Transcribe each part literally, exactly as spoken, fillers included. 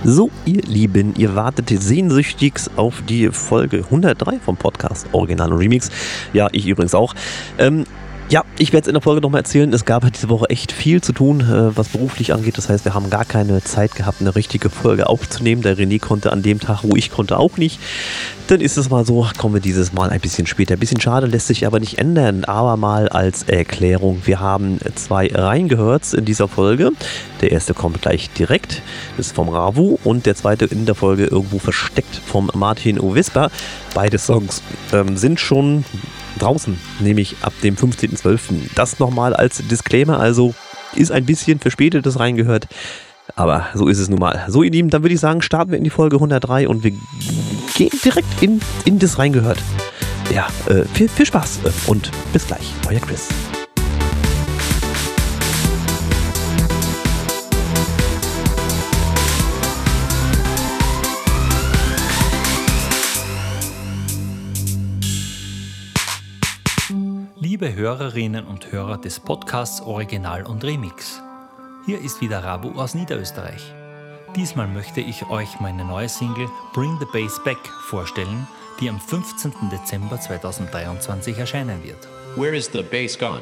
So, ihr Lieben, ihr wartet sehnsüchtigst auf die Folge hundertdrei vom Podcast Original und Remix. Ja, ich übrigens auch. Ähm, ja, ich werde es in der Folge nochmal erzählen. Es gab diese Woche echt viel zu tun, äh, was beruflich angeht. Das heißt, wir haben gar keine Zeit gehabt, eine richtige Folge aufzunehmen. Der René konnte an dem Tag, wo ich konnte, auch nicht. Dann ist es mal so, kommen wir dieses Mal ein bisschen später. Ein bisschen schade, lässt sich aber nicht ändern. Aber mal als Erklärung, wir haben zwei reingehört in dieser Folge. Der erste kommt gleich direkt, das ist vom Ravu, und der zweite in der Folge irgendwo versteckt vom Martin Ovispa. Beide Songs ähm, sind schon draußen, nämlich ab dem fünfzehnten zwölften Das nochmal als Disclaimer, also ist ein bisschen verspätetes reingehört, aber so ist es nun mal. So, ihr Lieben, dann würde ich sagen, starten wir in die Folge hundertdrei und wir gehen direkt in, in das reingehört. Ja, äh, viel, viel Spaß und bis gleich, euer Chris. Liebe Hörerinnen und Hörer des Podcasts Original und Remix, hier ist wieder Rabu aus Niederösterreich. Diesmal möchte ich euch meine neue Single Bring the Bass Back vorstellen, die am fünfzehnten Dezember zweitausenddreiundzwanzig erscheinen wird. Where is the bass gone?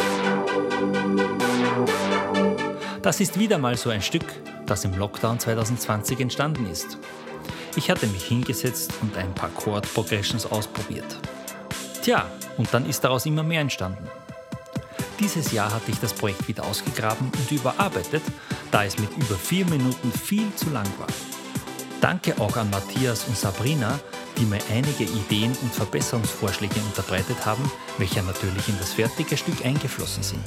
Das ist wieder mal so ein Stück, das im Lockdown zweitausendzwanzig entstanden ist. Ich hatte mich hingesetzt und ein paar Chord-Progressions ausprobiert. Tja, und dann ist daraus immer mehr entstanden. Dieses Jahr hatte ich das Projekt wieder ausgegraben und überarbeitet, da es mit über vier Minuten viel zu lang war. Danke auch an Matthias und Sabrina, die mir einige Ideen und Verbesserungsvorschläge unterbreitet haben, welche natürlich in das fertige Stück eingeflossen sind.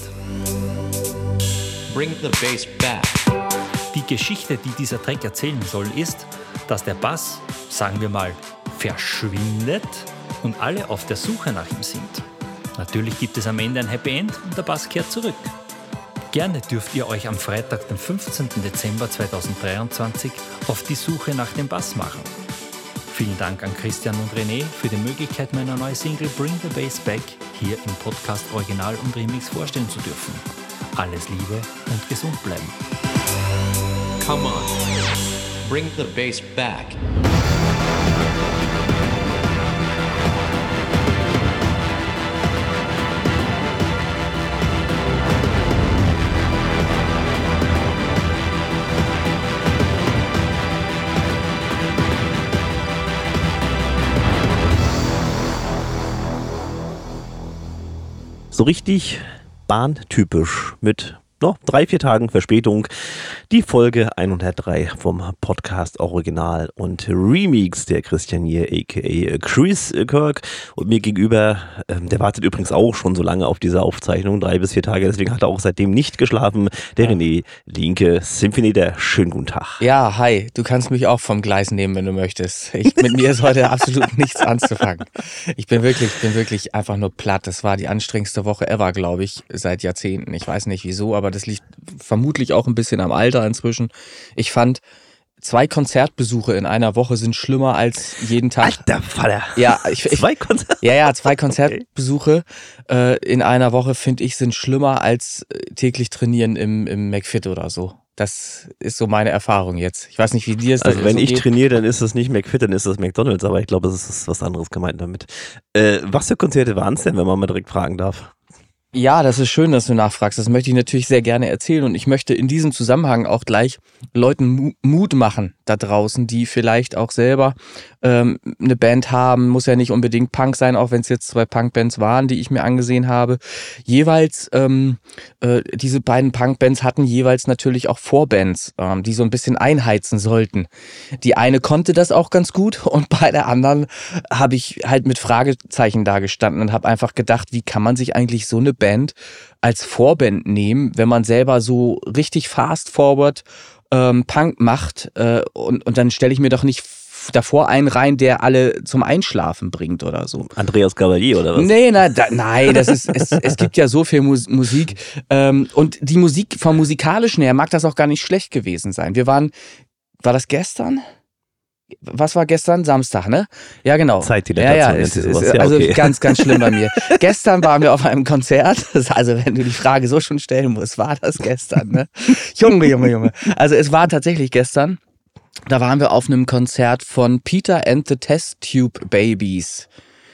Bring the bass back. Die Geschichte, die dieser Track erzählen soll, ist, dass der Bass, sagen wir mal, verschwindet und alle auf der Suche nach ihm sind. Natürlich gibt es am Ende ein Happy End und der Bass kehrt zurück. Gerne dürft ihr euch am Freitag, den fünfzehnten Dezember zweitausenddreiundzwanzig, auf die Suche nach dem Bass machen. Vielen Dank an Christian und René für die Möglichkeit, meiner neuen Single Bring the Bass Back hier im Podcast Original und Remix vorstellen zu dürfen. Alles Liebe und gesund bleiben. Come on, bring the bass back. So richtig bahntypisch mit noch drei, vier Tagen Verspätung die Folge hundertdrei vom Podcast Original und Remix. Der Christian hier, aka Chris Kirk, und mir gegenüber, ähm, der wartet übrigens auch schon so lange auf diese Aufzeichnung, drei bis vier Tage, deswegen hat er auch seitdem nicht geschlafen, der ja. René Linke Symphonieter. Schönen guten Tag. Ja, hi, du kannst mich auch vom Gleis nehmen, wenn du möchtest. Ich, mit mir ist heute absolut nichts anzufangen. Ich bin wirklich, bin wirklich einfach nur platt. Das war die anstrengendste Woche ever, glaube ich, seit Jahrzehnten. Ich weiß nicht wieso, aber das liegt vermutlich auch ein bisschen am Alter inzwischen. Ich fand, zwei Konzertbesuche in einer Woche sind schlimmer als jeden Tag. Alter Vater. Ja, ich, ich, zwei Konzerte? Ja, ja, zwei Konzertbesuche äh, in einer Woche, finde ich, sind schlimmer als täglich trainieren im, im McFit oder so. Das ist so meine Erfahrung jetzt. Ich weiß nicht, wie dir es Also wenn so ich geht. trainiere, dann ist es nicht McFit, dann ist es McDonald's, aber ich glaube, es ist was anderes gemeint damit. Äh, was für Konzerte waren es denn, wenn man mal direkt fragen darf? Ja, das ist schön, dass du nachfragst. Das möchte ich natürlich sehr gerne erzählen und ich möchte in diesem Zusammenhang auch gleich Leuten Mut machen da draußen, die vielleicht auch selber ähm, eine Band haben. Muss ja nicht unbedingt Punk sein, auch wenn es jetzt zwei Punkbands waren, die ich mir angesehen habe. Jeweils, ähm, äh, diese beiden Punkbands hatten jeweils natürlich auch Vorbands, ähm, die so ein bisschen einheizen sollten. Die eine konnte das auch ganz gut und bei der anderen habe ich halt mit Fragezeichen da gestanden und habe einfach gedacht, wie kann man sich eigentlich so eine Band als Vorband nehmen, wenn man selber so richtig fast forward ähm, Punk macht äh, und, und dann stelle ich mir doch nicht f- davor einen rein, der alle zum Einschlafen bringt oder so. Andreas Gabalier oder was? Nee, na, da, nein, das ist, es, es gibt ja so viel Mus- Musik ähm, und die Musik vom Musikalischen her mag das auch gar nicht schlecht gewesen sein. Wir waren, war das gestern? Was war gestern? Samstag, ne? Ja, genau. Zeitdilatation. Ja, ja, ist, ist, ja, also okay. Ganz, ganz schlimm bei mir. Gestern waren wir auf einem Konzert. Also wenn du die Frage so schon stellen musst, war das gestern, ne? Junge, Junge, Junge. Also es war tatsächlich gestern. Da waren wir auf einem Konzert von Peter and the Test Tube Babies.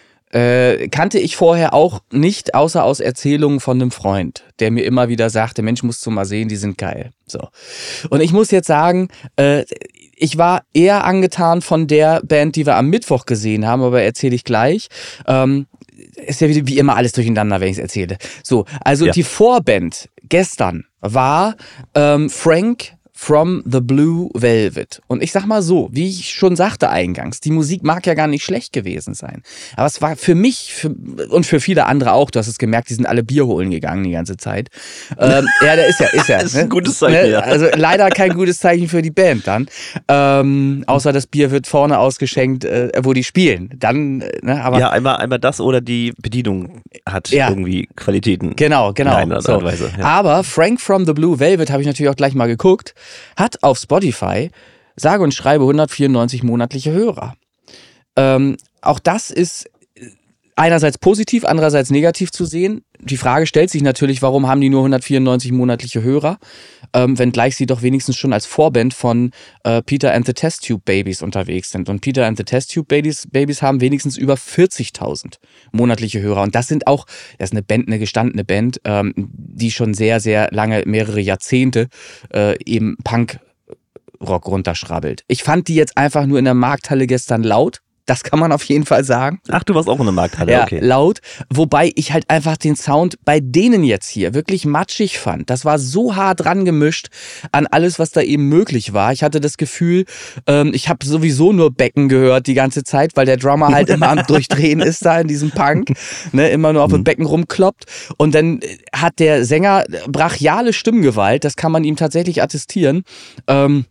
Äh, kannte ich vorher auch nicht, außer aus Erzählungen von einem Freund, der mir immer wieder sagte, Mensch, musst du mal sehen, die sind geil. So. Und ich muss jetzt sagen, äh, ich war eher angetan von der Band, die wir am Mittwoch gesehen haben, aber erzähle ich gleich. Ähm, ist ja wie, wie immer alles durcheinander, wenn ich es erzähle. So, also ja. Die Vorband gestern war ähm, Frank from the Blue Velvet. Und ich sag mal so, wie ich schon sagte eingangs, die Musik mag ja gar nicht schlecht gewesen sein. Aber es war für mich für, und für viele andere auch, du hast es gemerkt, die sind alle Bier holen gegangen die ganze Zeit. Ähm, ja, der ist ja, ist ja. Das ist ein gutes Zeichen, ja. Also leider kein gutes Zeichen für die Band dann. Ähm, außer das Bier wird vorne ausgeschenkt, äh, wo die spielen. Dann, ne, aber. Ja, einmal, einmal das oder die Bedienung hat ja. irgendwie Qualitäten. Genau, genau. In einer so. Art und Weise, ja. Aber Frank from the Blue Velvet habe ich natürlich auch gleich mal geguckt, hat auf Spotify sage und schreibe hundertvierundneunzig monatliche Hörer. Ähm, auch das ist einerseits positiv, andererseits negativ zu sehen. Die Frage stellt sich natürlich, warum haben die nur hundertvierundneunzig monatliche Hörer, ähm, wenngleich sie doch wenigstens schon als Vorband von äh, Peter and the Test Tube Babies unterwegs sind. Und Peter and the Test Tube Babies, Babies haben wenigstens über vierzigtausend monatliche Hörer. Und das sind auch, das ist eine Band, eine gestandene Band, ähm, die schon sehr, sehr lange, mehrere Jahrzehnte äh, eben Punk-Rock runterschrabbelt. Ich fand die jetzt einfach nur in der Markthalle gestern laut. Das kann man auf jeden Fall sagen. Ach, du warst auch in der Markthalle, ja, okay. laut. Wobei ich halt einfach den Sound bei denen jetzt hier wirklich matschig fand. Das war so hart dran gemischt an alles, was da eben möglich war. Ich hatte das Gefühl, ähm, ich habe sowieso nur Becken gehört die ganze Zeit, weil der Drummer halt immer am Durchdrehen ist da in diesem Punk. Ne, immer nur auf dem Becken rumkloppt. Und dann hat der Sänger brachiale Stimmgewalt. Das kann man ihm tatsächlich attestieren. Ähm,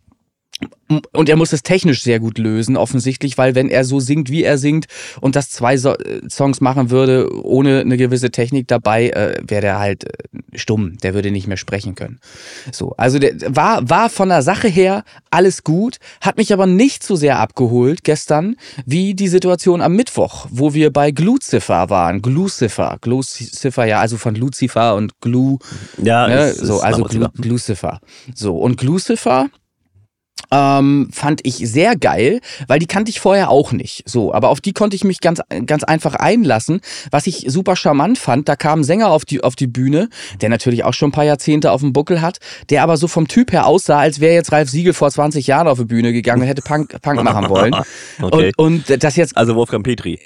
Und er muss es technisch sehr gut lösen, offensichtlich, weil wenn er so singt, wie er singt und das zwei so- Songs machen würde, ohne eine gewisse Technik dabei, äh, wäre der halt äh, stumm, der würde nicht mehr sprechen können. So, also der war, war von der Sache her alles gut, hat mich aber nicht so sehr abgeholt gestern, wie die Situation am Mittwoch, wo wir bei Glucifer waren. Glucifer, Glucifer, ja, also von Lucifer und Glu, Ja, ne, es ist so, also Glu, nachvollziehbar. Glucifer. So, und Glucifer Ähm, fand ich sehr geil, weil die kannte ich vorher auch nicht. So, aber auf die konnte ich mich ganz, ganz einfach einlassen. Was ich super charmant fand, da kam ein Sänger auf die, auf die Bühne, der natürlich auch schon ein paar Jahrzehnte auf dem Buckel hat, der aber so vom Typ her aussah, als wäre jetzt Ralf Siegel vor zwanzig Jahren auf die Bühne gegangen und hätte Punk, Punk machen wollen. Okay. Und, und das jetzt. Also Wolfgang Petri.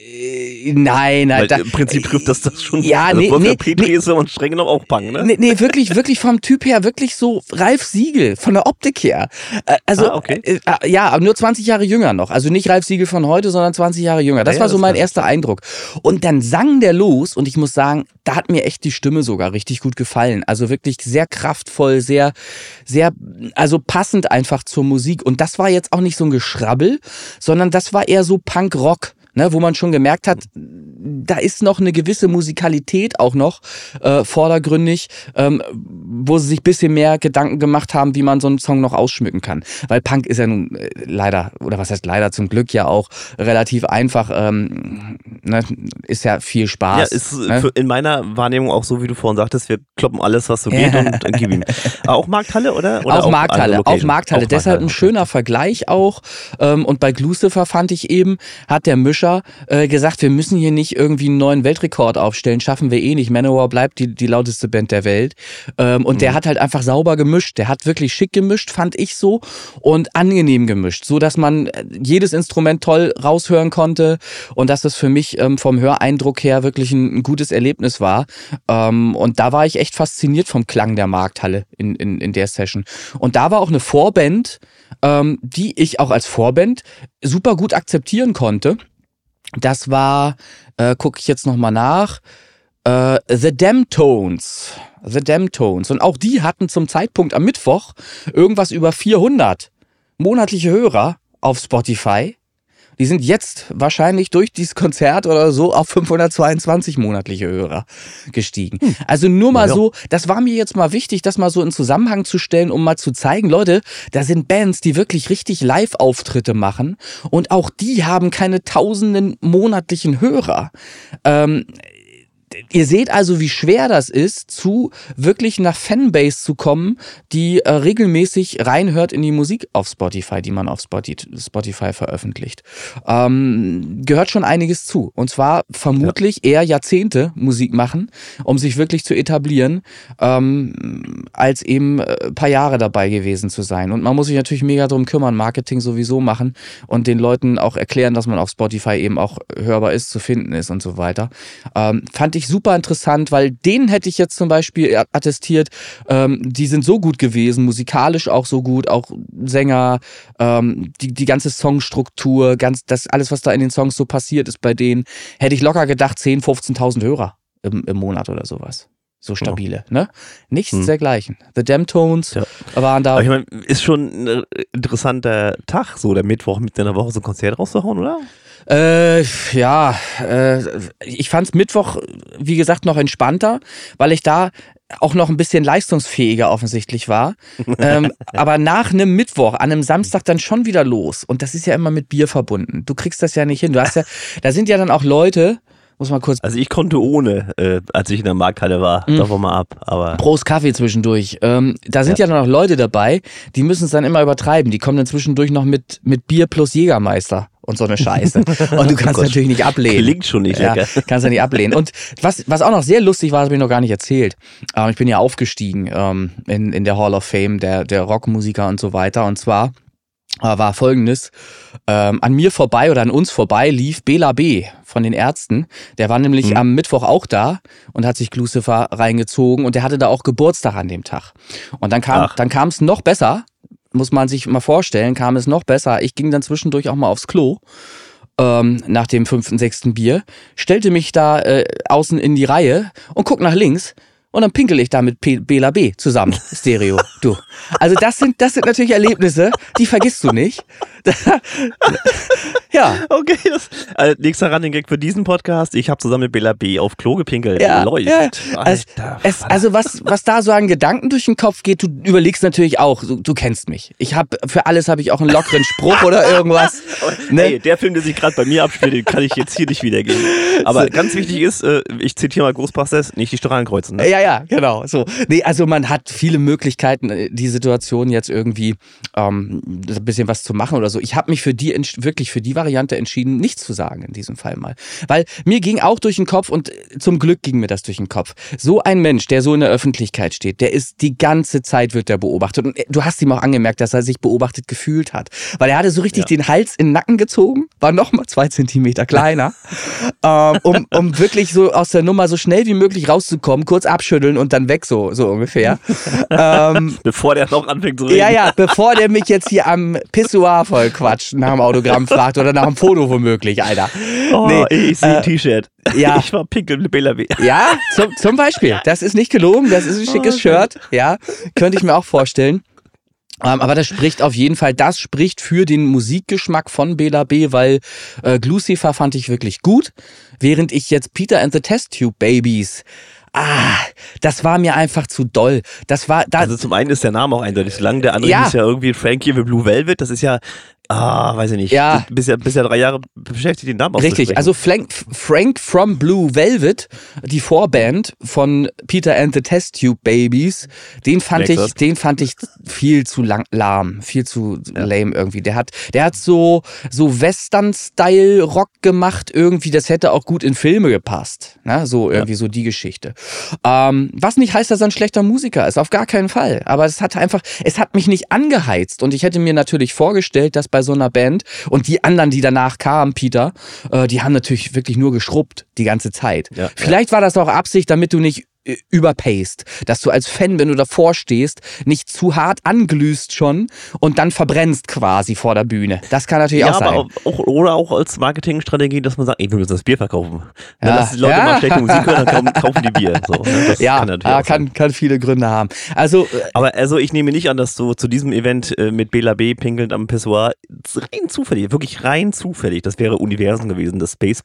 Nein, nein. Weil Da, im Prinzip trifft das das schon. Ja, also nee, Wolfgang nee, Petri nee. ist ja und streng genommen auch Punk, ne? Nee, nee, wirklich, wirklich vom Typ her, wirklich so Ralf Siegel, von der Optik her. Äh, Also, Ah, okay. äh, äh, ja, aber nur zwanzig Jahre jünger noch. Also nicht Ralf Siegel von heute, sondern zwanzig Jahre jünger. Das Ja, ja, war so das mein kann ich. erster Eindruck. Und dann sang der los und ich muss sagen, da hat mir echt die Stimme sogar richtig gut gefallen. Also wirklich sehr kraftvoll, sehr, sehr, also passend einfach zur Musik. Und das war jetzt auch nicht so ein Geschrabbel, sondern das war eher so Punk-Rock. Ne, wo man schon gemerkt hat, da ist noch eine gewisse Musikalität auch noch äh, vordergründig, ähm, wo sie sich ein bisschen mehr Gedanken gemacht haben, wie man so einen Song noch ausschmücken kann. Weil Punk ist ja nun äh, leider, oder was heißt leider, zum Glück ja auch relativ einfach, ähm, ne, ist ja viel Spaß. Ja, ist ne? für, in meiner Wahrnehmung auch so, wie du vorhin sagtest, wir kloppen alles, was so geht und, und gib ihm. Aber auch Markthalle, oder? oder Auch Markthalle, andere auch Location? Markthalle. Auch Deshalb ein okay. schöner Vergleich auch. Ähm, und bei Glucifer fand ich eben, hat der Mischer äh, gesagt, wir müssen hier nicht irgendwie einen neuen Weltrekord aufstellen, schaffen wir eh nicht. Manowar bleibt die, die lauteste Band der Welt. Ähm, und mhm. der hat halt einfach sauber gemischt. Der hat wirklich schick gemischt, fand ich so, und angenehm gemischt, so dass man jedes Instrument toll raushören konnte und dass das für mich ähm, vom Höreindruck her wirklich ein, ein gutes Erlebnis war. Ähm, und da war ich echt fasziniert vom Klang der Markthalle in, in, in der Session. Und da war auch eine Vorband, ähm, die ich auch als Vorband super gut akzeptieren konnte. Das war, äh, gucke ich jetzt nochmal nach, äh, The Damtones. The Damtones. Und auch die hatten zum Zeitpunkt am Mittwoch irgendwas über vierhundert monatliche Hörer auf Spotify. Die sind jetzt wahrscheinlich durch dieses Konzert oder so auf fünfhundertzweiundzwanzig monatliche Hörer gestiegen. Hm. Also nur mal ja. so, das war mir jetzt mal wichtig, das mal so in Zusammenhang zu stellen, um mal zu zeigen, Leute, da sind Bands, die wirklich richtig Live-Auftritte machen und auch die haben keine tausenden monatlichen Hörer. Ähm, ihr seht also, wie schwer das ist, zu wirklich nach Fanbase zu kommen, die äh, regelmäßig reinhört in die Musik auf Spotify, die man auf Spotify veröffentlicht. Ähm, gehört schon einiges zu. Und zwar vermutlich ja. eher Jahrzehnte Musik machen, um sich wirklich zu etablieren, ähm, als eben ein paar Jahre dabei gewesen zu sein. Und man muss sich natürlich mega drum kümmern, Marketing sowieso machen und den Leuten auch erklären, dass man auf Spotify eben auch hörbar ist, zu finden ist und so weiter. Ähm, fand ich super interessant, weil denen hätte ich jetzt zum Beispiel attestiert, ähm, die sind so gut gewesen, musikalisch auch so gut, auch Sänger, ähm, die, die ganze Songstruktur, ganz, das alles, was da in den Songs so passiert ist bei denen, hätte ich locker gedacht, zehntausend, fünfzehntausend Hörer im, im Monat oder sowas. So stabile, oh. ne? Nichts hm. dergleichen. The Damtones ja. waren da. Aber ich meine, ist schon ein interessanter Tag, so der Mittwoch mitten in der Woche so ein Konzert rauszuhauen, oder? Äh, ja, äh, ich fand's Mittwoch, wie gesagt, noch entspannter, weil ich da auch noch ein bisschen leistungsfähiger offensichtlich war. ähm, aber nach einem Mittwoch, an einem Samstag dann schon wieder los. Und das ist ja immer mit Bier verbunden. Du kriegst das ja nicht hin. Du hast ja, da sind ja dann auch Leute, muss mal kurz. Also ich konnte ohne, äh, als ich in der Markthalle war, mhm. davon mal ab. Aber Prost Kaffee zwischendurch. Ähm, da sind ja. ja dann auch Leute dabei, die müssen es dann immer übertreiben. Die kommen dann zwischendurch noch mit, mit Bier plus Jägermeister und so eine Scheiße. Und du kannst oh natürlich nicht ablehnen. Klingt schon nicht ja, lecker. Kannst du nicht ablehnen. Und was, was auch noch sehr lustig war, das habe ich noch gar nicht erzählt. Ähm, ich bin ja aufgestiegen ähm, in, in der Hall of Fame der, der Rockmusiker und so weiter. Und zwar war folgendes, ähm, an mir vorbei oder an uns vorbei lief Bela B. von den Ärzten. Der war nämlich mhm. am Mittwoch auch da und hat sich Glucifer reingezogen und der hatte da auch Geburtstag an dem Tag. Und dann kam dann kam es noch besser, muss man sich mal vorstellen, kam es noch besser. Ich ging dann zwischendurch auch mal aufs Klo ähm, nach dem fünften, sechsten Bier, stellte mich da äh, außen in die Reihe und guck nach links. Und dann pinkel ich da mit P- Bela B. zusammen, Stereo, du. Also das sind, das sind natürlich Erlebnisse, die vergisst du nicht. Ja. Okay, das, also nächster Running Gag für diesen Podcast. Ich habe zusammen mit Bela B. auf Klo gepinkelt. Ja, läuft. Ja. Also, es, also was, was da so an Gedanken durch den Kopf geht, du überlegst natürlich auch, du, du kennst mich. Ich habe für alles habe ich auch einen lockeren Spruch oder irgendwas. Ne? Hey, der Film, der sich gerade bei mir abspielt, den kann ich jetzt hier nicht wiedergeben. Aber so. Ganz wichtig ist, ich zitiere mal Großpasses, nicht die Strahlen kreuzen. Ne? Ja, ja, genau. So. Nee, also man hat viele Möglichkeiten, die Situation jetzt irgendwie ähm, ein bisschen was zu machen oder so. Ich habe mich für die wirklich für die Variante entschieden, nichts zu sagen in diesem Fall mal. Weil mir ging auch durch den Kopf und zum Glück ging mir das durch den Kopf. So ein Mensch, der so in der Öffentlichkeit steht, der ist die ganze Zeit wird der beobachtet. Und du hast ihm auch angemerkt, dass er sich beobachtet gefühlt hat. Weil er hatte so richtig ja. den Hals in den Nacken gezogen, war nochmal zwei Zentimeter kleiner, ähm, um, um wirklich so aus der Nummer so schnell wie möglich rauszukommen, kurz abschütteln und dann weg, so, so ungefähr. ähm, bevor der noch anfängt zu reden. Ja, ja, bevor der mich jetzt hier am Pissoir voll quatscht, nach dem Autogramm fragt oder nach dem Foto womöglich, Alter. Oh, nee, ich sehe äh, ein T-Shirt. Ja. Ich war pinkeln mit Bela B. Ja, zum, zum Beispiel. Das ist nicht gelogen, das ist ein schickes oh, Shirt. Ja, könnte ich mir auch vorstellen. Um, aber das spricht auf jeden Fall, das spricht für den Musikgeschmack von Bela B., weil äh, Glucifer fand ich wirklich gut, während ich jetzt Peter and the Test Tube Babies, ah, das war mir einfach zu doll. Das war, da also zum einen ist der Name auch eindeutig so lang, der andere ja. ist ja irgendwie Frankie with Blue Velvet, das ist ja, ah, weiß ich nicht, ja. bisher, bisher drei Jahre beschäftigt, den Namen auszusprechen. Richtig, also Frank, Frank from Blue Velvet, die Vorband von Peter and the Test Tube Babies, den fand ich, den fand ich viel zu lang, lahm, viel zu ja. lame irgendwie. Der hat, der hat so, so Western-Style-Rock gemacht irgendwie, das hätte auch gut in Filme gepasst, ne? So irgendwie ja. so die Geschichte. Ähm, was nicht heißt, dass er ein schlechter Musiker ist, auf gar keinen Fall. Aber es hat einfach, es hat mich nicht angeheizt und ich hätte mir natürlich vorgestellt, dass bei so einer Band und die anderen, die danach kamen, Peter, äh, die haben natürlich wirklich nur geschrubbt die ganze Zeit. Ja, Vielleicht ja. war das auch Absicht, damit du nicht äh, überpaced, dass du als Fan, wenn du davor stehst, nicht zu hart anglühst schon und dann verbrennst quasi vor der Bühne. Das kann natürlich ja, auch sein. Aber auch, oder auch als Marketingstrategie, dass man sagt, ey, wir müssen das Bier verkaufen. Ja. Lass die Leute ja. mal schlechte Musik hören, dann kaufen die Bier. So, ne? Das ja, kann natürlich ja, kann, kann viele Gründe haben. Also, aber also ich nehme nicht an, dass du zu diesem Event äh, mit Bela B. pinkelnd am Pissoir rein zufällig, wirklich rein zufällig, das wäre Universum gewesen, das Space Pop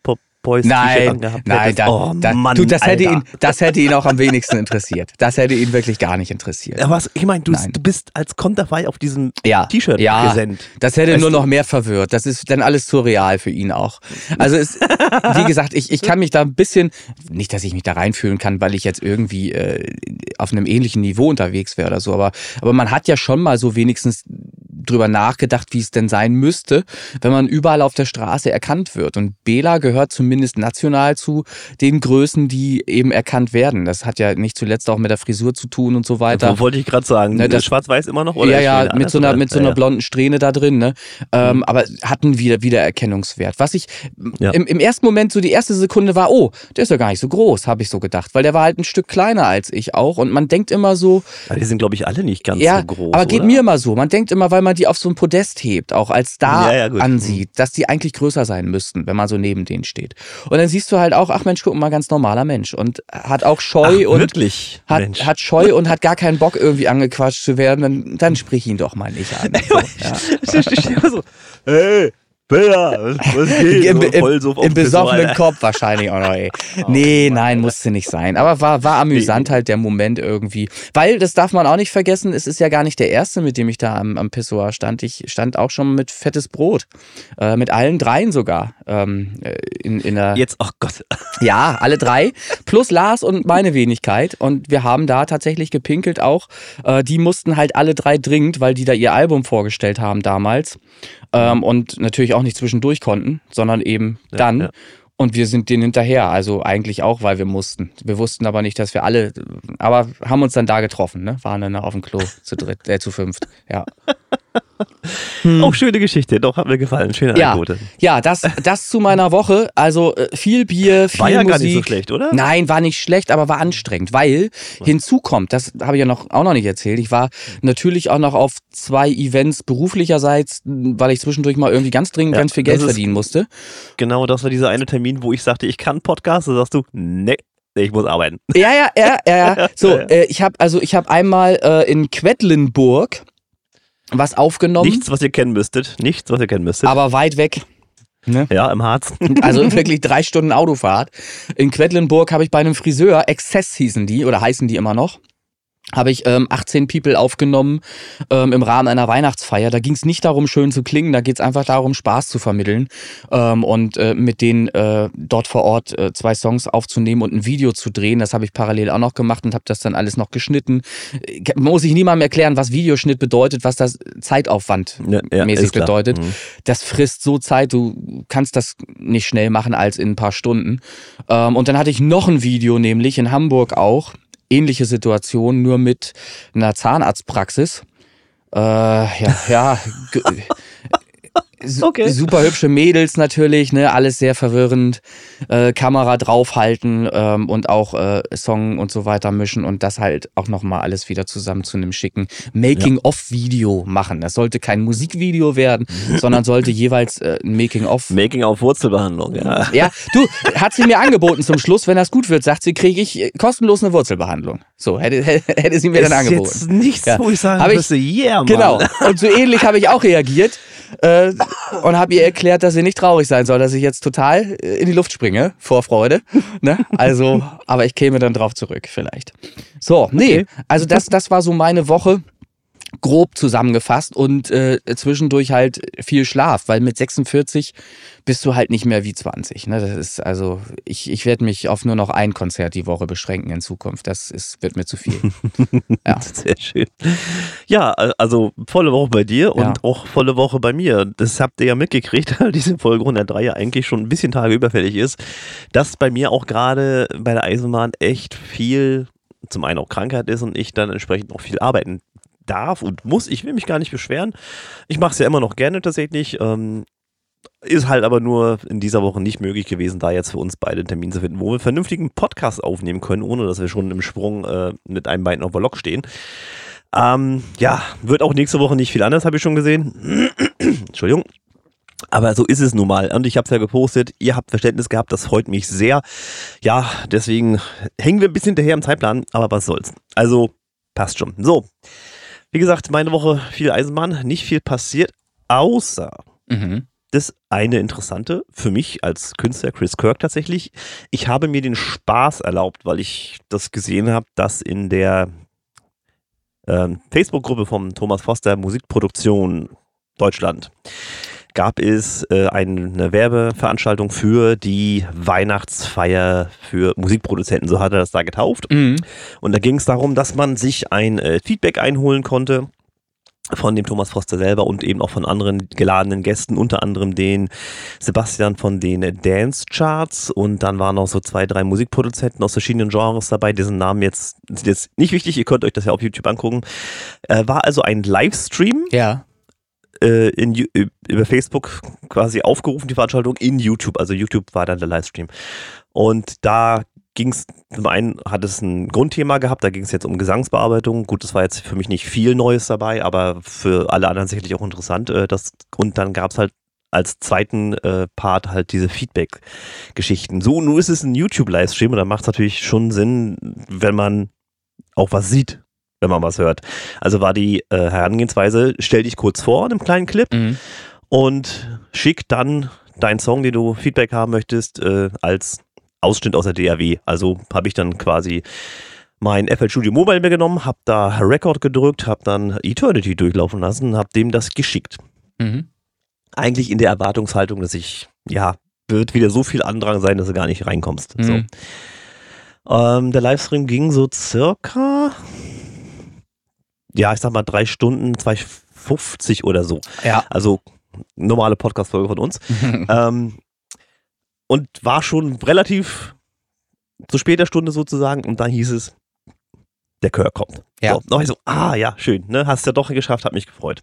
Boys nein, T-Shirt angehabt nein, hättest. da, oh da, Mann, du, das hätte Alter. ihn, das hätte ihn auch am wenigsten interessiert. Das hätte ihn wirklich gar nicht interessiert. Ja, was, ich meine, du, Nein. du bist als Konterfei auf diesem Ja, T-Shirt ja, präsent. das hätte Weißt nur du? noch mehr verwirrt. Das ist dann alles surreal für ihn auch. Also es, wie gesagt, ich, ich kann mich da ein bisschen, nicht, dass ich mich da reinfühlen kann, weil ich jetzt irgendwie äh, auf einem ähnlichen Niveau unterwegs wäre oder so, aber, aber man hat ja schon mal so wenigstens drüber nachgedacht, wie es denn sein müsste, wenn man überall auf der Straße erkannt wird. Und Bela gehört zumindest national zu den Größen, die eben erkannt werden. Das hat ja nicht zuletzt auch mit der Frisur zu tun und so weiter. So wollte ich gerade sagen. Ne, das- Schwarz-Weiß immer noch? Oder ja, ist schon ja, wieder mit anders, so einer, oder? mit so Ja, einer ja. blonden Strähne da drin, ne? Ähm, aber hatten wieder Wiedererkennungswert. Was ich Ja. im, im ersten Moment, so die erste Sekunde war, oh, der ist ja gar nicht so groß, habe ich so gedacht. Weil der war halt ein Stück kleiner als ich auch. Und man denkt immer so, Aber die sind, glaube ich, alle nicht ganz ja, so groß. aber geht oder? mir immer so. Man denkt immer, weil man die auf so ein Podest hebt, auch als Star Ja, ja, gut. ansieht, dass die eigentlich größer sein müssten, wenn man so neben denen steht. Und dann siehst du halt auch, ach Mensch, guck mal, ganz normaler Mensch. Und hat auch Scheu Ach, und wirklich? hat, Mensch. hat Scheu und hat gar keinen Bock, irgendwie angequatscht zu werden, dann, dann sprich ihn doch mal nicht an. So, ja. Ich stehe immer so, hey, Bella, was geht? Im, So im, voll so auf im dem besoffenen Pissoir. Kopf wahrscheinlich auch noch, ey. Nee, nein, musste nicht sein. Aber war, war amüsant halt der Moment irgendwie. Weil, das darf man auch nicht vergessen, es ist ja gar nicht der erste, mit dem ich da am, am Pissoir stand. Ich stand auch schon mit fettes Brot. Äh, mit allen dreien sogar. Ähm, in, in der, Jetzt, ach Gott. ja, alle drei. Plus Lars und meine Wenigkeit. Und wir haben da tatsächlich gepinkelt auch. Äh, die mussten halt alle drei dringend, weil die da ihr Album vorgestellt haben damals. Ähm, und natürlich auch nicht zwischendurch konnten, sondern eben Ja, dann. ja. Und wir sind denen hinterher. Also eigentlich auch, weil wir mussten. Wir wussten aber nicht, dass wir alle, aber haben uns dann da getroffen, ne? Waren dann auf dem Klo zu dritt, äh, zu fünft. Ja. Auch schöne Geschichte, doch, hat mir gefallen. Schöne Ja, Anekdote. ja, das, das zu meiner Woche. Also äh, viel Bier, viel War ja Musik. gar nicht so schlecht, oder? Nein, war nicht schlecht, aber war anstrengend, weil hinzu kommt, das habe ich ja noch, auch noch nicht erzählt, ich war natürlich auch noch auf zwei Events beruflicherseits, weil ich zwischendurch mal irgendwie ganz dringend Ja, ganz viel Geld das ist- verdienen musste. Genau, das war dieser eine Termin, wo ich sagte, ich kann Podcast. Da sagst du, nee, ich muss arbeiten. Ja, ja, ja, ja. ja. So, Ja, ja. äh, ich habe also ich habe einmal äh, in Quedlinburg was aufgenommen, Nichts, was ihr kennen müsstet. Nichts, was ihr kennen müsstet. aber weit weg. Ne? ja, im Harz. Also wirklich drei Stunden Autofahrt. In Quedlinburg habe ich bei einem Friseur, Exzess hießen die oder heißen die immer noch, habe ich ähm, achtzehn People aufgenommen ähm, im Rahmen einer Weihnachtsfeier. Da ging es nicht darum, schön zu klingen, da geht es einfach darum, Spaß zu vermitteln ähm, und äh, mit denen äh, dort vor Ort äh, zwei Songs aufzunehmen und ein Video zu drehen. Das habe ich parallel auch noch gemacht und habe das dann alles noch geschnitten. Äh, Muss ich niemandem erklären, was Videoschnitt bedeutet, was das Zeitaufwand Ja, ja, mäßig ist klar. bedeutet. Mhm. Das frisst so Zeit, du kannst das nicht schnell machen als in ein paar Stunden. Ähm, und dann hatte ich noch ein Video, nämlich in Hamburg auch. Ähnliche Situation, nur mit einer Zahnarztpraxis. Äh, ja, ja. g- su- Okay. Super hübsche Mädels natürlich, ne, alles sehr verwirrend. Äh, Kamera draufhalten ähm, und auch äh, Song und so weiter mischen und das halt auch nochmal alles wieder zusammen zu einem schicken Making-of-Video machen. Das sollte kein Musikvideo werden, sondern sollte jeweils äh, ein Making-of. Making auf Wurzelbehandlung, ja. Ja, du, hat sie mir angeboten zum Schluss, wenn das gut wird, sagt sie, kriege ich äh, kostenlos eine Wurzelbehandlung. So, hätte, hätte sie mir dann angeboten. Ist jetzt nichts, Ja. wo ich sagen Hab ich- müsste, yeah, Mann. Genau. Und so ähnlich habe ich auch reagiert äh, und habe ihr erklärt, dass sie nicht traurig sein soll, dass ich jetzt total äh, in die Luft springe vor Freude. Ne? Also, aber ich käme dann drauf zurück vielleicht. So, nee, Okay. also das, das war so meine Woche. Grob zusammengefasst und äh, zwischendurch halt viel Schlaf, weil mit sechsundvierzig bist du halt nicht mehr wie zwanzig. Ne? Das ist also, ich, ich werde mich auf nur noch ein Konzert die Woche beschränken in Zukunft. Das ist, wird mir zu viel. Ja. Sehr schön. Ja, also volle Woche bei dir und Ja. auch volle Woche bei mir. Das habt ihr ja mitgekriegt, weil diese Folge hundertdrei ja eigentlich schon ein bisschen Tage überfällig ist, dass bei mir auch gerade bei der Eisenbahn echt viel, zum einen auch Krankheit ist und ich dann entsprechend auch viel arbeiten darf und muss. Ich will mich gar nicht beschweren. Ich mache es ja immer noch gerne tatsächlich. Ähm, ist halt aber nur in dieser Woche nicht möglich gewesen, da jetzt für uns beide einen Termin zu finden, wo wir einen vernünftigen Podcast aufnehmen können, ohne dass wir schon im Sprung äh, mit einem Bein auf der Lok stehen. Ähm, ja, wird auch nächste Woche nicht viel anders, habe ich schon gesehen. Entschuldigung. Aber so ist es nun mal. Und ich habe es ja gepostet. Ihr habt Verständnis gehabt. Das freut mich sehr. Ja, deswegen hängen wir ein bisschen hinterher im Zeitplan. Aber was soll's. Also passt schon. So, wie gesagt, meine Woche viel Eisenbahn. Nicht viel passiert. Außer Mhm. das eine interessante für mich als Künstler, Chris Kirk tatsächlich. Ich habe mir den Spaß erlaubt, weil ich das gesehen habe, dass in der ähm, Facebook-Gruppe vom Thomas Foster Musikproduktion Deutschland gab es äh, eine Werbeveranstaltung für die Weihnachtsfeier für Musikproduzenten, so hat er das da getauft. Mhm. Und da ging es darum, dass man sich ein äh, Feedback einholen konnte von dem Thomas Foster selber und eben auch von anderen geladenen Gästen, unter anderem den Sebastian von den Dance Charts, und dann waren noch so zwei, drei Musikproduzenten aus verschiedenen Genres dabei, dessen Namen jetzt, sind jetzt nicht wichtig, ihr könnt euch das ja auf YouTube angucken. Äh, war also ein Livestream. Ja. In, über Facebook quasi aufgerufen, die Veranstaltung in YouTube. Also YouTube war dann der Livestream. Und da ging es, zum einen hat es ein Grundthema gehabt, da ging es jetzt um Gesangsbearbeitung. Gut, das war jetzt für mich nicht viel Neues dabei, aber für alle anderen sicherlich auch interessant. Das, und dann gab es halt als zweiten äh, Part halt diese Feedback-Geschichten. So, nun ist es ein YouTube-Livestream und da macht es natürlich schon Sinn, wenn man auch was sieht, wenn man was hört. Also war die äh, Herangehensweise, stell dich kurz vor in einem kleinen Clip Mhm. und schick dann deinen Song, den du Feedback haben möchtest, äh, als Ausschnitt aus der D A W. Also habe ich dann quasi mein F L Studio Mobile mir genommen, habe da Record gedrückt, habe dann Eternity durchlaufen lassen, habe dem das geschickt. Mhm. Eigentlich in der Erwartungshaltung, dass ich, ja, wird wieder so viel Andrang sein, dass du gar nicht reinkommst. Mhm. So. Ähm, der Livestream ging so circa, ja, ich sag mal drei Stunden, zwei fünfzig oder so. Ja. Also normale Podcast-Folge von uns. ähm, und war schon relativ zu später Stunde sozusagen, und dann hieß es, der Kirk kommt. Ja. So, noch ich so, ah ja, schön, ne, hast ja doch geschafft, hat mich gefreut.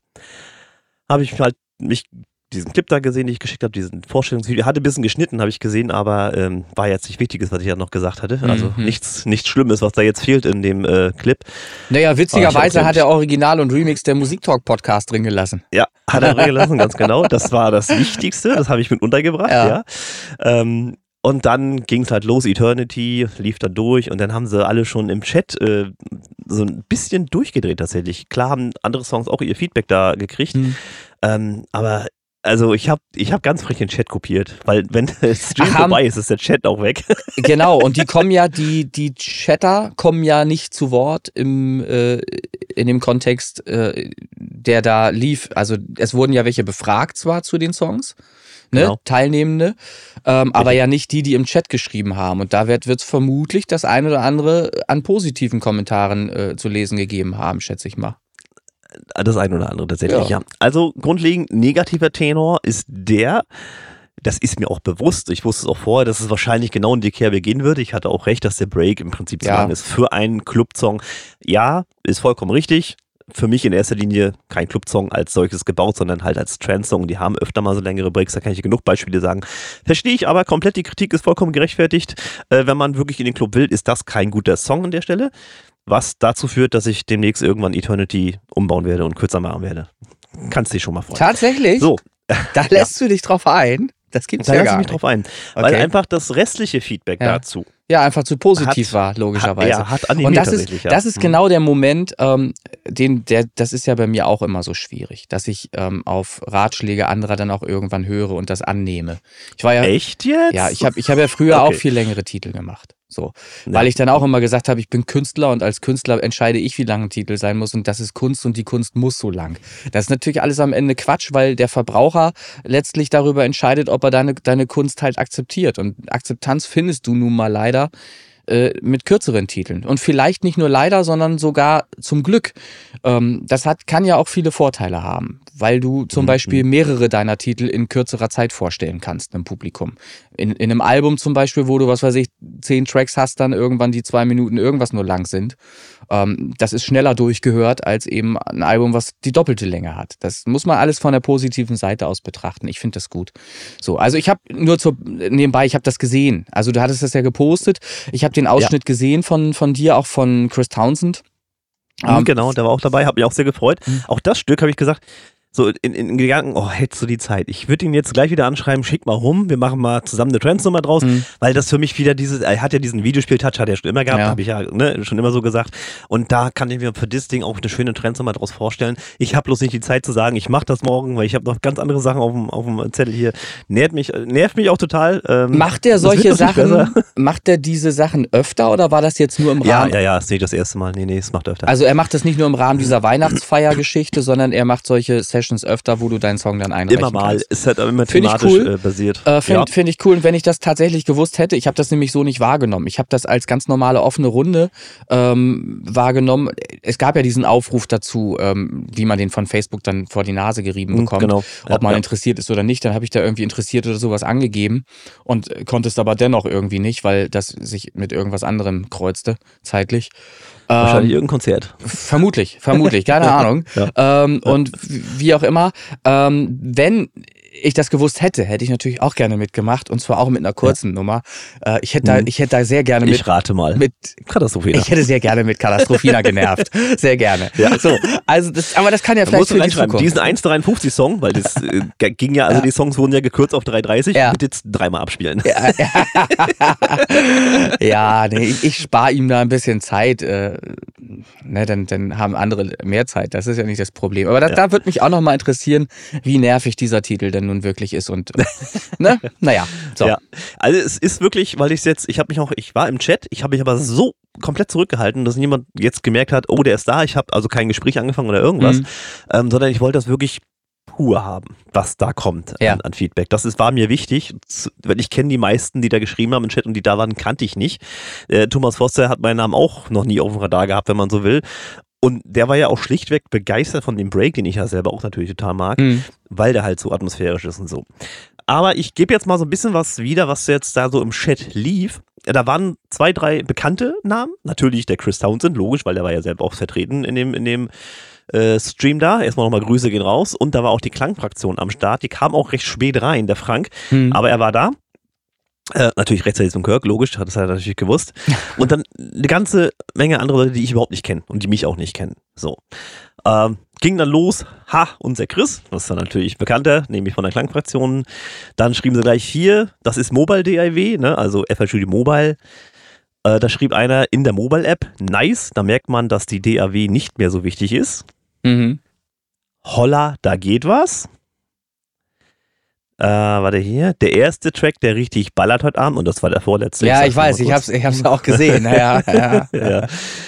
Habe ich halt mich diesen Clip da gesehen, den ich geschickt habe, diesen Vorstellungsvideo, hatte ein bisschen geschnitten, habe ich gesehen, aber ähm, war jetzt nicht Wichtiges, was ich ja noch gesagt hatte. Also Mhm. nichts, nichts Schlimmes, was da jetzt fehlt in dem äh, Clip. Naja, witzigerweise Ah, ich hat der Original- und Remix der Musiktalk-Podcast drin gelassen. Ja, hat er reingelassen, ganz genau. Das war das Wichtigste, das habe ich mit untergebracht, ja. Ja. Ähm, und dann ging es halt los, Eternity lief da durch, und dann haben sie alle schon im Chat äh, so ein bisschen durchgedreht tatsächlich. Klar haben andere Songs auch ihr Feedback da gekriegt, Mhm. ähm, aber also ich habe ich hab ganz frech den Chat kopiert, weil wenn der Stream Ach, haben- vorbei ist, ist der Chat auch weg. Genau, und die kommen ja, die, die Chatter kommen ja nicht zu Wort im, äh, in dem Kontext, äh, der da lief. Also es wurden ja welche befragt zwar zu den Songs, ne, Genau. Teilnehmende, ähm, aber ja nicht die, die im Chat geschrieben haben. Und da wird es vermutlich das ein oder andere an positiven Kommentaren äh, zu lesen gegeben haben, schätze ich mal. Das ein oder andere tatsächlich, ja. Ja. Also grundlegend negativer Tenor ist der, das ist mir auch bewusst, ich wusste es auch vorher, dass es wahrscheinlich genau in die Kerbe gehen würde. Ich hatte auch recht, dass der Break im Prinzip zu Ja. lang ist für einen Clubsong. Ja, ist vollkommen richtig. Für mich in erster Linie kein Clubsong als solches gebaut, sondern halt als Trance-Song. Die haben öfter mal so längere Breaks, da kann ich genug Beispiele sagen. Verstehe ich aber komplett, die Kritik ist vollkommen gerechtfertigt. Äh, wenn man wirklich in den Club will, ist das kein guter Song an der Stelle. Was dazu führt, dass ich demnächst irgendwann Eternity umbauen werde und kürzer machen werde. Kannst dich schon mal freuen. Tatsächlich? So, Da lässt du dich drauf ein? Das gibt's da ja lasse ich gar mich nicht. drauf ein. Weil Okay. einfach das restliche Feedback Ja. dazu Ja, einfach zu positiv Hat- war, logischerweise. Hat, ja, hat animiert Und das ist, tatsächlich. Ja. das ist Mhm. genau der Moment, ähm, den, der, das ist ja bei mir auch immer so schwierig, dass ich ähm, auf Ratschläge anderer dann auch irgendwann höre und das annehme. Ich war ja, Echt jetzt? ja, ich habe ich hab ja früher Okay. auch viel längere Titel gemacht. So. Ja. Weil ich dann auch immer gesagt habe, ich bin Künstler und als Künstler entscheide ich, wie lang ein Titel sein muss und das ist Kunst und die Kunst muss so lang. Das ist natürlich alles am Ende Quatsch, weil der Verbraucher letztlich darüber entscheidet, ob er deine, deine Kunst halt akzeptiert. Und Akzeptanz findest du nun mal leider äh, mit kürzeren Titeln. Und vielleicht nicht nur leider, sondern sogar zum Glück. Ähm, das hat, kann ja auch viele Vorteile haben, weil du zum Mhm. Beispiel mehrere deiner Titel in kürzerer Zeit vorstellen kannst im Publikum. In, in einem Album zum Beispiel, wo du, was weiß ich, zehn Tracks hast, dann irgendwann die zwei Minuten irgendwas nur lang sind. Ähm, das ist schneller durchgehört als eben ein Album, was die doppelte Länge hat. Das muss man alles von der positiven Seite aus betrachten. Ich finde das gut. So, also ich habe nur zur, nebenbei, ich habe das gesehen. Also du hattest das ja gepostet. Ich habe den Ausschnitt gesehen von, von dir, auch von Chris Townsend. Mhm, Ähm, genau, der war auch dabei, hat mich auch sehr gefreut. Mhm. Auch das Stück habe ich gesagt, so in, in Gedanken, oh, hättest du die Zeit. Ich würde ihn jetzt gleich wieder anschreiben, schick mal rum, wir machen mal zusammen eine Trance-Nummer draus, mhm. weil das für mich wieder dieses, er hat ja diesen Videospiel-Touch, hat er schon immer gehabt, ja. habe ich ja ne, schon immer so gesagt. Und da kann ich mir für das Ding auch eine schöne Trance-Nummer draus vorstellen. Ich habe bloß nicht die Zeit zu sagen, ich mache das morgen, weil ich habe noch ganz andere Sachen auf dem, auf dem Zettel hier. Nervt mich, nervt mich auch total. Ähm, macht der solche Sachen, macht der diese Sachen öfter oder war das jetzt nur im Rahmen? Ja, ja, ja, das sehe ich das erste Mal. Nee, nee, es macht öfter. Also er macht das nicht nur im Rahmen dieser Weihnachtsfeiergeschichte, sondern er macht solche Sessions öfter, wo du deinen Song dann einreichen Immer mal, kannst. ist halt immer Find thematisch cool. äh, basiert. Äh, Finde ja. find ich cool. Und wenn ich das tatsächlich gewusst hätte, ich habe das nämlich so nicht wahrgenommen. Ich habe das als ganz normale offene Runde ähm, wahrgenommen. Es gab ja diesen Aufruf dazu, ähm, wie man den von Facebook dann vor die Nase gerieben bekommt, genau. ja, ob man ja. interessiert ist oder nicht. Dann habe ich da irgendwie interessiert oder sowas angegeben und konnte es aber dennoch irgendwie nicht, weil das sich mit irgendwas anderem kreuzte, zeitlich. Wahrscheinlich ähm, irgendein Konzert. Vermutlich, vermutlich, keine Ahnung. Ja. Ähm, und wie auch immer, ähm, wenn ich das gewusst hätte, hätte ich natürlich auch gerne mitgemacht und zwar auch mit einer kurzen ja. Nummer. Äh, ich hätte da, ich hätte da sehr gerne mit. Ich rate mal. Mit Katastrophina. Ich hätte sehr gerne mit Katastrophina genervt. Sehr gerne. Ja. So, also das, aber das kann ja vielleicht für die Zukunft. Diesen eins dreiundfünfzig Song, weil das äh, ging ja, also ja. die Songs wurden ja gekürzt auf drei dreißig, ja. bitte jetzt dreimal abspielen. Ja, ja. ja nee, ich, ich spare ihm da ein bisschen Zeit. Äh, ne, dann, dann haben andere mehr Zeit. Das ist ja nicht das Problem. Aber das, ja. da würde mich auch noch mal interessieren, wie nervig dieser Titel denn nun wirklich ist und ne, naja. So. Ja. Also es ist wirklich, weil ich jetzt, ich habe mich auch, ich war im Chat, ich habe mich aber so komplett zurückgehalten, dass niemand jetzt gemerkt hat, oh, der ist da, ich habe also kein Gespräch angefangen oder irgendwas, mhm. ähm, sondern ich wollte das wirklich pur haben, was da kommt ja. an, an Feedback. Das ist, war mir wichtig, weil ich kenne die meisten, die da geschrieben haben im Chat und die da waren, kannte ich nicht. Äh, Thomas Foster hat meinen Namen auch noch nie auf dem Radar gehabt, wenn man so will. Und der war ja auch schlichtweg begeistert von dem Break, den ich ja selber auch natürlich total mag, mhm. weil der halt so atmosphärisch ist und so. Aber ich gebe jetzt mal so ein bisschen was wieder, was jetzt da so im Chat lief. Da waren zwei, drei bekannte Namen. Natürlich der Chris Townsend, logisch, weil der war ja selber auch vertreten in dem, in dem äh, Stream da. Erstmal nochmal Grüße gehen raus. Und da war auch die Klangfraktion am Start. Die kam auch recht spät rein, der Frank. Mhm. Aber er war da. Äh, natürlich rechtzeitig zum Kirk, logisch, hat das halt natürlich gewusst. Und dann eine ganze Menge andere Leute, die ich überhaupt nicht kenne und die mich auch nicht kennen. So. Ähm, ging dann los, ha, unser Chris, das ist dann natürlich bekannter, nämlich von der Klangfraktion. Dann schrieben sie gleich hier, das ist Mobile D I W, ne, also F L Studio Mobile. Äh, da schrieb einer in der Mobile-App, nice, da merkt man, dass die D A W nicht mehr so wichtig ist. Mhm. Holla, da geht was. Äh, warte hier, der erste Track, der richtig ballert heute Abend und das war der vorletzte. Ja, ich, ich weiß, ich hab's, ich hab's auch gesehen. ja, ja, ja. ja.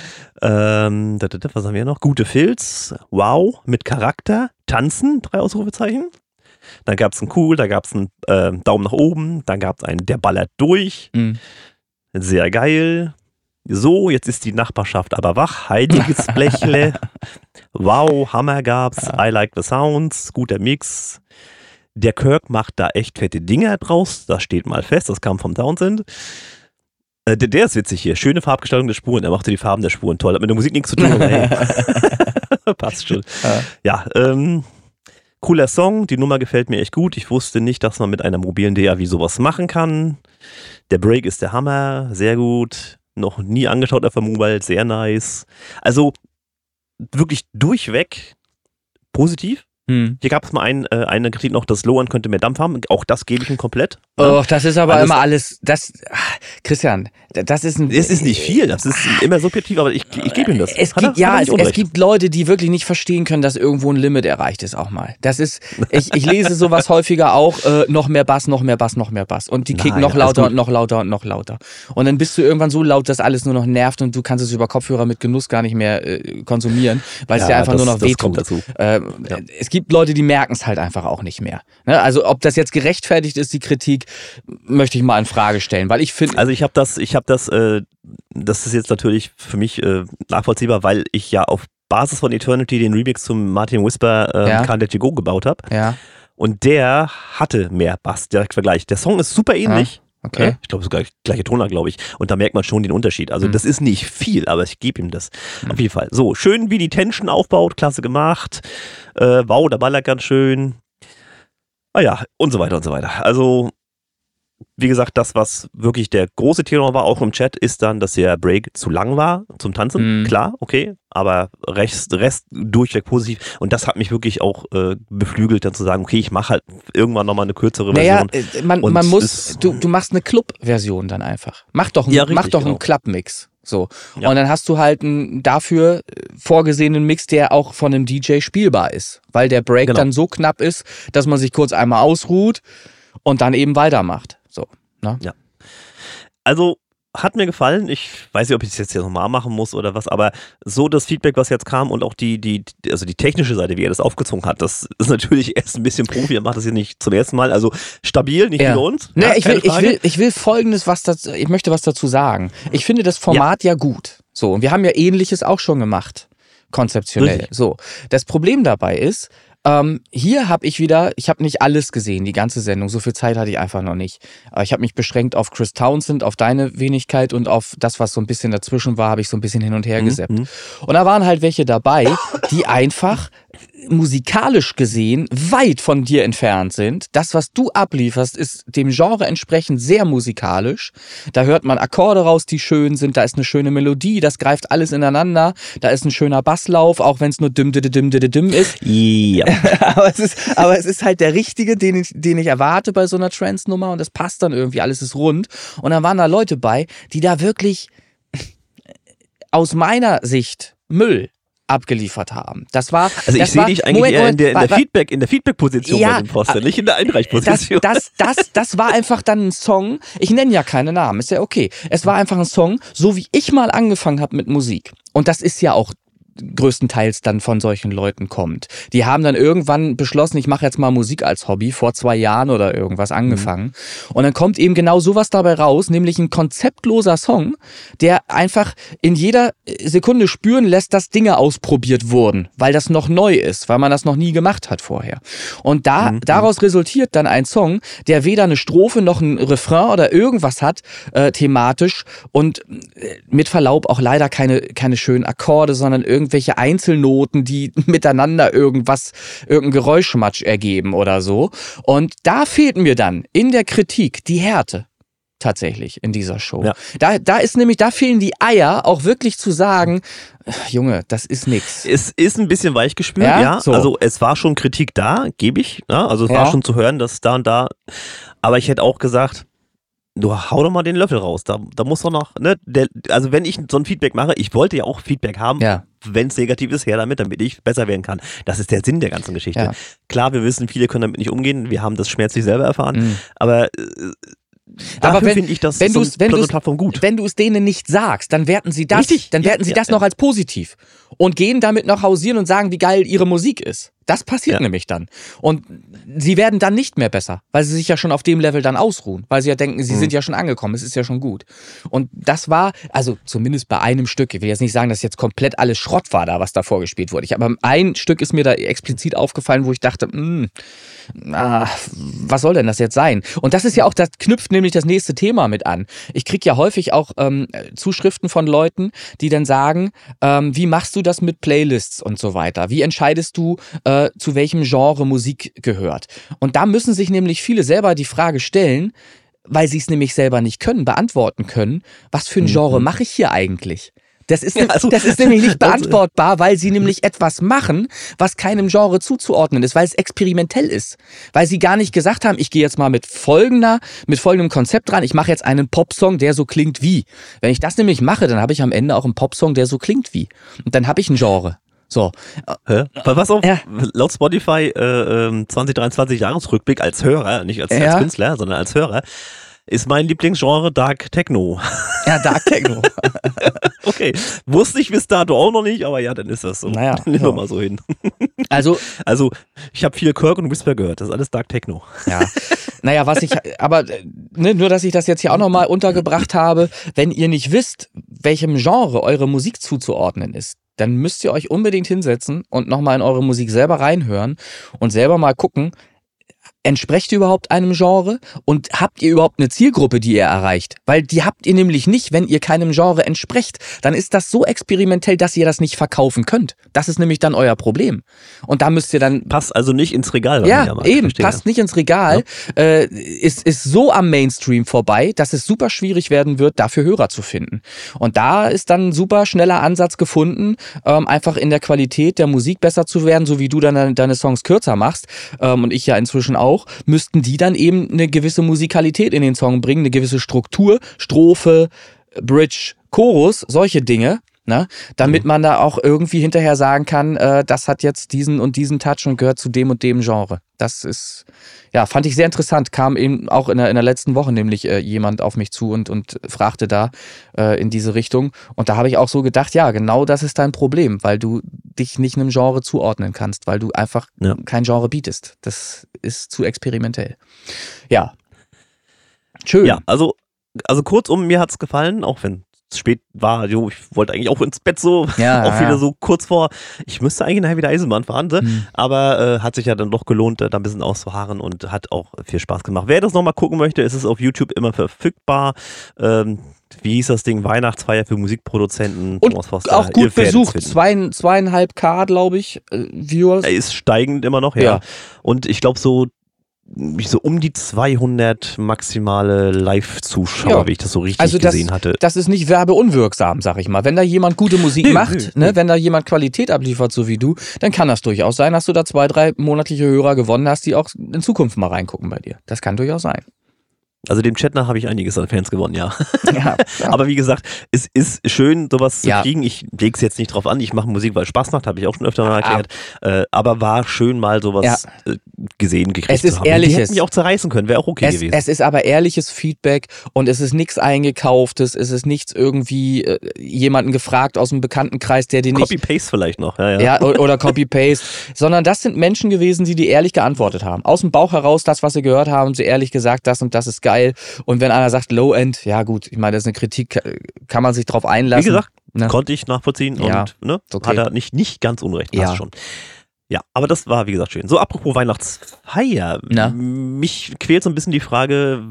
Ähm, was haben wir noch? Gute Filz, wow, mit Charakter, tanzen, drei Ausrufezeichen. Dann gab es einen Cool, da gab es einen äh, Daumen nach oben, dann gab es einen, der ballert durch. Mhm. Sehr geil. So, jetzt ist die Nachbarschaft aber wach. Heiliges Blechle. Wow, Hammer gab's. I like the sounds. Guter Mix. Der Kirk macht da echt fette Dinger draus. Das steht mal fest. Das kam vom Townsend. Äh, der, der ist witzig hier. Schöne Farbgestaltung der Spuren. Er machte die Farben der Spuren toll. Hat mit der Musik nichts zu tun. Aber hey. Passt schon. Ja, ja ähm, cooler Song. Die Nummer gefällt mir echt gut. Ich wusste nicht, dass man mit einer mobilen D A W sowas machen kann. Der Break ist der Hammer. Sehr gut. Noch nie angeschaut auf der Mobile. Sehr nice. Also wirklich durchweg positiv. Hm. Hier gab es mal ein, äh, eine Kritik noch, dass Lohan könnte mehr Dampf haben. Auch das gebe ich ihm komplett. Oh, das ist aber alles, immer alles, das, Christian, das ist ein... Es ist nicht viel, das ist immer subjektiv, aber ich, ich gebe ihm das. Es gibt, er, ja, es, es gibt Leute, die wirklich nicht verstehen können, dass irgendwo ein Limit erreicht ist auch mal. Das ist, ich, ich lese sowas häufiger auch, äh, noch mehr Bass, noch mehr Bass, noch mehr Bass. Und die kicken noch lauter und noch lauter und noch lauter. Und dann bist du irgendwann so laut, dass alles nur noch nervt und du kannst es über Kopfhörer mit Genuss gar nicht mehr äh, konsumieren, weil es ja, dir einfach das, nur noch wehtut. Kommt dazu. Äh, ja. Es gibt Leute, die merken es halt einfach auch nicht mehr. Ne? Also ob das jetzt gerechtfertigt ist, die Kritik, möchte ich mal in Frage stellen, weil ich finde... Also ich habe das, ich habe das, äh, das ist jetzt natürlich für mich äh, nachvollziehbar, weil ich ja auf Basis von Eternity den Remix zum Martin Whisper äh, ja. Can't Let You Go gebaut habe. Ja. Und der hatte mehr Bass, direkt Vergleich. Der Song ist super ähnlich. Ja. Okay. Ja, ich glaube sogar gleiche Tonlage, glaube ich. Und da merkt man schon den Unterschied. Also mhm. das ist nicht viel, aber ich gebe ihm das. Mhm. Auf jeden Fall. So, schön wie die Tension aufbaut, klasse gemacht. Äh, wow, der ballert ganz schön. Ah ja, und so weiter und so weiter. Also wie gesagt, das, was wirklich der große Tenor war, auch im Chat, ist dann, dass der Break zu lang war zum Tanzen. Mhm. Klar, okay, aber Rest, Rest durchweg positiv. Und das hat mich wirklich auch äh, beflügelt, dann zu sagen, okay, ich mache halt irgendwann nochmal eine kürzere naja, Version. Man, man muss, du, du machst eine Club-Version dann einfach. Mach doch, ein, ja, richtig, mach doch genau. einen Club-Mix. So. Ja. Und dann hast du halt einen dafür vorgesehenen Mix, der auch von einem D J spielbar ist. Weil der Break genau. dann so knapp ist, dass man sich kurz einmal ausruht und dann eben weitermacht. So, ne? Ja. Also hat mir gefallen. Ich weiß nicht, ob ich das jetzt hier nochmal machen muss oder was, aber so das Feedback, was jetzt kam und auch die, die, also die technische Seite, wie er das aufgezogen hat, das ist natürlich erst ein bisschen Profi. Er macht das hier nicht zum ersten Mal. Also stabil, nicht ja. wie bei uns. Nee, ja, ich, will, ich, will, ich will Folgendes, was das, ich möchte was dazu sagen. Ich finde das Format ja, ja gut. So, und wir haben ja Ähnliches auch schon gemacht. Konzeptionell. Richtig. So. Das Problem dabei ist, Ähm, hier habe ich wieder, ich habe nicht alles gesehen, die ganze Sendung, so viel Zeit hatte ich einfach noch nicht. Aber ich habe mich beschränkt auf Chris Townsend, auf deine Wenigkeit und auf das, was so ein bisschen dazwischen war, habe ich so ein bisschen hin und her gesappt. Mhm. Und da waren halt welche dabei, die einfach musikalisch gesehen weit von dir entfernt sind. Das, was du ablieferst, ist dem Genre entsprechend sehr musikalisch. Da hört man Akkorde raus, die schön sind, da ist eine schöne Melodie, das greift alles ineinander, da ist ein schöner Basslauf, auch wenn es nur dim, dim, dim, dim, dim ist. Ja. aber, es ist, aber es ist halt der richtige, den ich, den ich erwarte bei so einer Trance-Nummer und das passt dann irgendwie, alles ist rund. Und dann waren da Leute bei, die da wirklich aus meiner Sicht Müll abgeliefert haben. Das war. Also ich sehe dich eigentlich Moment, eher in der, in der Feedback, in der Feedback-Position ja, bei dem Poster, nicht in der Einreichposition. Das, das, das, das war einfach dann ein Song. Ich nenne ja keine Namen, ist ja okay. Es war einfach ein Song, so wie ich mal angefangen habe mit Musik. Und das ist ja auch größtenteils dann von solchen Leuten kommt. Die haben dann irgendwann beschlossen, ich mache jetzt mal Musik als Hobby, vor zwei Jahren oder irgendwas angefangen. Mhm. Und dann kommt eben genau sowas dabei raus, nämlich ein konzeptloser Song, der einfach in jeder Sekunde spüren lässt, dass Dinge ausprobiert wurden, weil das noch neu ist, weil man das noch nie gemacht hat vorher. Und da, mhm. daraus resultiert dann ein Song, der weder eine Strophe noch ein Refrain oder irgendwas hat, äh, thematisch und äh, mit Verlaub auch leider keine, keine schönen Akkorde, sondern irgendwie irgendwelche Einzelnoten, die miteinander irgendwas, irgendein Geräuschmatsch ergeben oder so. Und da fehlt mir dann in der Kritik die Härte. Tatsächlich in dieser Show. Ja. Da, da ist nämlich, da fehlen die Eier, auch wirklich zu sagen, Junge, das ist nix. Es ist ein bisschen weichgespült, ja. ja. So. Also es war schon Kritik da, gebe ich. Ja? Also es ja. war schon zu hören, dass da und da. Aber ich hätte auch gesagt, du hau doch mal den Löffel raus. Da, da muss doch noch, ne, der, also wenn ich so ein Feedback mache, ich wollte ja auch Feedback haben, ja. wenn es negativ ist, her damit, damit ich besser werden kann. Das ist der Sinn der ganzen Geschichte. Ja. Klar, wir wissen, viele können damit nicht umgehen, wir haben das schmerzlich selber erfahren, mhm. aber äh, dafür finde ich das wenn so wenn eine Plattform gut. Wenn du es denen nicht sagst, dann werten sie das, Richtig? dann werten ja, sie ja, das ja. noch als positiv und gehen damit noch hausieren und sagen, wie geil ihre Musik ist. Das passiert ja. nämlich dann. Und sie werden dann nicht mehr besser, weil sie sich ja schon auf dem Level dann ausruhen, weil sie ja denken, sie mhm. sind ja schon angekommen, es ist ja schon gut. Und das war, also zumindest bei einem Stück, ich will jetzt nicht sagen, dass jetzt komplett alles Schrott war da, was da vorgespielt wurde. Ich, aber ein Stück ist mir da explizit aufgefallen, wo ich dachte, mh, ah, was soll denn das jetzt sein? Und das ist ja auch, das knüpft nämlich das nächste Thema mit an. Ich kriege ja häufig auch ähm, Zuschriften von Leuten, die dann sagen, ähm, wie machst du das mit Playlists und so weiter? Wie entscheidest du, äh, zu welchem Genre Musik gehört? Und da müssen sich nämlich viele selber die Frage stellen, weil sie es nämlich selber nicht können, beantworten können, was für ein Genre mhm. mache ich hier eigentlich? Das ist, ja, also, das ist nämlich nicht beantwortbar, weil sie nämlich etwas machen, was keinem Genre zuzuordnen ist, weil es experimentell ist. Weil sie gar nicht gesagt haben, ich gehe jetzt mal mit folgender, mit folgendem Konzept dran, ich mache jetzt einen Popsong, der so klingt wie. Wenn ich das nämlich mache, dann habe ich am Ende auch einen Popsong, der so klingt wie. Und dann habe ich ein Genre. So. Hä? Was auf? Ja. Laut Spotify äh, zwanzig dreiundzwanzig Jahresrückblick als Hörer, nicht als, ja. als Künstler, sondern als Hörer, ist mein Lieblingsgenre Dark Techno. Ja, Dark Techno. Okay. Wusste ich bis dato auch noch nicht, aber ja, dann ist das so. Naja. Nehmen wir mal so hin. Also, also ich habe viel Kirk und Whisper gehört. Das ist alles Dark Techno. Ja. Naja, was ich, aber ne, nur, dass ich das jetzt hier auch nochmal untergebracht habe, wenn ihr nicht wisst, welchem Genre eure Musik zuzuordnen ist, dann müsst ihr euch unbedingt hinsetzen und nochmal in eure Musik selber reinhören und selber mal gucken, entsprecht ihr überhaupt einem Genre und habt ihr überhaupt eine Zielgruppe, die ihr erreicht? Weil die habt ihr nämlich nicht, wenn ihr keinem Genre entsprecht. Dann ist das so experimentell, dass ihr das nicht verkaufen könnt. Das ist nämlich dann euer Problem. Und da müsst ihr dann... Passt also nicht ins Regal. Ja, ja eben, verstehe. passt nicht ins Regal. Ja. Äh, ist, ist so am Mainstream vorbei, dass es super schwierig werden wird, dafür Hörer zu finden. Und da ist dann ein super schneller Ansatz gefunden, ähm, einfach in der Qualität der Musik besser zu werden, so wie du dann deine, deine Songs kürzer machst ähm, und ich ja inzwischen auch. Müssten die dann eben eine gewisse Musikalität in den Song bringen, eine gewisse Struktur, Strophe, Bridge, Chorus, solche Dinge, ne? Damit man da auch irgendwie hinterher sagen kann, äh, das hat jetzt diesen und diesen Touch und gehört zu dem und dem Genre. Das ist, ja, fand ich sehr interessant, kam eben auch in der, in der letzten Woche nämlich äh, jemand auf mich zu und, und fragte da äh, in diese Richtung. Und da habe ich auch so gedacht, ja, genau das ist dein Problem, weil du dich nicht einem Genre zuordnen kannst, weil du einfach ja. kein Genre bietest. Das ist zu experimentell. Ja. Schön. Ja, also, also kurzum, mir hat's gefallen, auch wenn spät war, jo, ich wollte eigentlich auch ins Bett so, ja, auch ja. wieder so kurz vor, ich müsste eigentlich nachher wieder Eisenbahn fahren, ne? mhm. aber äh, hat sich ja dann doch gelohnt, da ein bisschen auszuharren und hat auch viel Spaß gemacht. Wer das nochmal gucken möchte, ist es auf YouTube immer verfügbar. Ähm, wie hieß das Ding? Weihnachtsfeier für Musikproduzenten. Und auch gut besucht, Zwei, zweieinhalb K, glaube ich, äh, Viewers. Er ist steigend immer noch, ja. ja. Und ich glaube so so um die zweihundert maximale Live-Zuschauer, ja. wie ich das so richtig also das, gesehen hatte. Das ist nicht werbeunwirksam, sag ich mal. Wenn da jemand gute Musik nee, macht, nee, ne, nee. wenn da jemand Qualität abliefert, so wie du, dann kann das durchaus sein, dass du da zwei, drei monatliche Hörer gewonnen hast, die auch in Zukunft mal reingucken bei dir. Das kann durchaus sein. Also dem Chat nach habe ich einiges an Fans gewonnen, ja. ja, ja. Aber wie gesagt, es ist schön, sowas zu ja. kriegen. Ich lege es jetzt nicht drauf an. Ich mache Musik, weil es Spaß macht, habe ich auch schon öfter mal erklärt. Ah. Äh, aber war schön, mal sowas ja. äh, gesehen gekriegt es ist zu haben. Ehrliches. Die hätten mich auch zerreißen können, wäre auch okay es, gewesen. Es ist aber ehrliches Feedback und es ist nichts Eingekauftes, es ist nichts irgendwie äh, jemanden gefragt aus dem Bekanntenkreis, der den nicht... Copy-Paste vielleicht noch. Ja, ja. ja oder, oder Copy-Paste. Sondern das sind Menschen gewesen, die die ehrlich geantwortet haben. Aus dem Bauch heraus, das, was sie gehört haben, sie ehrlich gesagt, das und das ist geil. Und wenn einer sagt Low-End, ja gut, ich meine, das ist eine Kritik, kann man sich drauf einlassen. Wie gesagt, ne? konnte ich nachvollziehen ja, und ne, okay. hat er nicht, nicht ganz unrecht, passt ja. schon. Ja, aber das war, wie gesagt, schön. So, apropos Weihnachtsfeier. Na? Mich quält so ein bisschen die Frage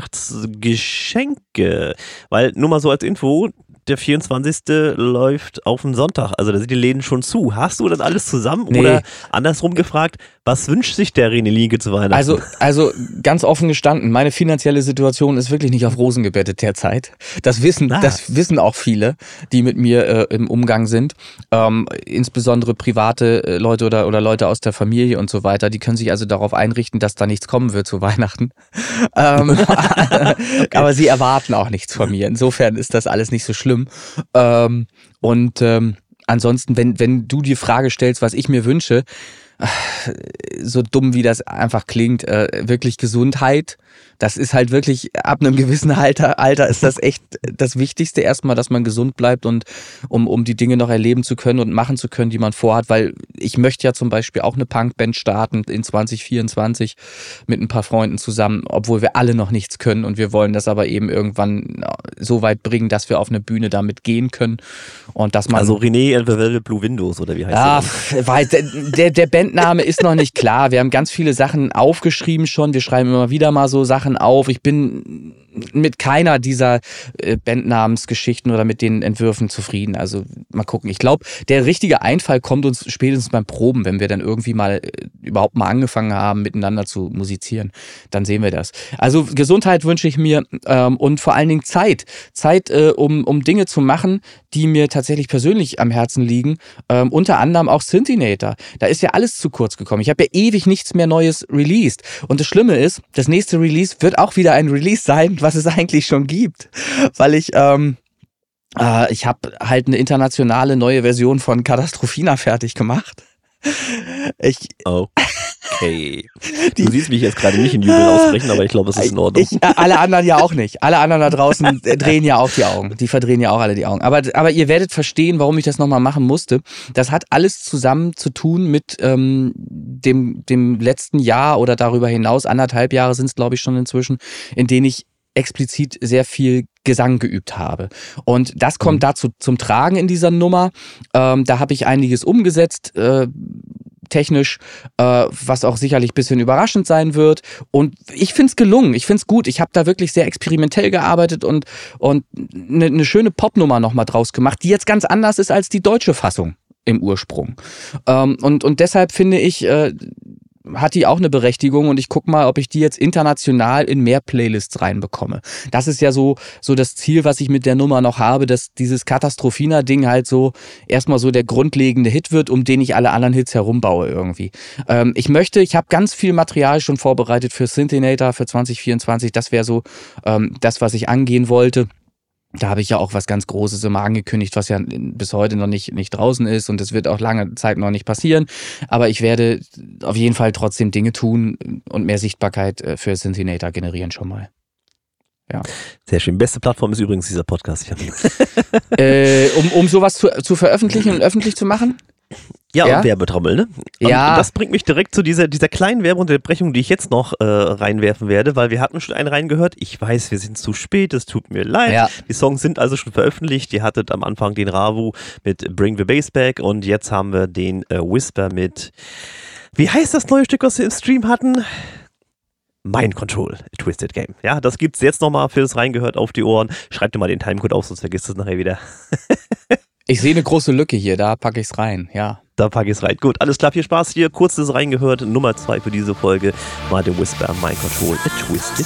Weihnachtsgeschenke. Weil, nur mal so als Info, der vierundzwanzigste läuft auf den Sonntag. Also da sind die Läden schon zu. Hast du das alles zusammen? Nee. Oder andersrum gefragt, was wünscht sich der René Liege zu Weihnachten? Also, also ganz offen gestanden, meine finanzielle Situation ist wirklich nicht auf Rosen gebettet derzeit. Das wissen, ah. das wissen auch viele, die mit mir äh, im Umgang sind. Ähm, insbesondere private äh, Leute oder, oder Leute aus der Familie und so weiter. Die können sich also darauf einrichten, dass da nichts kommen wird zu Weihnachten. ähm, okay. Aber sie erwarten auch nichts von mir. Insofern ist das alles nicht so schlimm. Ähm, und ähm, ansonsten, wenn, wenn du die Frage stellst, was ich mir wünsche, so dumm wie das einfach klingt, äh, wirklich Gesundheit. Das ist halt wirklich, ab einem gewissen Alter, Alter ist das echt das Wichtigste erstmal, dass man gesund bleibt und um, um die Dinge noch erleben zu können und machen zu können, die man vorhat, weil ich möchte ja zum Beispiel auch eine Punkband starten in zwanzig vierundzwanzig mit ein paar Freunden zusammen, obwohl wir alle noch nichts können und wir wollen das aber eben irgendwann so weit bringen, dass wir auf eine Bühne damit gehen können und dass man... Also René and the Velvet Blue Windows oder wie heißt ja, der? Weil der, der Bandname ist noch nicht klar. Wir haben ganz viele Sachen aufgeschrieben schon. Wir schreiben immer wieder mal so Sachen auf. Ich bin mit keiner dieser äh, Bandnamensgeschichten oder mit den Entwürfen zufrieden. Also mal gucken. Ich glaube, der richtige Einfall kommt uns spätestens beim Proben, wenn wir dann irgendwie mal äh, überhaupt mal angefangen haben, miteinander zu musizieren. Dann sehen wir das. Also Gesundheit wünsche ich mir ähm, und vor allen Dingen Zeit. Zeit, äh, um, um Dinge zu machen, die mir tatsächlich persönlich am Herzen liegen. Ähm, unter anderem auch Synthinator. Da ist ja alles zu kurz gekommen. Ich habe ja ewig nichts mehr Neues released. Und das Schlimme ist, das nächste Release wird auch wieder ein Release sein, was es eigentlich schon gibt. Weil ich, ähm, äh, ich habe halt eine internationale neue Version von Katastrophina fertig gemacht. Ich, okay. Du siehst mich jetzt gerade nicht in Jubel ausbrechen, aber ich glaube, es ist in Ordnung. Ich, alle anderen ja auch nicht. Alle anderen da draußen drehen ja auch die Augen. Die verdrehen ja auch alle die Augen. Aber, aber ihr werdet verstehen, warum ich das nochmal machen musste. Das hat alles zusammen zu tun mit ähm, dem, dem letzten Jahr oder darüber hinaus. Anderthalb Jahre sind es, glaube ich, schon inzwischen, in denen ich explizit sehr viel Gesang geübt habe. Und das kommt mhm. dazu zum Tragen in dieser Nummer. Ähm, da habe ich einiges umgesetzt. Äh, technisch, äh, was auch sicherlich ein bisschen überraschend sein wird. Und ich finde es gelungen, ich finde es gut. Ich habe da wirklich sehr experimentell gearbeitet und und eine ne schöne Popnummer nochmal draus gemacht, die jetzt ganz anders ist als die deutsche Fassung im Ursprung. Ähm, und, und deshalb finde ich, äh, hat die auch eine Berechtigung und ich gucke mal, ob ich die jetzt international in mehr Playlists reinbekomme. Das ist ja so so das Ziel, was ich mit der Nummer noch habe, dass dieses Katastrophina-Ding halt so erstmal so der grundlegende Hit wird, um den ich alle anderen Hits herumbaue irgendwie. Ähm, ich möchte, ich habe ganz viel Material schon vorbereitet für Synthinator für zwanzig vierundzwanzig. Das wäre so ähm, das, was ich angehen wollte. Da habe ich ja auch was ganz Großes immer angekündigt, was ja bis heute noch nicht, nicht draußen ist und das wird auch lange Zeit noch nicht passieren. Aber ich werde auf jeden Fall trotzdem Dinge tun und mehr Sichtbarkeit für Synthinator generieren schon mal. Ja. Sehr schön. Beste Plattform ist übrigens dieser Podcast. äh, um, um sowas zu, zu veröffentlichen und öffentlich zu machen? Ja, Ja? und Werbetrommel, ne? Ja. Und das bringt mich direkt zu dieser, dieser kleinen Werbeunterbrechung, die ich jetzt noch äh, reinwerfen werde, weil wir hatten schon einen reingehört. Ich weiß, wir sind zu spät, es tut mir leid. Ja. Die Songs sind also schon veröffentlicht. Ihr hattet am Anfang den Ravu mit Bring the Bass Back und jetzt haben wir den äh, Whisper mit, wie heißt das neue Stück, was wir im Stream hatten? Mind Control, A Twisted Game. Ja, das gibt's jetzt nochmal für das reingehört auf die Ohren. Schreibt dir mal den Timecode auf, sonst vergisst du es nachher wieder. Ich sehe eine große Lücke hier, da packe ich es rein, ja. Da packe ich es rein. Gut, alles klar, viel Spaß hier. Kurzes reingehört. Nummer zwei für diese Folge war der Whisper Mind Control, A Twisted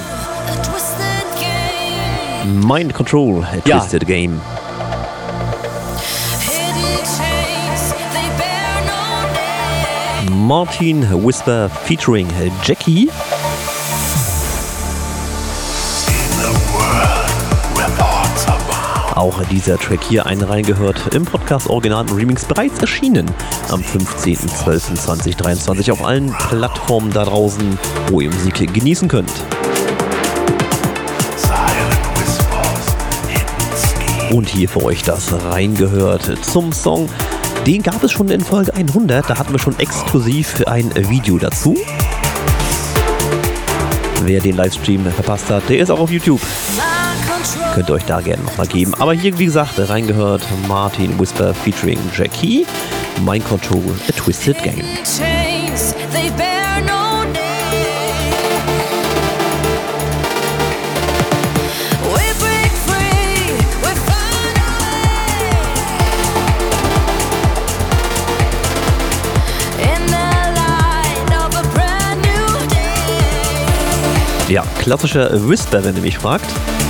Game. Mind Control, A Ja. Twisted Game. Martin Whisper featuring Jackie. Auch dieser Track hier einen reingehört im Podcast Original und Remix, bereits erschienen am fünfzehnten zwölften zweitausenddreiundzwanzig auf allen Plattformen da draußen, wo ihr Musik genießen könnt. Und hier für euch das reingehört zum Song. Den gab es schon in Folge hundert, da hatten wir schon exklusiv ein Video dazu. Wer den Livestream verpasst hat, der ist auch auf YouTube. Könnt ihr euch da gerne nochmal geben. Aber hier, wie gesagt, reingehört Martin Whisper featuring Jackie. Mind Control, A Twisted Game. Ja, klassischer Whisper, wenn ihr mich fragt.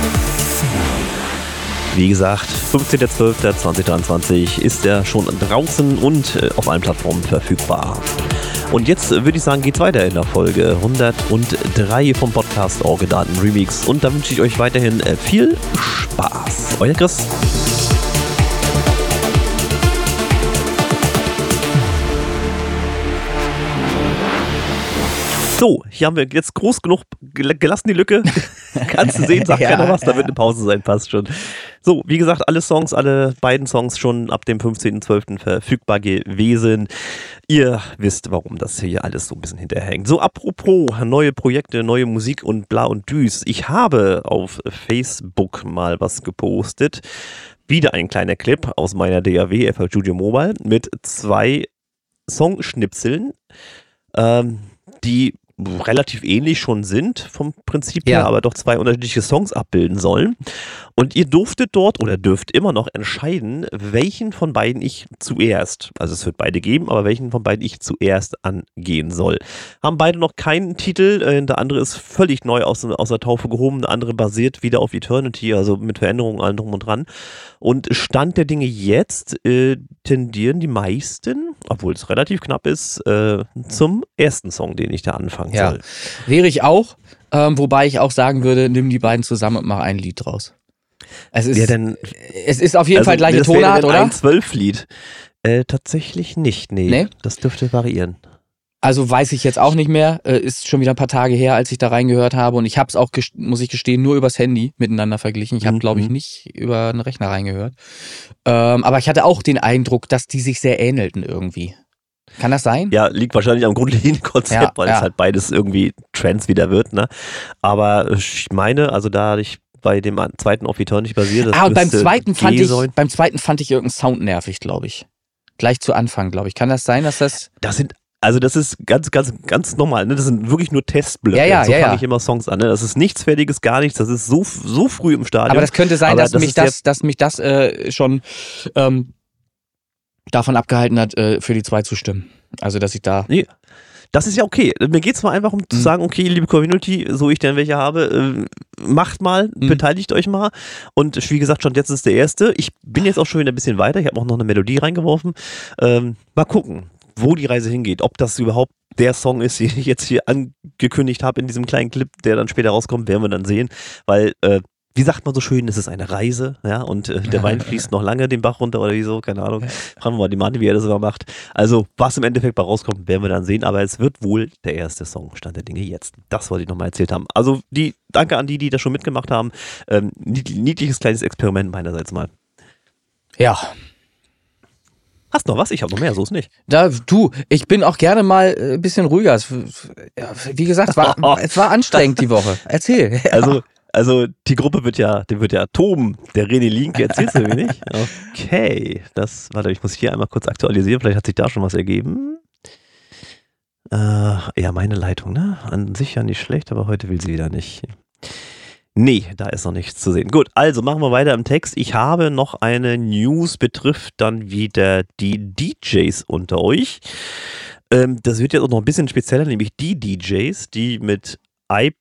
Wie gesagt, fünfzehnten zwölften zweitausenddreiundzwanzig ist er schon draußen und auf allen Plattformen verfügbar. Und jetzt würde ich sagen, geht's weiter in der Folge hundertdrei vom Podcast Original Remix. Und da wünsche ich euch weiterhin viel Spaß. Euer Chris. So, hier haben wir jetzt groß genug gelassen, die Lücke. Kannst du sehen, sagt Ja, keiner was, da ja. wird eine Pause sein, passt schon. So, wie gesagt, alle Songs, alle beiden Songs schon ab dem fünfzehnten zwölften verfügbar gewesen. Ihr wisst, warum das hier alles so ein bisschen hinterhängt. So, apropos neue Projekte, neue Musik und bla und düs. Ich habe auf Facebook mal was gepostet. Wieder ein kleiner Clip aus meiner D A W, F L Studio Mobile, mit zwei Songschnipseln, ähm, die relativ ähnlich schon sind vom Prinzip her, Ja. aber doch zwei unterschiedliche Songs abbilden sollen. Und ihr durftet dort oder dürft immer noch entscheiden, welchen von beiden ich zuerst, also es wird beide geben, aber welchen von beiden ich zuerst angehen soll. Haben beide noch keinen Titel, äh, der andere ist völlig neu aus, aus der Taufe gehoben, der andere basiert wieder auf Eternity, also mit Veränderungen allem drum und dran. Und Stand der Dinge jetzt äh, tendieren die meisten, obwohl es relativ knapp ist, äh, zum ersten Song, den ich da anfangen Ja. soll. Wäre ich auch, ähm, wobei ich auch sagen würde, nimm die beiden zusammen und mach ein Lied draus. Es ist, Ja, denn, es ist auf jeden Fall gleiche das wäre Tonart, denn oder? ein zwölf-Lied. Äh, tatsächlich nicht, nee. Nee? Das dürfte variieren. Also weiß ich jetzt auch nicht mehr. Äh, ist schon wieder ein paar Tage her, als ich da reingehört habe. Und ich habe es auch, gest- muss ich gestehen, nur übers Handy miteinander verglichen. Ich habe, Mhm. glaube ich, nicht über einen Rechner reingehört. Ähm, aber ich hatte auch den Eindruck, dass die sich sehr ähnelten irgendwie. Kann das sein? Ja, liegt wahrscheinlich am grundlegenden Konzept, Ja, weil ja. es halt beides irgendwie Trends wieder wird, ne? Aber ich meine, also da ich bei dem zweiten auf Eternity basiert, das ah, und beim müsste zweiten, fand G ich, sein. beim zweiten fand ich irgendeinen Sound nervig, glaube ich. gleich zu Anfang, glaube ich. Kann das sein, dass das... Das sind Also das ist ganz, ganz, ganz normal. Ne? Das sind wirklich nur Testblöcke. Ja, ja, so ja, fange ja. ich immer Songs an. Ne? Das ist nichts Fertiges, gar nichts. Das ist so, so früh im Stadion. Aber das könnte sein, Aber dass, das mich ist das, dass mich das äh, schon ähm, davon abgehalten hat, äh, für die zwei zu stimmen. Also dass ich da... Nee. Das ist ja okay. Mir geht es mal einfach um zu Mhm. sagen, okay, liebe Community, so ich denn welche habe, äh, macht mal, Mhm. beteiligt euch mal. Und wie gesagt, schon jetzt ist der erste. Ich bin jetzt auch schon wieder ein bisschen weiter. Ich habe auch noch eine Melodie reingeworfen. Ähm, mal gucken, wo die Reise hingeht. Ob das überhaupt der Song ist, den ich jetzt hier angekündigt habe in diesem kleinen Clip, der dann später rauskommt, werden wir dann sehen. Weil, äh, wie sagt man so schön, es ist eine Reise, ja, und äh, der Wein fließt noch lange den Bach runter oder wieso, keine Ahnung. Fragen wir mal die Mann, wie er das immer macht. Also, was im Endeffekt bei rauskommt, werden wir dann sehen, aber es wird wohl der erste Song, Stand der Dinge jetzt. Das wollte ich nochmal erzählt haben. Also, die, danke an die, die das schon mitgemacht haben. Ähm, niedliches kleines Experiment meinerseits mal. Ja. Hast noch was? Ich habe noch mehr, so ist nicht. Da, du, ich bin auch gerne mal äh, ein bisschen ruhiger. Es, ja, wie gesagt, war, es war anstrengend die Woche. Erzähl. Ja. Also, Also die Gruppe wird ja, die wird ja toben. Der René Link, erzählst du mir nicht? Okay, das, warte, ich muss hier einmal kurz aktualisieren, vielleicht hat sich da schon was ergeben. Äh, ja, meine Leitung, ne? An sich ja nicht schlecht, aber heute will sie wieder nicht. Nee, da ist noch nichts zu sehen. Gut, also machen wir weiter im Text. Ich habe noch eine News, betrifft dann wieder die D Js unter euch. Ähm, das wird jetzt auch noch ein bisschen spezieller, nämlich die D Js, die mit iPad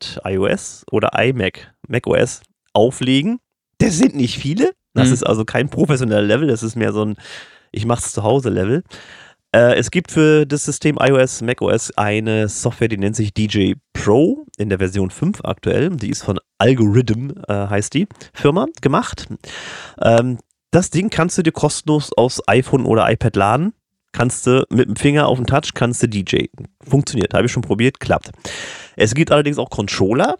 iOS oder iMac, macOS auflegen. Das sind nicht viele. Das Mhm. ist also kein professioneller Level. Das ist mehr so ein ich mach's zu Hause Level. Äh, es gibt für das System iOS, macOS eine Software, die nennt sich D J Pro in der Version fünf aktuell. Die ist von Algorithm, äh, heißt die Firma, gemacht. Ähm, das Ding kannst du dir kostenlos aufs iPhone oder iPad laden. Kannst du mit dem Finger auf den Touch, kannst du D J. Funktioniert, habe ich schon probiert, klappt. Es gibt allerdings auch Controller,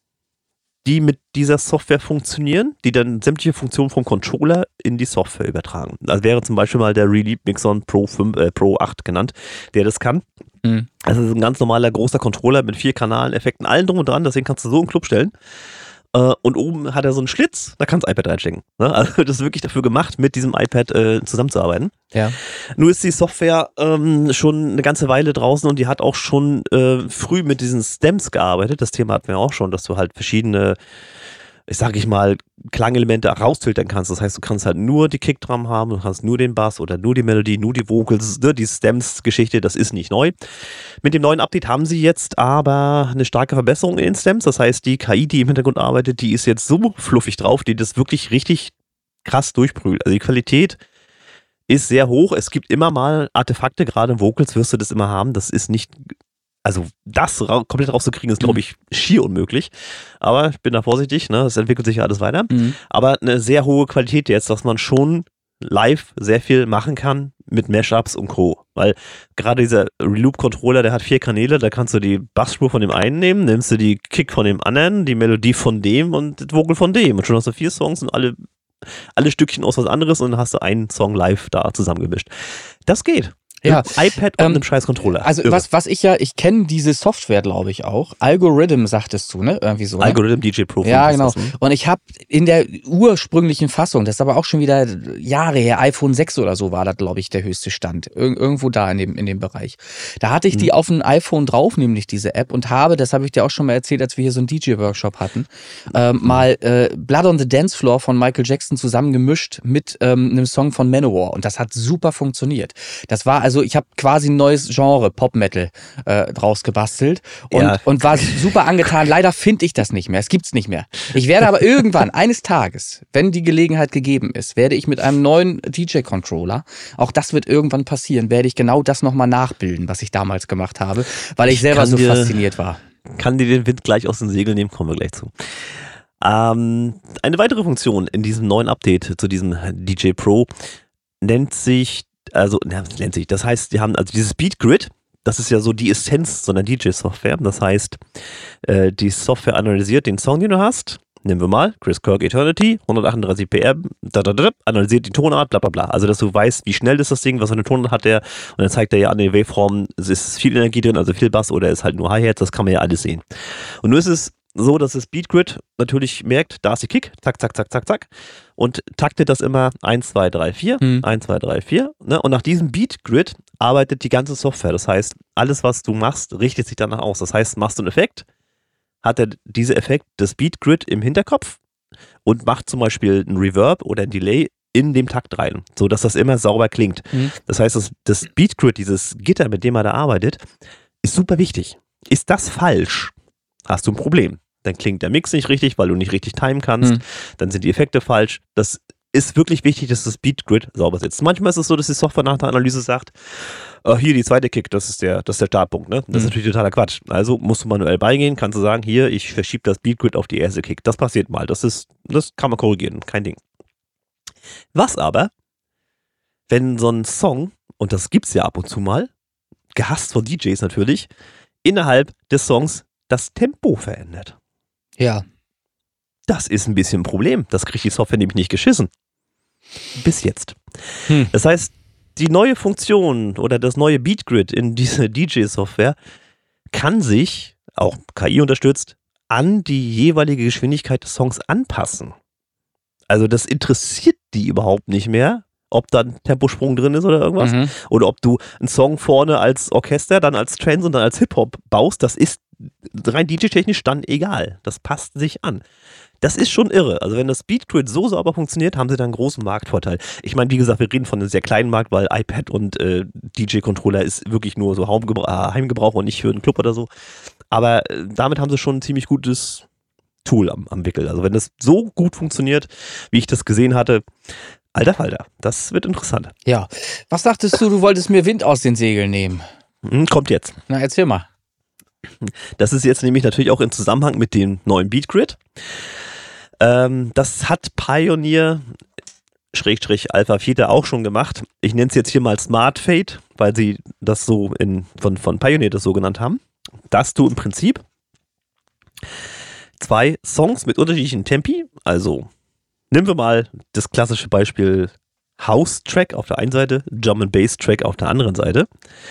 die mit dieser Software funktionieren, die dann sämtliche Funktionen vom Controller in die Software übertragen. Das wäre zum Beispiel mal der Relief Mixon Pro, fünf, äh, Pro acht genannt, der das kann. Mhm. Das ist ein ganz normaler großer Controller mit vier Kanalen, Effekten, allen drum und dran, deswegen kannst du so einen Club stellen. Und oben hat er so einen Schlitz, da kannst du iPad reinstecken. Also das ist wirklich dafür gemacht, mit diesem iPad äh, zusammenzuarbeiten. Ja. Nur ist die Software ähm, schon eine ganze Weile draußen und die hat auch schon äh, früh mit diesen Stems gearbeitet. Das Thema hatten wir auch schon, dass du halt verschiedene, ich sag ich mal, Klangelemente rausfiltern kannst. Das heißt, du kannst halt nur die Kickdrum haben, du kannst nur den Bass oder nur die Melodie, nur die Vocals, ne? Die Stems-Geschichte, das ist nicht neu. Mit dem neuen Update haben sie jetzt aber eine starke Verbesserung in den Stems. Das heißt, die K I, die im Hintergrund arbeitet, die ist jetzt so fluffig drauf, die das wirklich richtig krass durchprügelt. Also die Qualität ist sehr hoch. Es gibt immer mal Artefakte, gerade im Vocals wirst du das immer haben. Das ist nicht... Also das ra- komplett rauszukriegen, ist, glaube ich, schier unmöglich. Aber ich bin da vorsichtig, ne? Es entwickelt sich ja alles weiter. Mhm. Aber eine sehr hohe Qualität jetzt, dass man schon live sehr viel machen kann mit Mashups und Co. Weil gerade dieser Reloop-Controller, der hat vier Kanäle, da kannst du die Bassspur von dem einen nehmen, nimmst du die Kick von dem anderen, die Melodie von dem und das Vocal von dem. Und schon hast du vier Songs und alle, alle Stückchen aus was anderes und dann hast du einen Song live da zusammengemischt. Das geht. Ja, Mit iPad und ähm, einem scheiß Controller. Also Irre. was, was ich ja, ich kenne diese Software, glaube ich auch. Algorithm sagtest du, ne? Irgendwie so. Ne? Algorithm D J Pro. Ja, ist genau. das, ne? Und ich habe in der ursprünglichen Fassung, das ist aber auch schon wieder Jahre her, iPhone sechs oder so war das, glaube ich, der höchste Stand. Ir- irgendwo da in dem, in dem Bereich. Da hatte ich die auf dem iPhone drauf, nämlich diese App, und habe, das habe ich dir auch schon mal erzählt, als wir hier so einen D J-Workshop hatten, ähm, mal äh, Blood on the Dance Floor von Michael Jackson zusammengemischt mit ähm, einem Song von Manowar. Und das hat super funktioniert. Das war also, ich habe quasi ein neues Genre, Pop-Metal, äh, draus gebastelt und, Ja. und war super angetan. Leider finde ich das nicht mehr. Es gibt's nicht mehr. Ich werde aber irgendwann, eines Tages, wenn die Gelegenheit gegeben ist, werde ich mit einem neuen D J-Controller, auch das wird irgendwann passieren, werde ich genau das nochmal nachbilden, was ich damals gemacht habe, weil ich, Ich selber kann so dir- fasziniert war. Kann dir den Wind gleich aus den Segeln nehmen, kommen wir gleich zu. Ähm, eine weitere Funktion in diesem neuen Update zu diesem D J Pro nennt sich, also na, nennt sich, das heißt, die haben also dieses Beat Grid, das ist ja so die Essenz so einer D J-Software. Das heißt, äh, die Software analysiert den Song, den du hast. Nehmen wir mal Chris Kirk Eternity, hundertachtunddreißig B R, da, da, da, analysiert die Tonart, bla bla bla. Also, dass du weißt, wie schnell ist das Ding, was für eine Tonart hat der. Und dann zeigt er ja an den Waveformen, es ist viel Energie drin, also viel Bass oder ist halt nur Hi-Hat, das kann man ja alles sehen. Und nur ist es so, dass das Beatgrid natürlich merkt, da ist die Kick, zack, zack, zack, zack, zack und taktet das immer eins, zwei, drei, vier, Hm. eins, zwei, drei, vier. Ne? Und nach diesem Beatgrid arbeitet die ganze Software. Das heißt, alles, was du machst, richtet sich danach aus. Das heißt, machst du einen Effekt, hat er dieser Effekt das Beatgrid im Hinterkopf und macht zum Beispiel einen Reverb oder ein Delay in dem Takt rein, sodass das immer sauber klingt. Mhm. Das heißt, das, das Beatgrid, dieses Gitter, mit dem er da arbeitet, ist super wichtig. Ist das falsch, hast du ein Problem. Dann klingt der Mix nicht richtig, weil du nicht richtig timen kannst. Mhm. Dann sind die Effekte falsch. Das ist wirklich wichtig, dass das Beatgrid sauber sitzt. Manchmal ist es so, dass die Software nach der Analyse sagt, oh, hier die zweite Kick, das ist der, das ist der Startpunkt. Ne? Das Mhm. ist natürlich totaler Quatsch. Also musst du manuell beigehen, kannst du sagen, hier, ich verschiebe das Beatgrid auf die erste Kick. Das passiert mal. Das ist, das kann man korrigieren, kein Ding. Was aber, wenn so ein Song, und das gibt's ja ab und zu mal, gehasst von D Js natürlich, innerhalb des Songs das Tempo verändert. Ja. Das ist ein bisschen ein Problem. Das kriegt die Software nämlich nicht geschissen. Bis jetzt. Hm. Das heißt, die neue Funktion oder das neue Beatgrid in dieser D J-Software kann sich, auch K I unterstützt, an die jeweilige Geschwindigkeit des Songs anpassen. Also das interessiert die überhaupt nicht mehr, ob da ein Temposprung drin ist oder irgendwas. Mhm. Oder ob du einen Song vorne als Orchester, dann als Trance und dann als Hip-Hop baust. Das ist rein D J-technisch dann egal. Das passt sich an. Das ist schon irre. Also wenn das Beatgrid so sauber funktioniert, haben sie dann einen großen Marktvorteil. Ich meine, wie gesagt, wir reden von einem sehr kleinen Markt, weil iPad und äh, D J-Controller ist wirklich nur so Heimgebra- Heimgebrauch und nicht für einen Club oder so. Aber äh, damit haben sie schon ein ziemlich gutes Tool am, am Wickel. Also wenn das so gut funktioniert, wie ich das gesehen hatte, alter Falter, das wird interessant. Ja. Was sagtest du, du wolltest mir Wind aus den Segeln nehmen? Hm, kommt jetzt. Na, erzähl mal. Das ist jetzt nämlich natürlich auch im Zusammenhang mit dem neuen Beatgrid. Ähm, das hat Pioneer Schrägstrich Alpha Theta auch schon gemacht. Ich nenne es jetzt hier mal Smart Fade, weil sie das so in, von, von Pioneer das so genannt haben. Dass du im Prinzip zwei Songs mit unterschiedlichen Tempi, also nehmen wir mal das klassische Beispiel House-Track auf der einen Seite, Drum and Bass-Track auf der anderen Seite.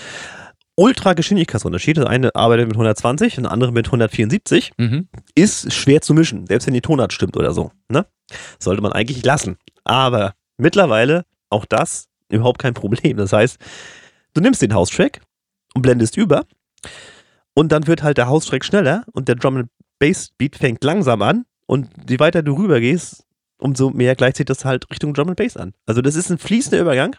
Ultra-Geschwindigkeitsunterschied. Das eine arbeitet mit hundertzwanzig und das andere mit hundertvierundsiebzig. Mhm. Ist schwer zu mischen, selbst wenn die Tonart stimmt oder so. Ne? Sollte man eigentlich lassen. Aber mittlerweile auch das überhaupt kein Problem. Das heißt, du nimmst den House-Track und blendest über und dann wird halt der House-Track schneller und der Drum and Bass-Beat fängt langsam an und je weiter du rüber gehst, umso mehr gleicht sich das halt Richtung Drum and Bass an. Also das ist ein fließender Übergang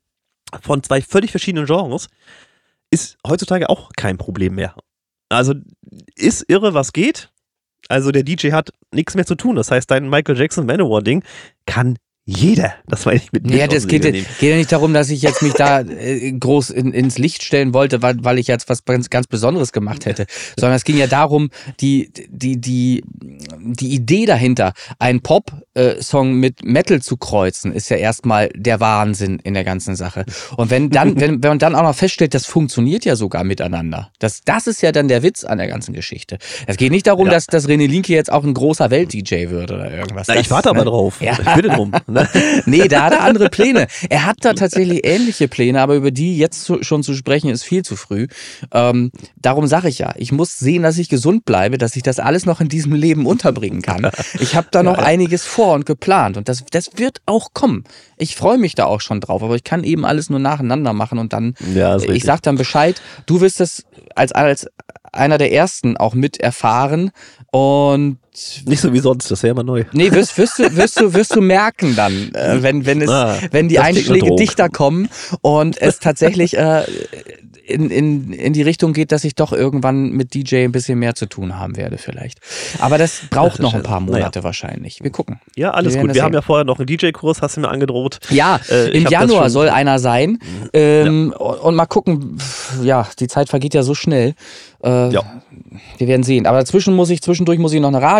von zwei völlig verschiedenen Genres. Ist heutzutage auch kein Problem mehr. Also ist irre, was geht. Also der D J hat nichts mehr zu tun. Das heißt, dein Michael Jackson Manowar-Ding kann jeder. Das war nicht mit Ja, Wind das aus geht, dem Segel geht ja nicht darum, dass ich jetzt mich da äh, groß in, ins Licht stellen wollte, weil, weil ich jetzt was ganz, ganz Besonderes gemacht hätte, sondern es ging ja darum, die, die, die, die Idee dahinter, einen Pop-Song mit Metal zu kreuzen, ist ja erstmal der Wahnsinn in der ganzen Sache. Und wenn dann, wenn, wenn man dann auch noch feststellt, das funktioniert ja sogar miteinander. Das, das ist ja dann der Witz an der ganzen Geschichte. Es geht nicht darum, Ja. dass, dass René Linke jetzt auch ein großer Welt-D J wird oder irgendwas. Na, Das, ich warte aber ne? drauf. Ja. Ich bitte drum. Ne? Nee, da hat er andere Pläne. Er hat da tatsächlich ähnliche Pläne, aber über die jetzt zu, schon zu sprechen, ist viel zu früh. Ähm, darum sage ich ja, ich muss sehen, dass ich gesund bleibe, dass ich das alles noch in diesem Leben unterbringen kann. Ich habe da noch einiges vor und geplant und das, das wird auch kommen. Ich freue mich da auch schon drauf, aber ich kann eben alles nur nacheinander machen und dann, Ja, ist ich richtig. sag dann Bescheid, du wirst das als, als einer der Ersten auch mit erfahren und Nicht so wie sonst, das wäre immer neu. Nee, wirst, wirst, du, wirst, du, wirst du merken dann, äh, wenn, wenn, es, Ah, wenn die das klingt nach Einschläge Drogen. dichter kommen und es tatsächlich äh, in, in, in die Richtung geht, dass ich doch irgendwann mit D J ein bisschen mehr zu tun haben werde vielleicht. Aber das braucht Ach, noch ein Scheiße. paar Monate Naja. wahrscheinlich. Wir gucken. Ja, alles Wir werden gut. das Wir haben sehen. ja vorher noch einen D J-Kurs, hast du mir angedroht. Ja, Äh, ich im hab das Januar schon- soll einer sein. Ähm, Und mal gucken, pff, ja, die Zeit vergeht ja so schnell. Äh, Ja. Wir werden sehen. Aber dazwischen muss ich, zwischendurch muss ich noch eine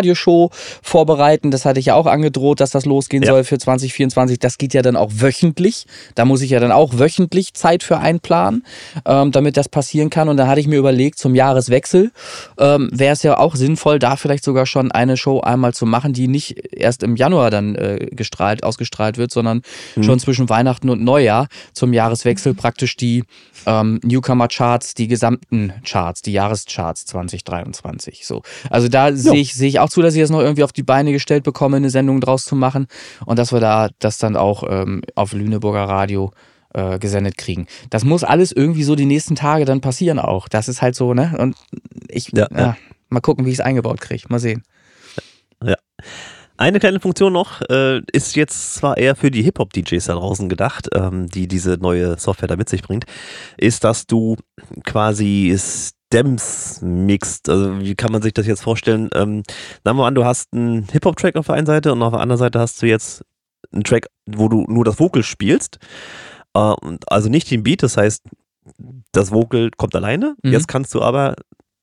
Radioshow vorbereiten. Das hatte ich ja auch angedroht, dass das losgehen ja. soll für zwanzig vierundzwanzig. Das geht ja dann auch wöchentlich. Da muss ich ja dann auch wöchentlich Zeit für einplanen, ähm, damit das passieren kann. Und da hatte ich mir überlegt, zum Jahreswechsel ähm, wäre es ja auch sinnvoll, da vielleicht sogar schon eine Show einmal zu machen, die nicht erst im Januar dann äh, gestrahlt, ausgestrahlt wird, sondern mhm. schon zwischen Weihnachten und Neujahr zum Jahreswechsel praktisch die ähm, Newcomer-Charts, die gesamten Charts, die Jahrescharts zwanzig dreiundzwanzig. So. Also da sehe ich, sehe ich auch zu, dass ich das noch irgendwie auf die Beine gestellt bekomme, eine Sendung draus zu machen und dass wir da das dann auch ähm, auf Lüneburger Radio äh, gesendet kriegen. Das muss alles irgendwie so die nächsten Tage dann passieren auch. Das ist halt so, ne? Und ich, ja, ja, ja. mal gucken, wie ich es eingebaut kriege. Mal sehen. Ja. Eine kleine Funktion noch, äh, ist jetzt zwar eher für die Hip-Hop-D Js da draußen gedacht, ähm, die diese neue Software da mit sich bringt, ist, dass du quasi Stems mixt. Also wie kann man sich das jetzt vorstellen? Ähm, nehmen wir an, du hast einen Hip-Hop-Track auf der einen Seite und auf der anderen Seite hast du jetzt einen Track, wo du nur das Vocal spielst, äh, und also nicht den Beat, das heißt, das Vocal kommt alleine. Mhm. Jetzt kannst du aber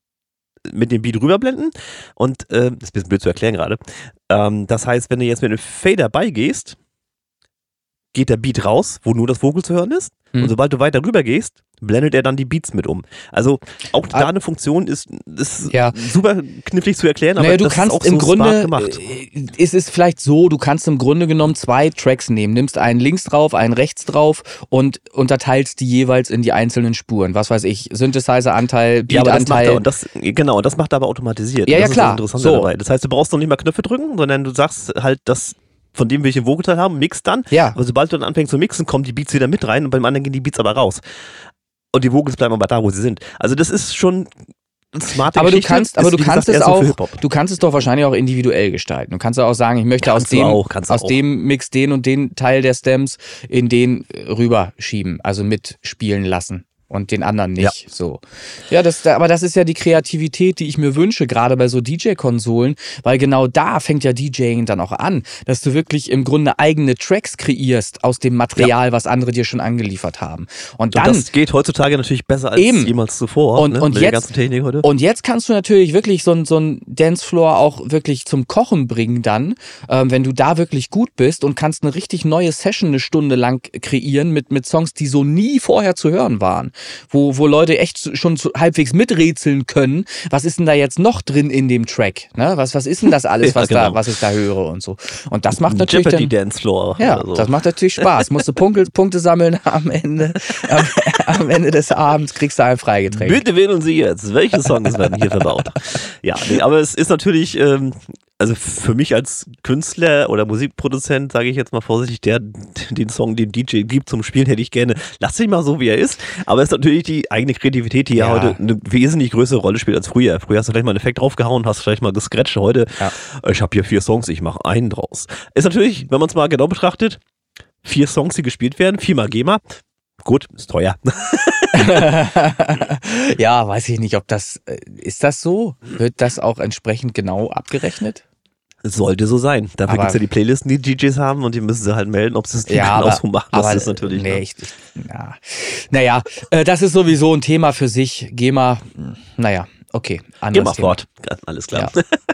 mit dem Beat rüberblenden und äh, das ist ein bisschen blöd zu erklären gerade. Ähm, das heißt, wenn du jetzt mit einem Fader beigehst, geht der Beat raus, wo nur das Vocal zu hören ist. Mhm. Und sobald du weiter rüber gehst, blendet er dann die Beats mit um. Also auch da eine Funktion ist, ist ja. super knifflig zu erklären, aber naja, du das kannst ist auch im so Grunde, smart gemacht. Ist es vielleicht so, du kannst im Grunde genommen zwei Tracks nehmen, nimmst einen links drauf, einen rechts drauf und unterteilst die jeweils in die einzelnen Spuren. Was weiß ich, Synthesizer-Anteil, Beat-Anteil. Ja, und das, genau, und das macht er aber automatisiert. Ja, ja, das klar. Ist das Interessante so. dabei. Das heißt, du brauchst noch nicht mal Knöpfe drücken, sondern du sagst halt, dass von dem welche Vogelteil haben, mixt dann. Ja. Aber sobald du dann anfängst zu mixen, kommen die Beats wieder mit rein und beim anderen gehen die Beats aber raus. Und die Vocals bleiben aber da, wo sie sind. Also das ist schon eine smarte aber Geschichte. Du kannst, aber ist, du kannst gesagt, es so auch, du kannst es doch wahrscheinlich auch individuell gestalten. Du kannst auch sagen, ich möchte kannst aus dem, auch, aus auch. dem Mix den und den Teil der Stems in den rüberschieben, also mitspielen lassen. Und den anderen nicht. Ja. So. Ja, das, aber das ist ja die Kreativität, die ich mir wünsche, gerade bei so D J-Konsolen, weil genau da fängt ja DJing dann auch an, dass du wirklich im Grunde eigene Tracks kreierst aus dem Material, ja. was andere dir schon angeliefert haben. Und, dann, und das geht heutzutage natürlich besser als eben. jemals zuvor. Und, ne? und, Mit jetzt, der ganzen Technik heute. Und jetzt kannst du natürlich wirklich so ein, so ein Dancefloor auch wirklich zum Kochen bringen dann, ähm, wenn du da wirklich gut bist und kannst eine richtig neue Session eine Stunde lang kreieren mit, mit Songs, die so nie vorher zu hören waren. Wo, wo Leute echt schon so halbwegs miträtseln können, was ist denn da jetzt noch drin in dem Track? Ne? Was, was ist denn das alles, was, ja, genau. da, was ich da höre und so. Und das macht natürlich Jeopardy dann, Dancefloor. Ja, so. Das macht natürlich Spaß. Musst du Punkte, Punkte sammeln am Ende, am, am Ende des Abends kriegst du ein Freigetränk. Bitte wählen Sie jetzt, welche Songs werden hier verbaut? Ja, nee, aber es ist natürlich, ähm, also für mich als Künstler oder Musikproduzent, sage ich jetzt mal vorsichtig, der den Song dem D J gibt zum Spielen, hätte ich gerne, lass ihn mal so, wie er ist. Aber es ist natürlich die eigene Kreativität, die ja, ja heute eine wesentlich größere Rolle spielt als früher. Früher hast du vielleicht mal einen Effekt draufgehauen, hast vielleicht mal gescratcht. Heute, ja. ich habe hier vier Songs, ich mache einen draus. Ist natürlich, wenn man es mal genau betrachtet, vier Songs, die gespielt werden, viermal GEMA. Gut, ist teuer. Ja, weiß ich nicht, ob das, ist das so? Wird das auch entsprechend genau abgerechnet? Es sollte so sein. Dafür gibt es ja die Playlisten, die D Js haben und die müssen sie halt melden, ob sie es ja, genau so machen. Das aber, ist natürlich. Nee, ich, ich, ja. Naja, äh, das ist sowieso ein Thema für sich. GEMA, naja, okay. Geh mal fort. Alles klar.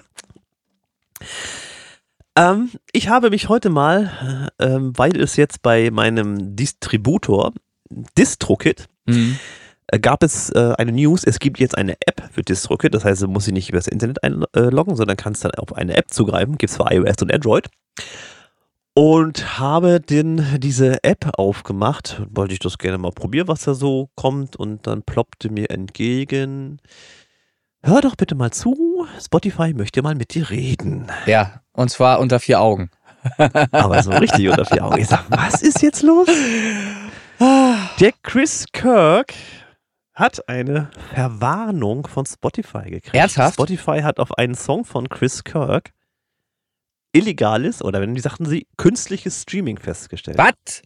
Ja. ähm, ich habe mich heute mal, ähm, weil es jetzt bei meinem Distributor DistroKid mhm. gab es äh, eine News, es gibt jetzt eine App für DistroKid, das heißt, du musst dich nicht über das Internet einloggen, sondern kannst dann auf eine App zugreifen, gibt es für iOS und Android. Und habe denn diese App aufgemacht, wollte ich das gerne mal probieren, was da so kommt, und dann ploppte mir entgegen, hör doch bitte mal zu, Spotify möchte mal mit dir reden. Ja, und zwar unter vier Augen. Aber so richtig unter vier Augen. Ich sag, was ist jetzt los? Der Chris Kirk hat eine Verwarnung von Spotify gekriegt. Ernsthaft? Spotify hat auf einen Song von Chris Kirk illegales, oder wenn die sagten sie, künstliches Streaming festgestellt. Was?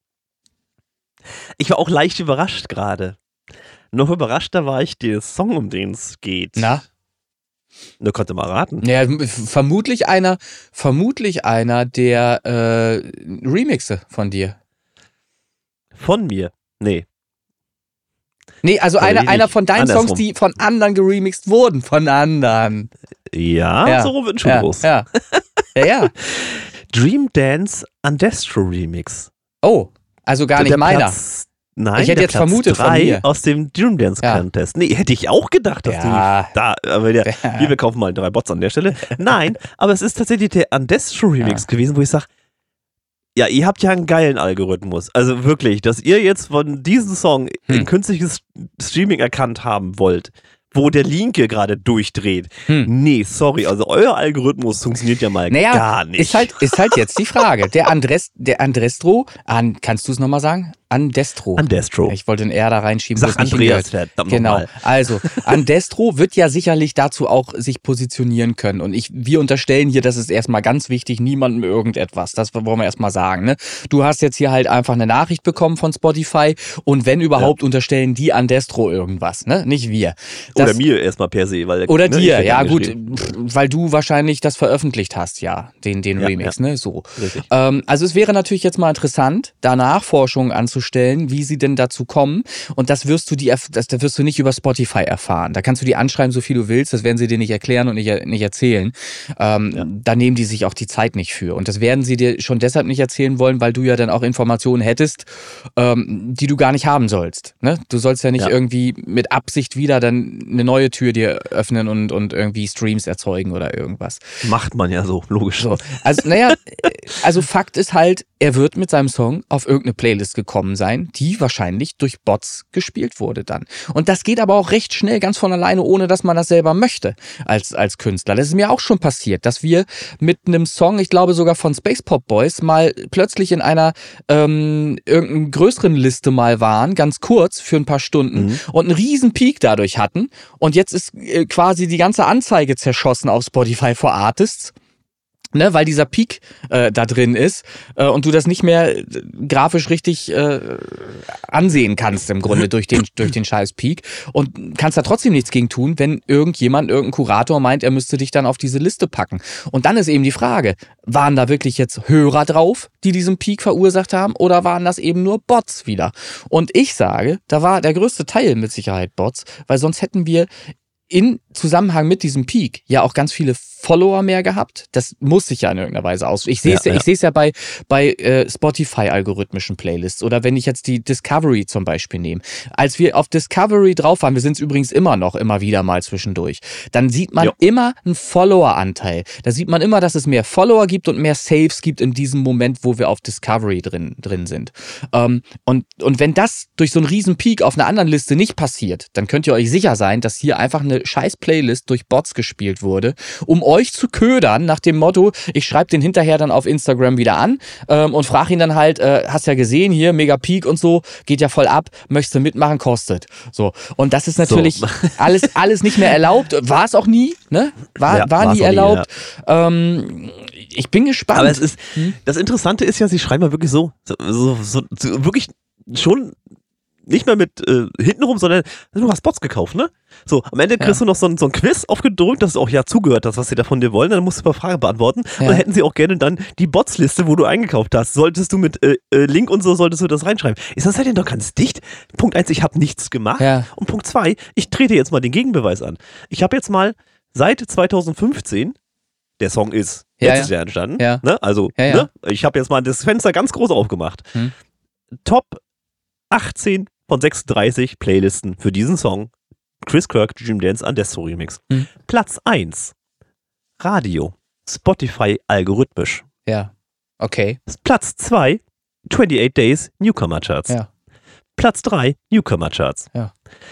Ich war auch leicht überrascht gerade. Noch überraschter war ich der Song, um den es geht. Na? Nur konnte mal raten. Ja, vermutlich einer, vermutlich einer der äh, Remixe von dir. Von mir? Nee. Nee, also Oder einer, wie einer nicht? von deinen Andersrum. Songs, die von anderen geremixed wurden. Von anderen. Ja, Ja. so rum wird schon Ja, groß. ja. Ja, ja. Dream Dance Andestro Remix. Oh, also gar nicht Der meiner. Platz, nein, Ich hätte der jetzt Platz vermutet von drei mir. aus dem Dream Dance Ja. Contest. Nee, hätte ich auch gedacht, dass Ja. du da, aber der, hier, wir kaufen mal drei Bots an der Stelle. Nein, aber es ist tatsächlich der Andestro Remix Ja. gewesen, wo ich sage, ja, ihr habt ja einen geilen Algorithmus. Also wirklich, dass ihr jetzt von diesem Song Hm. ein künstliches Streaming erkannt haben wollt, wo der Linke gerade durchdreht. Hm. Nee, sorry, also euer Algorithmus funktioniert ja mal Naja, gar nicht. Ist halt, ist halt jetzt die Frage. Der Andres, der Andrestro, an, kannst du es nochmal sagen? Andestro. Andestro. Ich wollte ein R da reinschieben. Sag wo es nicht Andreas, hingehört. verdammt Genau. nochmal. Also, Andestro wird ja sicherlich dazu auch sich positionieren können. Und ich, wir unterstellen hier, das ist erstmal ganz wichtig, niemandem irgendetwas. Das wollen wir erstmal sagen. Ne? Du hast jetzt hier halt einfach eine Nachricht bekommen von Spotify und wenn überhaupt, unterstellen die Andestro irgendwas, ne? Nicht wir. Das, Oder mir erstmal per se. Weil, Oder ne, ich dir, werd ja gut, angeschrieben. pff, weil du wahrscheinlich das veröffentlicht hast, ja, den, den Ja, Remix, ja. ne, so. Richtig. Ähm, also es wäre natürlich jetzt mal interessant, da Nachforschungen anzustellen, wie sie denn dazu kommen und das wirst du die, erf- das, das wirst du nicht über Spotify erfahren. Da kannst du die anschreiben, so viel du willst, das werden sie dir nicht erklären und nicht, nicht erzählen. Ähm, Ja. Da nehmen die sich auch die Zeit nicht für und das werden sie dir schon deshalb nicht erzählen wollen, weil du ja dann auch Informationen hättest, ähm, die du gar nicht haben sollst, ne? Du sollst ja nicht Ja. irgendwie mit Absicht wieder dann eine neue Tür dir öffnen und, und irgendwie Streams erzeugen oder irgendwas. Macht man ja so, logisch. So. Also, naja, also Fakt ist halt, er wird mit seinem Song auf irgendeine Playlist gekommen sein, die wahrscheinlich durch Bots gespielt wurde dann. Und das geht aber auch recht schnell, ganz von alleine, ohne dass man das selber möchte als, als Künstler. Das ist mir auch schon passiert, dass wir mit einem Song, ich glaube sogar von Space Pop Boys, mal plötzlich in einer ähm, irgendeinen größeren Liste mal waren, ganz kurz für ein paar Stunden Mhm. und einen riesen Peak dadurch hatten. Und jetzt ist äh, quasi die ganze Anzeige zerschossen auf Spotify for Artists. Ne, weil dieser Peak äh, da drin ist äh, und du das nicht mehr äh, grafisch richtig äh, ansehen kannst im Grunde durch den, durch den scheiß Peak und kannst da trotzdem nichts gegen tun, wenn irgendjemand, irgendein Kurator meint, er müsste dich dann auf diese Liste packen. Und dann ist eben die Frage, waren da wirklich jetzt Hörer drauf, die diesen Peak verursacht haben oder waren das eben nur Bots wieder? Und ich sage, da war der größte Teil mit Sicherheit Bots, weil sonst hätten wir in Zusammenhang mit diesem Peak ja auch ganz viele Follower mehr gehabt. Das muss sich ja in irgendeiner Weise aus. Ich sehe es ja, Ja, ja. ich sehe es ja bei, bei äh, Spotify-algorithmischen Playlists oder wenn ich jetzt die Discovery zum Beispiel nehme. Als wir auf Discovery drauf waren, wir sind es übrigens immer noch, immer wieder mal zwischendurch, dann sieht man Jo. immer einen Follower-Anteil. Da sieht man immer, dass es mehr Follower gibt und mehr Saves gibt in diesem Moment, wo wir auf Discovery drin, drin sind. Ähm, und, und wenn das durch so einen riesen Peak auf einer anderen Liste nicht passiert, dann könnt ihr euch sicher sein, dass hier einfach eine scheiß Playlist durch Bots gespielt wurde, um euch zu ködern nach dem Motto, ich schreibe den hinterher dann auf Instagram wieder an ähm, und frage ihn dann halt, äh, hast ja gesehen hier, mega Peak und so, geht ja voll ab, möchtest du mitmachen, kostet. So. Und das ist natürlich So. alles, alles nicht mehr erlaubt, war es auch nie, ne? War, Ja, war war's nie auch nie, erlaubt. ähm, ich bin gespannt. Aber es ist, Hm? das Interessante ist ja, sie schreiben ja wirklich so, so, so, so, so wirklich schon nicht mehr mit äh, hintenrum, sondern du hast Bots gekauft, ne? So, am Ende kriegst Ja. du noch so ein, so ein Quiz aufgedrückt, dass du auch ja zugehört hast, was sie da von dir wollen, dann musst du ein paar Fragen beantworten Ja. und dann hätten sie auch gerne dann die Bots-Liste, wo du eingekauft hast. Solltest du mit äh, äh, Link und so, solltest du das reinschreiben. Ist das halt denn doch ganz dicht? Punkt eins, ich habe nichts gemacht. Ja. Und Punkt zwei, ich trete jetzt mal den Gegenbeweis an. Ich habe jetzt mal seit zwanzig fünfzehn, der Song ist Ja, letztes ja. Jahr entstanden, Ja. ne? Also, Ja, ja. Ne? Ich habe jetzt mal das Fenster ganz groß aufgemacht. Hm. Top achtzehn von sechsunddreißig Playlisten für diesen Song. Chris Kirk, Dream Dance, Andestro Remix. Hm. Platz eins. Radio. Spotify algorithmisch. Ja. Okay. Platz zwei. achtundachtzig Days Newcomer Charts. Ja. Platz drei. Newcomer Charts. Ja.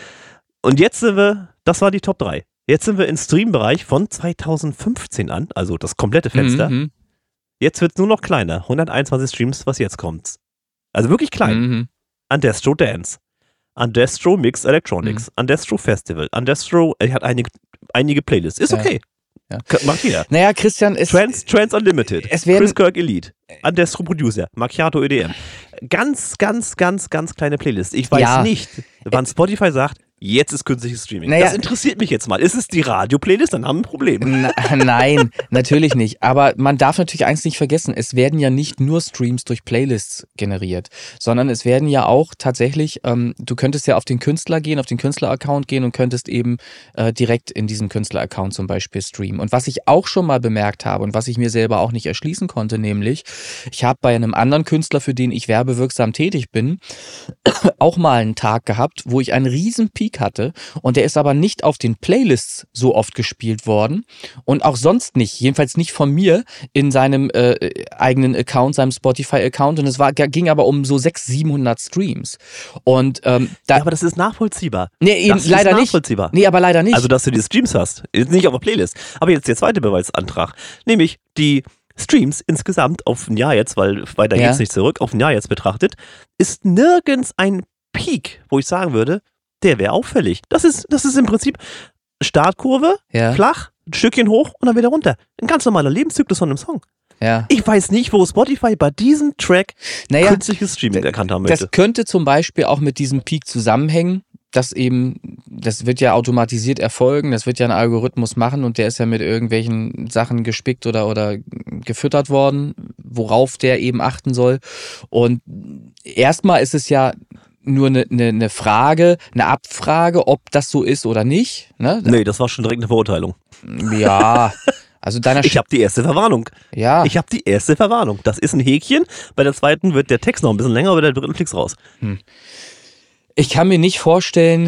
Und jetzt sind wir, das war die Top drei. Jetzt sind wir im Streambereich von zweitausendfünfzehn an, also das komplette Fenster. Mhm. Jetzt wird es nur noch kleiner. hunderteinundzwanzig Streams, was jetzt kommt. Also wirklich klein. Mhm. Andestro Dance. Andestro Mix Electronics. Mhm. Andestro Festival. Andestro, er hat einige, einige Playlists. Ist Ja. okay. Ja. K- Macht jeder. Naja, Christian, es, Trans, Trans Unlimited. es werden- Chris Kirk Elite. Andestro Producer. Macchiato E D M. Ganz, ganz, ganz, ganz kleine Playlist. Ich weiß Ja. nicht, wann Spotify sagt, jetzt ist künstliches Streaming. Naja, das interessiert mich jetzt mal. Ist es die Radio-Playlist? Dann haben wir ein Problem. Na, nein, natürlich nicht. Aber man darf natürlich eins nicht vergessen, es werden ja nicht nur Streams durch Playlists generiert, sondern es werden ja auch tatsächlich, ähm, du könntest ja auf den Künstler gehen, auf den Künstler-Account gehen und könntest eben äh, direkt in diesem Künstler-Account zum Beispiel streamen. Und was ich auch schon mal bemerkt habe und was ich mir selber auch nicht erschließen konnte, nämlich, ich habe bei einem anderen Künstler, für den ich werbewirksam tätig bin, auch mal einen Tag gehabt, wo ich einen riesen Peak hatte und der ist aber nicht auf den Playlists so oft gespielt worden und auch sonst nicht, jedenfalls nicht von mir in seinem äh, eigenen Account, seinem Spotify-Account und es war, ging aber um so sechshundert, siebenhundert Streams und ähm, da, ja, aber das ist nachvollziehbar. Nee, eben das leider ist nicht. nachvollziehbar. Nee, aber leider nicht. Also, dass du die Streams hast, ist nicht auf der Playlist. Aber jetzt der zweite Beweisantrag, nämlich die Streams insgesamt auf ein Jahr jetzt, weil weiter Ja. geht's nicht zurück, auf ein Jahr jetzt betrachtet, ist nirgends ein Peak, wo ich sagen würde, der wäre auffällig. Das ist, das ist im Prinzip Startkurve, Ja. flach, ein Stückchen hoch und dann wieder runter. Ein ganz normaler Lebenszyklus von einem Song. Ja. Ich weiß nicht, wo Spotify bei diesem Track Naja, künstliches Streaming erkannt haben möchte. das könnte zum Beispiel auch mit diesem Peak zusammenhängen, dass eben, das wird ja automatisiert erfolgen, das wird ja ein Algorithmus machen und der ist ja mit irgendwelchen Sachen gespickt oder, oder gefüttert worden, worauf der eben achten soll. Und erstmal ist es ja nur eine, eine, eine Frage, eine Abfrage, ob das so ist oder nicht. Ne? Nee, das war schon direkt eine Verurteilung. Ja, also deiner Ich habe die erste Verwarnung. ja. Ich habe die erste Verwarnung. Das ist ein Häkchen. Bei der zweiten wird der Text noch ein bisschen länger, aber der dritten fliegt's raus. Ich kann mir nicht vorstellen,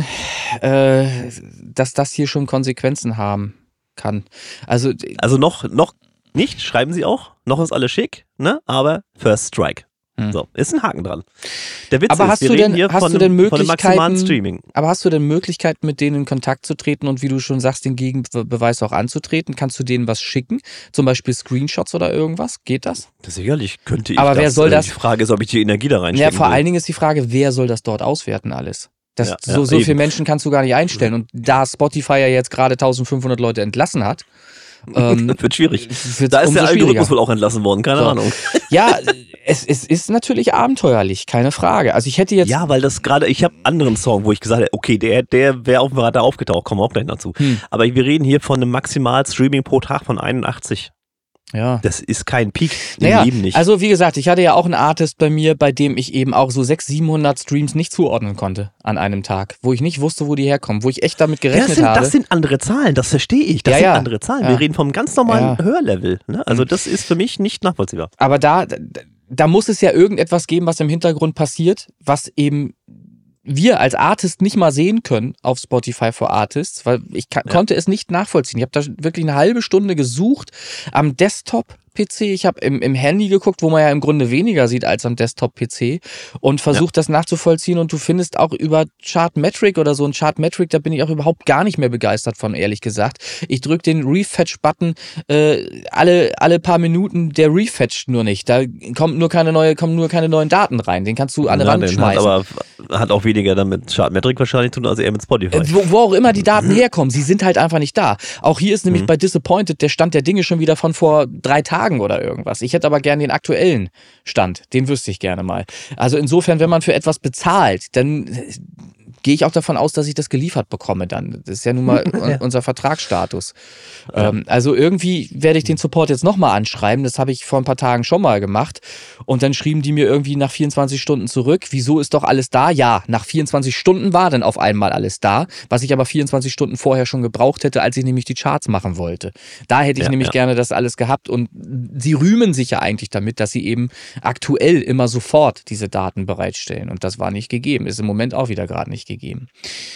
äh, dass das hier schon Konsequenzen haben kann. Also, Also noch, noch nicht, schreiben sie auch. Noch ist alles schick, ne? Aber First Strike. Hm. So, ist ein Haken dran. Der Witz aber ist, hast wir du reden denn, hier hast von, du denn einem, von einem maximalen Möglichkeiten, Streaming. aber hast du denn Möglichkeiten, mit denen in Kontakt zu treten und wie du schon sagst, den Gegenbeweis auch anzutreten? Kannst du denen was schicken? Zum Beispiel Screenshots oder irgendwas? Geht das? Das sicherlich könnte ich Aber das. wer soll äh, das- Die Frage ist, ob ich die Energie da Ja, reinstecken vor will. allen Dingen ist die Frage, wer soll das dort auswerten alles? Das, Ja, so ja, so eben. viele Menschen kannst du gar nicht einstellen. Und da Spotify ja jetzt gerade eintausendfünfhundert Leute entlassen hat, ähm, Das wird schwierig. wird's Da ist der umso Algorithmus schwieriger. wohl auch entlassen worden, keine So. Ahnung. Ja, es, es ist natürlich abenteuerlich, keine Frage. Also ich hätte jetzt... Ja, weil das gerade, ich habe einen anderen Song, wo ich gesagt habe, okay, der, der wäre auf dem Radar aufgetaucht, kommen wir auch gleich dazu. Hm. Aber wir reden hier von einem Maximal-Streaming pro Tag von einundachtzig. Ja. Das ist kein Peak im Naja, Leben nicht. also wie gesagt, ich hatte ja auch einen Artist bei mir, bei dem ich eben auch so sechshundert, siebenhundert Streams nicht zuordnen konnte an einem Tag, wo ich nicht wusste, wo die herkommen, wo ich echt damit ja, gerechnet das, sind, habe. das sind andere Zahlen, das verstehe ich. Das Ja, sind ja. andere Zahlen. Ja. Wir reden vom ganz normalen Ja. Hörlevel. Ne? Also das ist für mich nicht nachvollziehbar. Aber da, da, da muss es ja irgendetwas geben, was im Hintergrund passiert, was eben wir als Artist nicht mal sehen können auf Spotify for Artists, weil ich ka- Ja. konnte es nicht nachvollziehen. Ich habe da wirklich eine halbe Stunde gesucht am Desktop-P C. Ich habe im, im Handy geguckt, wo man ja im Grunde weniger sieht als am Desktop-P C und versucht das nachzuvollziehen und du findest auch über Chartmetric oder so ein Chartmetric, da bin ich auch überhaupt gar nicht mehr begeistert von, ehrlich gesagt. Ich drücke den Refetch-Button äh, alle, alle paar Minuten, der refetcht nur nicht. Da kommt nur keine neue, kommen nur keine neuen Daten rein. Den kannst du an den Ja, Rand den schmeißen. Hat aber hat auch weniger damit Chartmetric wahrscheinlich zu tun, als eher mit Spotify. Äh, Wo, wo auch immer die Daten herkommen, sie sind halt einfach nicht da. Auch hier ist nämlich Mhm. bei Disappointed der Stand der Dinge schon wieder von vor drei Tagen oder irgendwas. Ich hätte aber gern den aktuellen Stand, den wüsste ich gerne mal. Also insofern, wenn man für etwas bezahlt, dann äh, gehe ich auch davon aus, dass ich das geliefert bekomme dann. Das ist ja nun mal un- Ja. unser Vertragsstatus. Ähm, also irgendwie werde ich den Support jetzt nochmal anschreiben. Das habe ich vor ein paar Tagen schon mal gemacht. Und dann schrieben die mir irgendwie nach vierundzwanzig Stunden zurück. Wieso ist doch alles da? Ja, nach vierundzwanzig Stunden war dann auf einmal alles da, was ich aber vierundzwanzig Stunden vorher schon gebraucht hätte, als ich nämlich die Charts machen wollte. Da hätte ich Ja, nämlich ja. gerne das alles gehabt. Und sie rühmen sich ja eigentlich damit, dass sie eben aktuell immer sofort diese Daten bereitstellen. Und das war nicht gegeben. Ist im Moment auch wieder gerade nicht gegeben.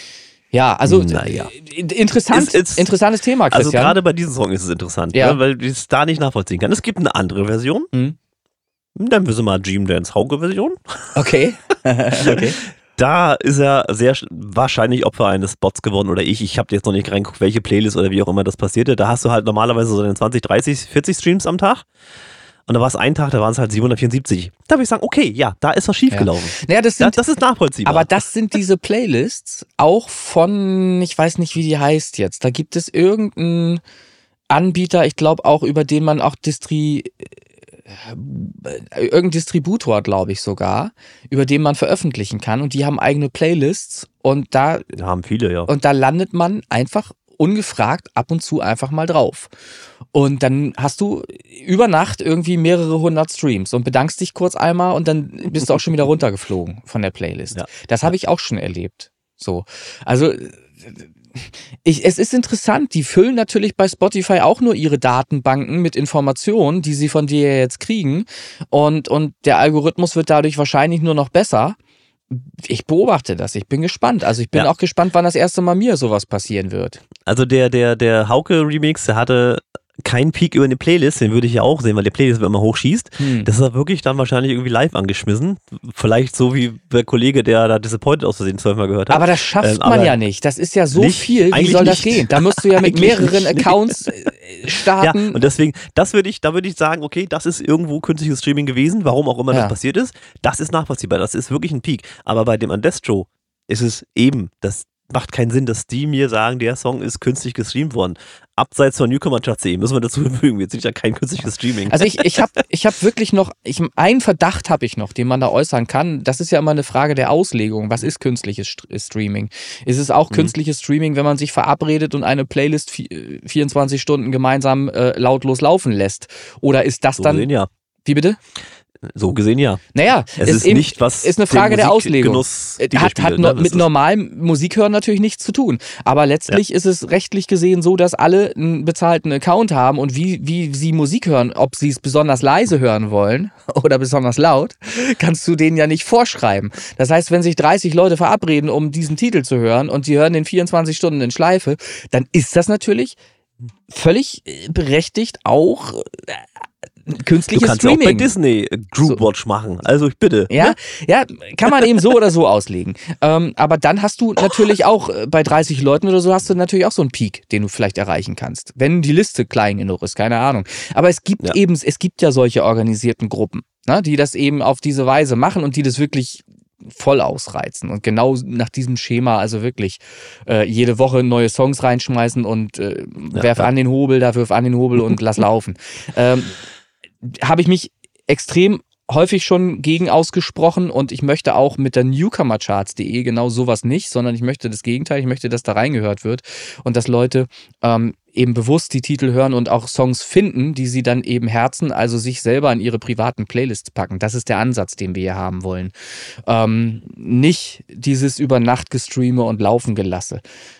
Ja, also Naja. äh, interessant, Ist- ist- interessantes Thema, Also Christian. gerade bei diesem Song ist es interessant, Ja. ne, weil ich es da nicht nachvollziehen kann. Es gibt eine andere Version. Mhm. Dann wir mal Dream Dance Hauke Version. Okay. okay. Da ist er sehr sch- wahrscheinlich Opfer eines Bots geworden oder ich. Ich habe jetzt noch nicht reingeguckt, welche Playlist oder wie auch immer das passierte. Da hast du halt normalerweise so deine zwanzig, dreißig, vierzig Streams am Tag. Und da war es ein Tag, da waren es halt siebenhundertvierundsiebzig. Da würde ich sagen, okay, ja, da ist was schiefgelaufen. Naja, das Da, sind, das ist nachvollziehbar. aber das sind diese Playlists auch von, ich weiß nicht, wie die heißt jetzt. Da gibt es irgendeinen Anbieter, ich glaube auch, über den man auch Distri, äh, irgendein Distributor, glaube ich sogar, über den man veröffentlichen kann und die haben eigene Playlists Und da, haben viele, ja. Und da landet man einfach ungefragt ab und zu einfach mal drauf. Und dann hast du über Nacht irgendwie mehrere hundert Streams und bedankst dich kurz einmal und dann bist du auch schon wieder runtergeflogen von der Playlist. Ja. Das habe ich auch schon erlebt. So. Also, ich, es ist interessant, die füllen natürlich bei Spotify auch nur ihre Datenbanken mit Informationen, die sie von dir jetzt kriegen. Und, und der Algorithmus wird dadurch wahrscheinlich nur noch besser. Ich beobachte das, ich bin gespannt. Also ich bin Ja. auch gespannt, wann das erste Mal mir sowas passieren wird. Also der, der, der Hauke-Remix, der hatte keinen Peak über eine Playlist, den würde ich ja auch sehen, weil der Playlist immer hochschießt. Hm. Das ist er wirklich dann wahrscheinlich irgendwie live angeschmissen. Vielleicht so wie der Kollege, der da Disappointed aus Versehen zwölfmal gehört hat. Aber das schafft Ähm, man aber ja nicht. Das ist ja so nicht, viel. Wie eigentlich soll das nicht. gehen? Da musst du ja mit Eigentlich mehreren nicht. Accounts äh, Ja, starten. und deswegen, das würde ich, da würde ich sagen, okay, das ist irgendwo künstliches Streaming gewesen, warum auch immer Ja. das passiert ist. Das ist nachvollziehbar, das ist wirklich ein Peak. Aber bei dem Andestro ist es eben, das macht keinen Sinn, dass die mir sagen, der Song ist künstlich gestreamt worden. Abseits von Newcomer-Charts punkt de müssen wir dazu fügen, jetzt ist ja kein künstliches Streaming. Also ich, ich habe ich hab wirklich noch, ich, einen Verdacht habe ich noch, den man da äußern kann. Das ist ja immer eine Frage der Auslegung. Was ist künstliches St- Streaming? Ist es auch Mhm. künstliches Streaming, wenn man sich verabredet und eine Playlist vi- vierundzwanzig Stunden gemeinsam äh, lautlos laufen lässt? Oder ist das so dann... gesehen ja. Wie bitte? So gesehen ja. Naja, Es ist eben, nicht, was ist eine Frage den der Auslegung. Musikgenuss Hat, hat widerspiegelt, no, ne? Das mit ist- normalem Musikhören natürlich nichts zu tun. Aber letztlich ist es rechtlich gesehen so, dass alle einen bezahlten Account haben und wie, wie sie Musik hören, ob sie es besonders leise hören wollen oder besonders laut, kannst du denen ja nicht vorschreiben. Das heißt, wenn sich dreißig Leute verabreden, um diesen Titel zu hören und die hören den vierundzwanzig Stunden in Schleife, dann ist das natürlich völlig äh, berechtigt auch äh, Du künstliches kannst ja auch bei Streaming. Disney äh, Groupwatch machen. Also ich bitte. Ja, Ne? ja, kann man eben so oder so auslegen. Ähm, aber dann hast du natürlich auch äh, bei dreißig Leuten oder so hast du natürlich auch so einen Peak, den du vielleicht erreichen kannst, wenn die Liste klein genug ist, keine Ahnung. Aber es gibt Ja. eben, es gibt ja solche organisierten Gruppen, ne, die das eben auf diese Weise machen und die das wirklich voll ausreizen und genau nach diesem Schema, also wirklich äh, jede Woche neue Songs reinschmeißen und äh, werf ja. an den Hobel, da wirf an den Hobel und lass laufen. Ähm, habe ich mich extrem häufig schon gegen ausgesprochen und ich möchte auch mit der Newcomercharts punkt de genau sowas nicht, sondern ich möchte das Gegenteil, ich möchte, dass da reingehört wird und dass Leute ähm, eben bewusst die Titel hören und auch Songs finden, die sie dann eben herzen, also sich selber in ihre privaten Playlists packen. Das ist der Ansatz, den wir hier haben wollen. Ähm, nicht dieses über Nacht gestreame und laufen gelasse.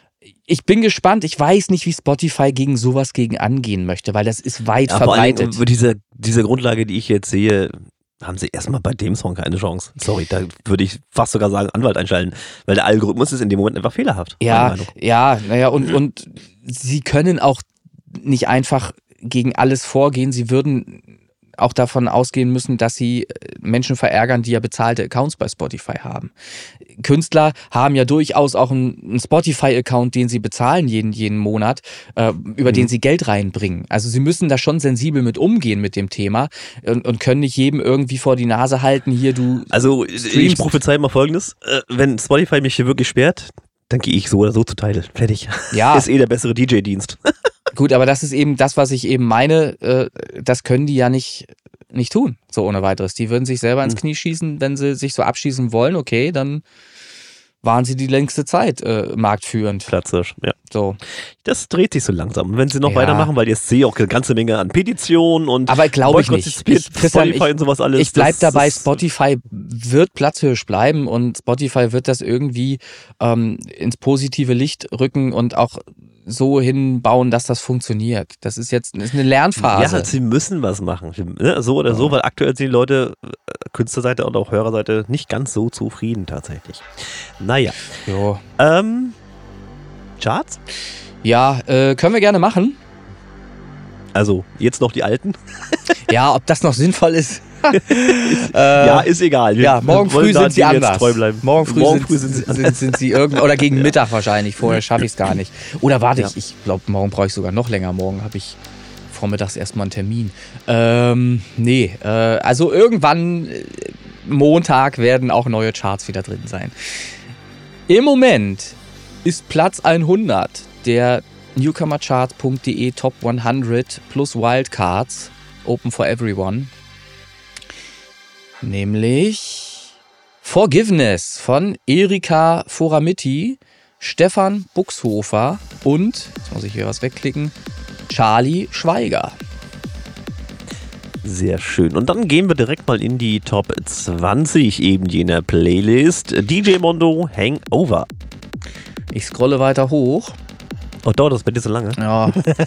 Ich bin gespannt, ich weiß nicht, wie Spotify gegen sowas gegen angehen möchte, weil das ist weit Ja, vor allen Dingen verbreitet. über diese, diese Grundlage, die ich jetzt sehe, haben sie erstmal bei dem Song keine Chance. Sorry, da würde ich fast sogar sagen, Anwalt einschalten, weil der Algorithmus ist in dem Moment einfach fehlerhaft. meine Ja, Meinung. ja, naja, und, und sie können auch nicht einfach gegen alles vorgehen. Sie würden auch davon ausgehen müssen, dass sie Menschen verärgern, die ja bezahlte Accounts bei Spotify haben. Künstler haben ja durchaus auch einen Spotify-Account, den sie bezahlen jeden, jeden Monat, äh, über Mhm. den sie Geld reinbringen. Also sie müssen da schon sensibel mit umgehen mit dem Thema und, und können nicht jedem irgendwie vor die Nase halten, hier du Also ich Streams. prophezei mal Folgendes, äh, wenn Spotify mich hier wirklich sperrt, dann gehe ich so oder so zu Teil. Fertig. Ja. Ist eh der bessere D J-Dienst. Gut, aber das ist eben das, was ich eben meine. Äh, das können die ja nicht, nicht tun, so ohne weiteres. Die würden sich selber ins Knie schießen, wenn sie sich so abschießen wollen. Okay, dann waren sie die längste Zeit äh, marktführend. Platzhirsch, ja. So. Das dreht sich so langsam. Wenn sie noch Ja. weitermachen, weil jetzt sehe ich auch eine ganze Menge an Petitionen und Aber glaube ich Boykott nicht. spielt Ich, Christian, Spotify ich, und sowas alles. ich bleib Das- dabei, das- Spotify wird Platzhirsch bleiben und Spotify wird das irgendwie ähm, ins positive Licht rücken und auch so hinbauen, dass das funktioniert. Das ist jetzt ist eine Lernphase. Ja, sie müssen was machen. Ne? So oder so, weil aktuell sind die Leute, äh, Künstlerseite und auch Hörerseite, nicht ganz so zufrieden tatsächlich. Naja. Jo. Ähm, Charts? Ja, äh, können wir gerne machen. Also, jetzt noch die alten? Ja, ob das noch sinnvoll ist. ja, ist egal. Wir Ja, morgen wollen früh da sind sie dem jetzt anders. treu bleiben. Morgen früh, morgen sind, früh sind sie anders. sind, sind sie irgend oder gegen Mittag wahrscheinlich. Vorher schaffe ich es gar nicht. Oder warte, Ja. ich, ich glaube, morgen brauche ich sogar noch länger. Morgen habe ich vormittags erstmal einen Termin. Ähm, nee, äh, also irgendwann äh, Montag werden auch neue Charts wieder drin sein. Im Moment ist Platz hundert der Newcomercharts punkt de Top hundert plus Wildcards Open for Everyone. Nämlich Forgiveness von Erika Foramitti, Stefan Buxhofer und, jetzt muss ich hier was wegklicken, Charlie Schweiger. Sehr schön. Und dann gehen wir direkt mal in die Top zwanzig eben jener Playlist. D J Mondo, Hangover. Ich scrolle weiter hoch. Oh, dauert das bei dir so lange? Ja.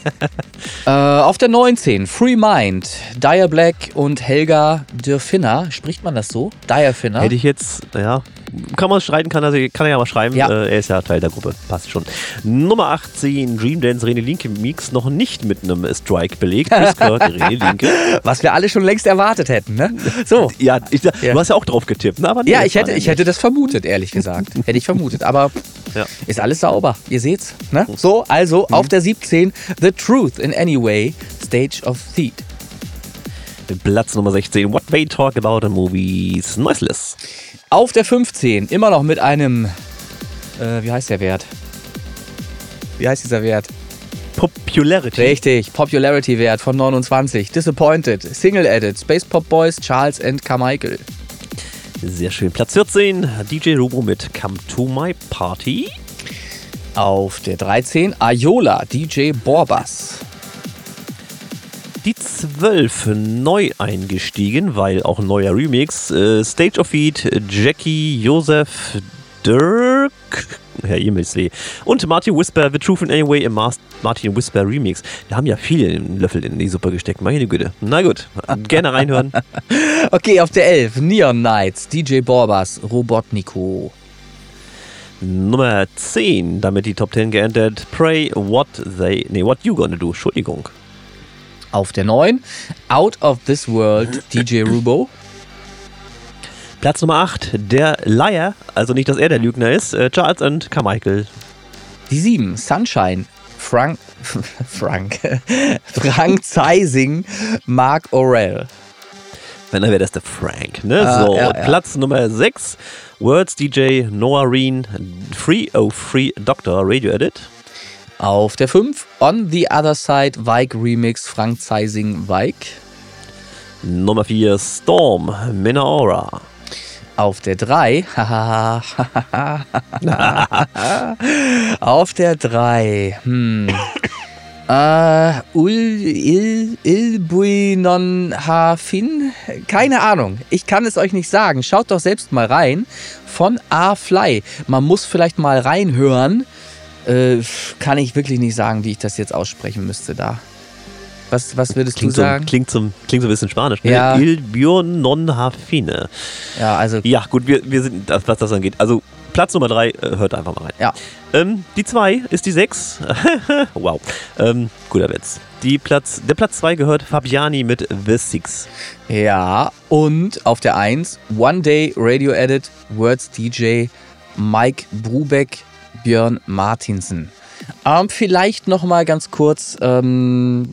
äh, auf der neunzehn, Free Mind, Dire Black und Helga Dürfinner. Spricht man das so? Dürfinner? Hätte ich jetzt, ja, kann man streiten, kann er, kann er ja mal schreiben. Ja. Äh, er ist ja Teil der Gruppe, passt schon. Nummer achtzehn, Dream Dance, René Linke Mix, noch nicht mit einem Strike belegt. Chris Kurt, René Linke. Was wir alle schon längst erwartet hätten, ne? So. Ja, ich, Ja. du hast ja auch drauf getippt, ne? Aber nee, Ja, ich das hätte, war ich ja hätte das vermutet, ehrlich gesagt. Hätte ich vermutet, aber Ja. ist alles sauber. Ihr seht's, ne? So, also auf der siebzehn, The Truth in Any Way, Stage of Theat. nicht. Platz Nummer sechzehn, What They Talk About in Movies, Noiseless. Auf der fünfzehn, immer noch mit einem, äh, wie heißt der Wert? Wie heißt dieser Wert? Popularity. Richtig, Popularity-Wert von neunundzwanzig. Disappointed, Single Edit, Space Pop Boys, Charles and Carmichael. Sehr schön. Platz vierzehn, D J Rubo mit Come to My Party. Auf der dreizehn, Ayola, D J Borbas. Die zwölf neu eingestiegen, weil auch ein neuer Remix. Äh, Stage of Feet, Jackie, Joseph, Dirk, Herr Himmelsweh und Martin Whisper, The Truth in Anyway im Mas- Martin Whisper Remix. Da haben ja viele einen Löffel in die Suppe gesteckt, meine Güte. Na gut, gerne reinhören. Okay, auf der elf, Neon Nights, D J Borbas, Robotnico. Nummer zehn, damit die Top zehn geändert. Pray What They, nee, What You Gonna Do, Entschuldigung. Auf der neun, Out of This World, D J Rubo. Platz Nummer acht, der Liar, also nicht, dass er der Lügner ist, äh, Charles and Carmichael. Die sieben, Sunshine, Frank, Frank, Frank Zeising, Mark Orell. Wenn, dann wäre das der Frank, ne? Ah, so, ja, ja. Platz Nummer sechs, Words D J, Noah Reen, Free Oh Free Doctor, Radio Edit. Auf der fünf, On the Other Side, Vike Remix, Frank Zeising, Vike. Nummer vier, Storm, Minaora. Auf der drei, auf der drei, hm. Äh, Ul, Il, Ilbuinon Hafin? Keine Ahnung. Ich kann es euch nicht sagen. Schaut doch selbst mal rein. Von A-Fly. Man muss vielleicht mal reinhören. Äh, kann ich wirklich nicht sagen, wie ich das jetzt aussprechen müsste da. Was, was würdest Klingt du sagen? So, klingt, so, klingt so ein bisschen spanisch, ne? Ja. Il Bion non Hafine. Ja, also. Ja, gut, wir, wir sind, was das angeht. Also, Platz Nummer drei, äh, hört einfach mal rein. Ja. Ähm, die zwei ist die sechs. Wow. Ähm, guter Witz. Die Platz, der Platz zwei gehört Fabiani mit The Six. Ja, und auf der eins, One Day Radio Edit, Words D J, Mike Brubeck, Björn Martinsen. Ähm, vielleicht noch mal ganz kurz ähm,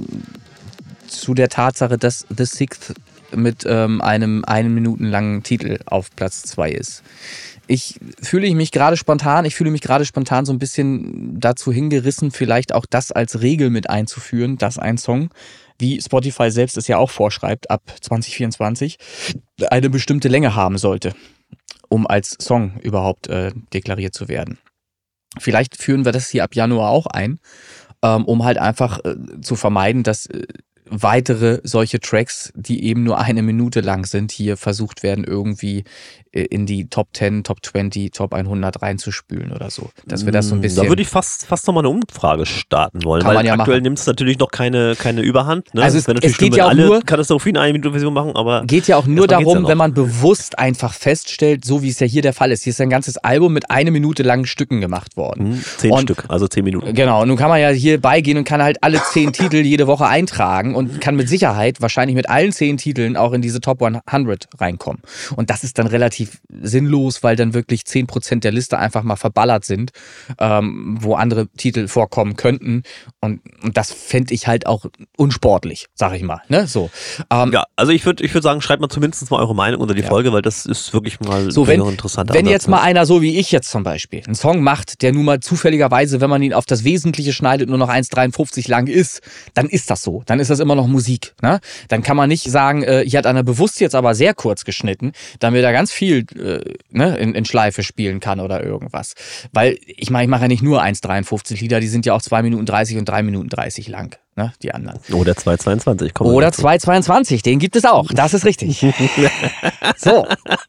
zu der Tatsache, dass The Sixth mit ähm, einem eine Minuten langen Titel auf Platz zwei ist. Ich fühle mich gerade spontan, ich fühle mich gerade spontan so ein bisschen dazu hingerissen, vielleicht auch das als Regel mit einzuführen, dass ein Song, wie Spotify selbst es ja auch vorschreibt, ab zwanzig vierundzwanzig eine bestimmte Länge haben sollte, um als Song überhaupt äh, deklariert zu werden. Vielleicht führen wir das hier ab Januar auch ein, ähm, um halt einfach äh, zu vermeiden, dass äh, weitere solche Tracks, die eben nur eine Minute lang sind, hier versucht werden, irgendwie äh, in die Top zehn, Top zwanzig, Top hundert reinzuspülen oder so. Dass wir das so ein bisschen... Da würde ich fast, fast nochmal eine Umfrage starten wollen, Kann weil man ja aktuell machen. nimmt es natürlich noch keine, keine Überhand. Ne? Also Das es- wäre natürlich es geht schlimm, ja wenn auch alle nur- Katastrophen eine Minute Version machen, aber Geht ja auch nur erstmal geht's ja darum, noch. wenn man bewusst einfach feststellt, so wie es ja hier der Fall ist. Hier ist ein ganzes Album mit eine Minute langen Stücken gemacht worden. Hm, zehn Und- Stück, also zehn Minuten. Genau, und nun kann man ja hier beigehen und kann halt alle zehn Titel jede Woche eintragen und kann mit Sicherheit wahrscheinlich mit allen zehn Titeln auch in diese Top hundert reinkommen. Und das ist dann relativ sinnlos, weil dann wirklich zehn Prozent der Liste einfach mal verballert sind, ähm, wo andere Titel vorkommen könnten. Und, und das fände ich halt auch unsportlich, sag ich mal. Ne? So. Ähm, Ja, also ich würde ich würd sagen, schreibt mal zumindest mal eure Meinung unter die Ja. Folge, weil das ist wirklich mal So, wenn, ein interessanter wenn Ansatz, jetzt ne? mal einer so wie ich jetzt zum Beispiel einen Song macht, der nun mal zufälligerweise, wenn man ihn auf das Wesentliche schneidet, nur noch eins dreiundfünfzig lang ist, dann ist das so. Dann ist das immer immer noch Musik. Ne? Dann kann man nicht sagen, äh, hier hat einer bewusst jetzt aber sehr kurz geschnitten, damit er ganz viel äh, ne, in, in Schleife spielen kann oder irgendwas. Weil ich meine, ich mache ja nicht nur eins dreiundfünfzig Lieder, die sind ja auch zwei Minuten dreißig und drei Minuten dreißig lang. Ne, die anderen. Oder zwei zweiundzwanzig. Oder zwei zweiundzwanzig, den gibt es auch. Das ist richtig. So.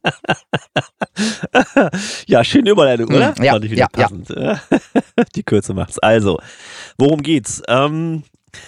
Ja, schöne Überleitung, oder? Ja, Fand ich ja, wieder passend. Ja. Die Kürze macht's. Also, worum geht's? Ähm,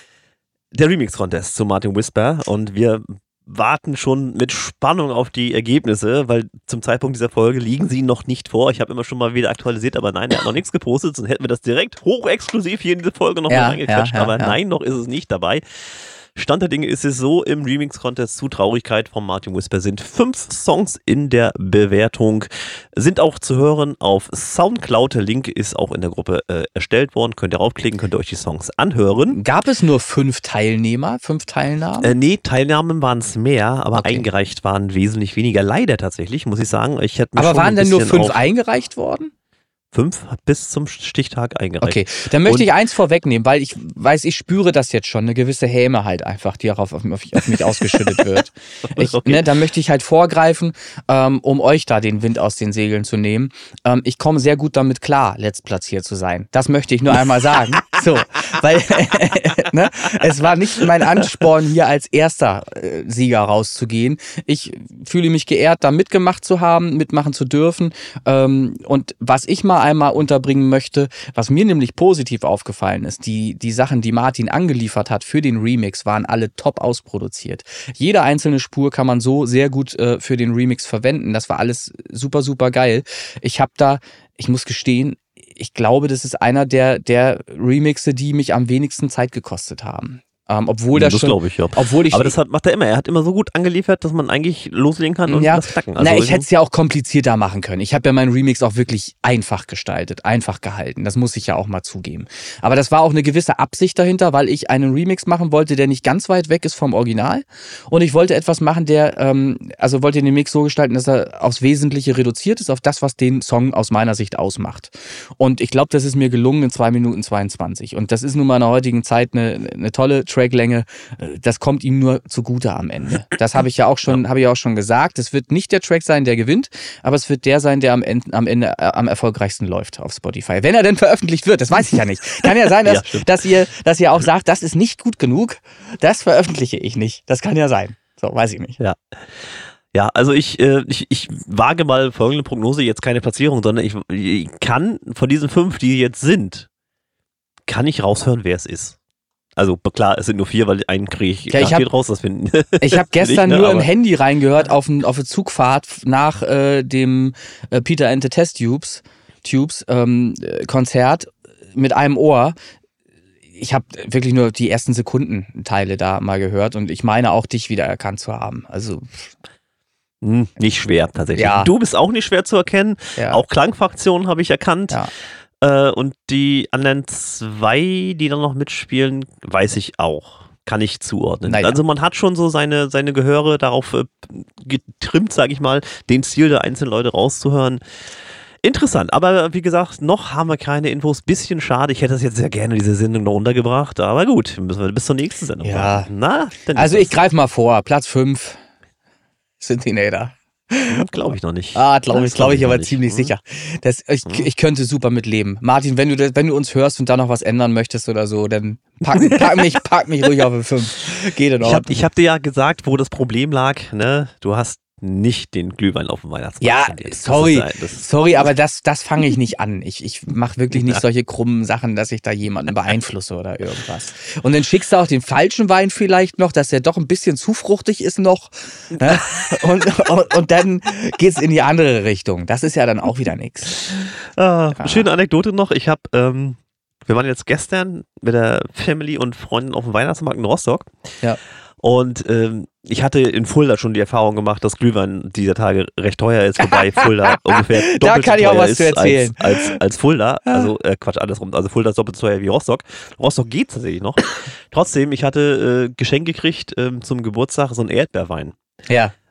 der Remix-Contest zu Martin Whisper und wir warten schon mit Spannung auf die Ergebnisse, weil zum Zeitpunkt dieser Folge liegen sie noch nicht vor. Ich habe immer schon mal wieder aktualisiert, aber nein, der hat noch nichts gepostet, sonst hätten wir das direkt hochexklusiv hier in diese Folge noch ja, mal reingequetscht, ja, ja, aber ja. nein, noch ist es nicht dabei. Stand der Dinge ist es so, im Remix-Contest zu Traurigkeit von Martin Whisper sind fünf Songs in der Bewertung, sind auch zu hören auf Soundcloud. Der Link ist auch in der Gruppe äh, erstellt worden. Könnt ihr raufklicken, könnt ihr euch die Songs anhören. Gab es nur fünf Teilnehmer, fünf Teilnahmen? Äh, nee, Teilnahmen waren es mehr, aber Okay. eingereicht waren wesentlich weniger. Leider tatsächlich, muss ich sagen. Ich hätte mir Aber schon waren ein denn nur bisschen fünf auf eingereicht worden? fünf bis zum Stichtag eingereicht. Okay, dann möchte Und- ich eins vorwegnehmen, weil ich weiß, ich spüre das jetzt schon, eine gewisse Häme halt einfach, die darauf auf, auf, auf mich ausgeschüttet wird. Ich, Okay. ne, da möchte ich halt vorgreifen, ähm, um euch da den Wind aus den Segeln zu nehmen. Ähm, ich komme sehr gut damit klar, letztplatziert zu sein. Das möchte ich nur einmal sagen. So, weil ne, es war nicht mein Ansporn, hier als erster äh, Sieger rauszugehen. Ich fühle mich geehrt, da mitgemacht zu haben, mitmachen zu dürfen. Ähm, und was ich mal einmal unterbringen möchte, was mir nämlich positiv aufgefallen ist, die, die Sachen, die Martin angeliefert hat für den Remix, waren alle top ausproduziert. Jede einzelne Spur kann man so sehr gut äh, für den Remix verwenden. Das war alles super, super geil. Ich habe da, ich muss gestehen, ich glaube, das ist einer der, der Remixe, die mich am wenigsten Zeit gekostet haben. Ähm, obwohl das, das schon, glaube ich, ja. obwohl ich, Aber das hat, macht er immer. Er hat immer so gut angeliefert, dass man eigentlich loslegen kann und ja, das knacken. Also na, ich hätte es ja auch komplizierter machen können. Ich habe ja meinen Remix auch wirklich einfach gestaltet, einfach gehalten. Das muss ich ja auch mal zugeben. Aber das war auch eine gewisse Absicht dahinter, weil ich einen Remix machen wollte, der nicht ganz weit weg ist vom Original. Und ich wollte etwas machen, der, ähm, also wollte den Mix so gestalten, dass er aufs Wesentliche reduziert ist, auf das, was den Song aus meiner Sicht ausmacht. Und ich glaube, das ist mir gelungen in zwei Minuten zweiundzwanzig. Und das ist nun mal in der heutigen Zeit eine, eine tolle Tracklänge. Das kommt ihm nur zugute am Ende. Das habe ich ja auch schon, habe ich auch schon gesagt. Es wird nicht der Track sein, der gewinnt, aber es wird der sein, der am Ende, am Ende äh, am erfolgreichsten läuft auf Spotify. Wenn er denn veröffentlicht wird, das weiß ich ja nicht. Kann ja sein, dass, Ja, stimmt. dass ihr, dass ihr auch sagt, das ist nicht gut genug. Das veröffentliche ich nicht. Das kann ja sein. So, weiß ich nicht. Ja. Ja, also ich, äh, ich, ich wage mal folgende Prognose, jetzt keine Platzierung, sondern ich, ich kann von diesen fünf, die jetzt sind, kann ich raushören, wer es ist. Also klar, es sind nur vier, weil einen kriege ich Ja, ich garantiert hab- raus, das finden. Ich habe gestern ne, nur im aber- Handy reingehört auf, ein, auf eine Zugfahrt nach äh, dem äh, Peter and the Test Tubes, Tubes ähm, äh, Konzert mit einem Ohr. Ich habe wirklich nur die ersten Sekundenteile da mal gehört und ich meine auch dich wieder erkannt zu haben. Also Hm, nicht schwer, tatsächlich. Ja. Du bist auch nicht schwer zu erkennen. ja, Auch Klangfraktionen habe ich erkannt. ja. Äh, und die anderen zwei, die dann noch mitspielen, weiß ich auch. Kann ich zuordnen. Naja. Also man hat schon so seine, seine Gehöre darauf äh, getrimmt, sage ich mal, den Stil der einzelnen Leute rauszuhören. Interessant, aber wie gesagt, noch haben wir keine Infos. Bisschen schade, ich hätte das jetzt sehr gerne, diese Sendung noch untergebracht, aber gut, müssen wir bis zur nächsten Sendung Ja. warten. Na, dann Also ich greife mal vor. Platz fünf. Cincinnati. glaube ich noch nicht. Ah, glaube ich, Das glaube ich noch aber nicht. ziemlich Hm. sicher. Das, ich, ich könnte super mit leben. Martin, wenn du, das- wenn du uns hörst und da noch was ändern möchtest oder so, dann pack, pack, mich, pack mich ruhig auf eine fünf. Geht in Ich Ordnung. habe ich hab dir ja gesagt, wo das Problem lag. Ne? Du hast nicht den Glühwein auf dem Weihnachtsmarkt. Ja, spendiert. Das sorry, ist ein- das ist- sorry, aber das, das fange ich nicht an. Ich, ich mache wirklich nicht Ja. solche krummen Sachen, dass ich da jemanden beeinflusse oder irgendwas. Und dann schickst du auch den falschen Wein vielleicht noch, dass der doch ein bisschen zu fruchtig ist noch. Ne? Und, und, und dann geht's in die andere Richtung. Das ist ja dann auch wieder nix. Ah, Ja. Schöne Anekdote noch. Ich habe, ähm, wir waren jetzt gestern mit der Family und Freunden auf dem Weihnachtsmarkt in Rostock. Ja. Und ähm, ich hatte in Fulda schon die Erfahrung gemacht, dass Glühwein dieser Tage recht teuer ist, wobei Fulda ungefähr doppelt Da kann so ich auch teuer was ist zu erzählen. Als, als, als Fulda. Also äh, Quatsch, andersrum. Also Fulda ist doppelt so teuer wie Rostock. Rostock geht tatsächlich noch. Trotzdem, ich hatte äh, Geschenk gekriegt ähm, zum Geburtstag so einen Erdbeerwein. Ja.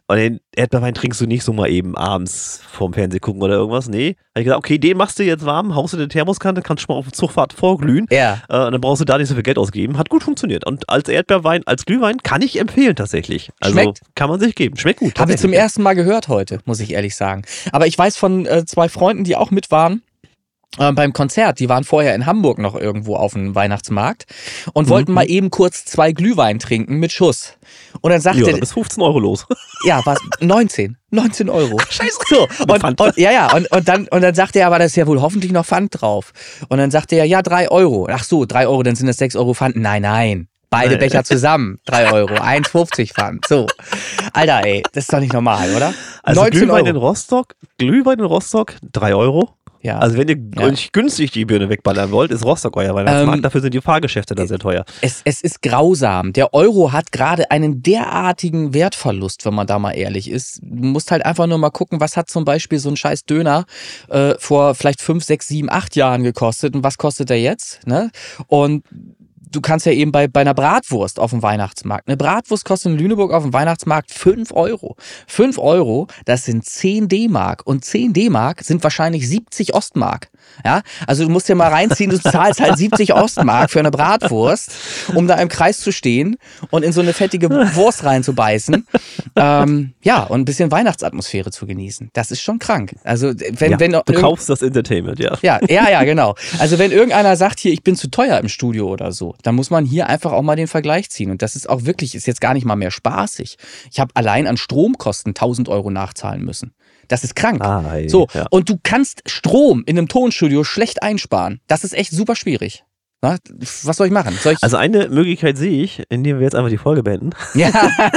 Und den Erdbeerwein trinkst du nicht so mal eben abends vorm Fernsehen gucken oder irgendwas. Nee. Habe ich gesagt, okay, den machst du jetzt warm, haust du in die Thermoskanne, kannst du mal auf der Zugfahrt vorglühen. Ja. Äh, und dann brauchst du da nicht so viel Geld ausgeben. Hat gut funktioniert. Und als Erdbeerwein, als Glühwein kann ich empfehlen tatsächlich. Also Schmeckt. Kann man sich geben. Schmeckt gut. Habe ich zum ersten Mal gehört heute, muss ich ehrlich sagen. Aber ich weiß von äh, zwei Freunden, die auch mit waren, äh, beim Konzert, die waren vorher in Hamburg noch irgendwo auf dem Weihnachtsmarkt und mhm. wollten mal eben kurz zwei Glühwein trinken mit Schuss. Und dann sagte ja, dann ist fünfzehn Euro los. Ja, was? neunzehn. neunzehn Euro. Ach, scheiße. So, und, und, ja, ja, und, und, dann, und dann sagte er, aber da ist ja wohl hoffentlich noch Pfand drauf. Und dann sagte er, ja, drei Euro. Ach so, drei Euro, dann sind das sechs Euro Pfand. Nein, nein. Beide Becher zusammen, drei Euro, eins fünfzig Pfand. So. Alter, ey, das ist doch nicht normal, oder? Also neunzehn Glühwein Euro. in Rostock, Glühwein in Rostock, drei Euro. Ja. Also wenn ihr Ja. euch günstig die Birne wegballern wollt, ist Rostock euer Weihnachtsmarkt. Ähm, Dafür sind die Fahrgeschäfte da sehr teuer. Es, es ist grausam. Der Euro hat gerade einen derartigen Wertverlust, wenn man da mal ehrlich ist. Du musst halt einfach nur mal gucken, was hat zum Beispiel so ein scheiß Döner äh, vor vielleicht fünf, sechs, sieben, acht Jahren gekostet und was kostet er jetzt? Ne? Und du kannst ja eben bei, bei einer Bratwurst auf dem Weihnachtsmarkt. Eine Bratwurst kostet in Lüneburg auf dem Weihnachtsmarkt fünf Euro. fünf Euro, das sind zehn D-Mark. Und zehn D-Mark sind wahrscheinlich siebzig Ostmark. Ja, also du musst dir mal reinziehen, du zahlst halt siebzig Ostmark für eine Bratwurst, um da im Kreis zu stehen und in so eine fettige Wurst reinzubeißen. Ähm, ja, und ein bisschen Weihnachtsatmosphäre zu genießen. Das ist schon krank. Also wenn, Ja, wenn du kaufst das Entertainment, ja. ja, ja, ja, genau. Also wenn irgendeiner sagt, hier, ich bin zu teuer im Studio oder so, dann muss man hier einfach auch mal den Vergleich ziehen. Und das ist auch wirklich, ist jetzt gar nicht mal mehr spaßig. Ich habe allein an Stromkosten tausend Euro nachzahlen müssen. Das ist krank. Ah, ey, so, ja. und du kannst Strom in einem Tonstudio schlecht einsparen. Das ist echt super schwierig. Na, was soll ich machen? Soll ich Also eine Möglichkeit sehe ich, indem wir jetzt einfach die Folge beenden. ja.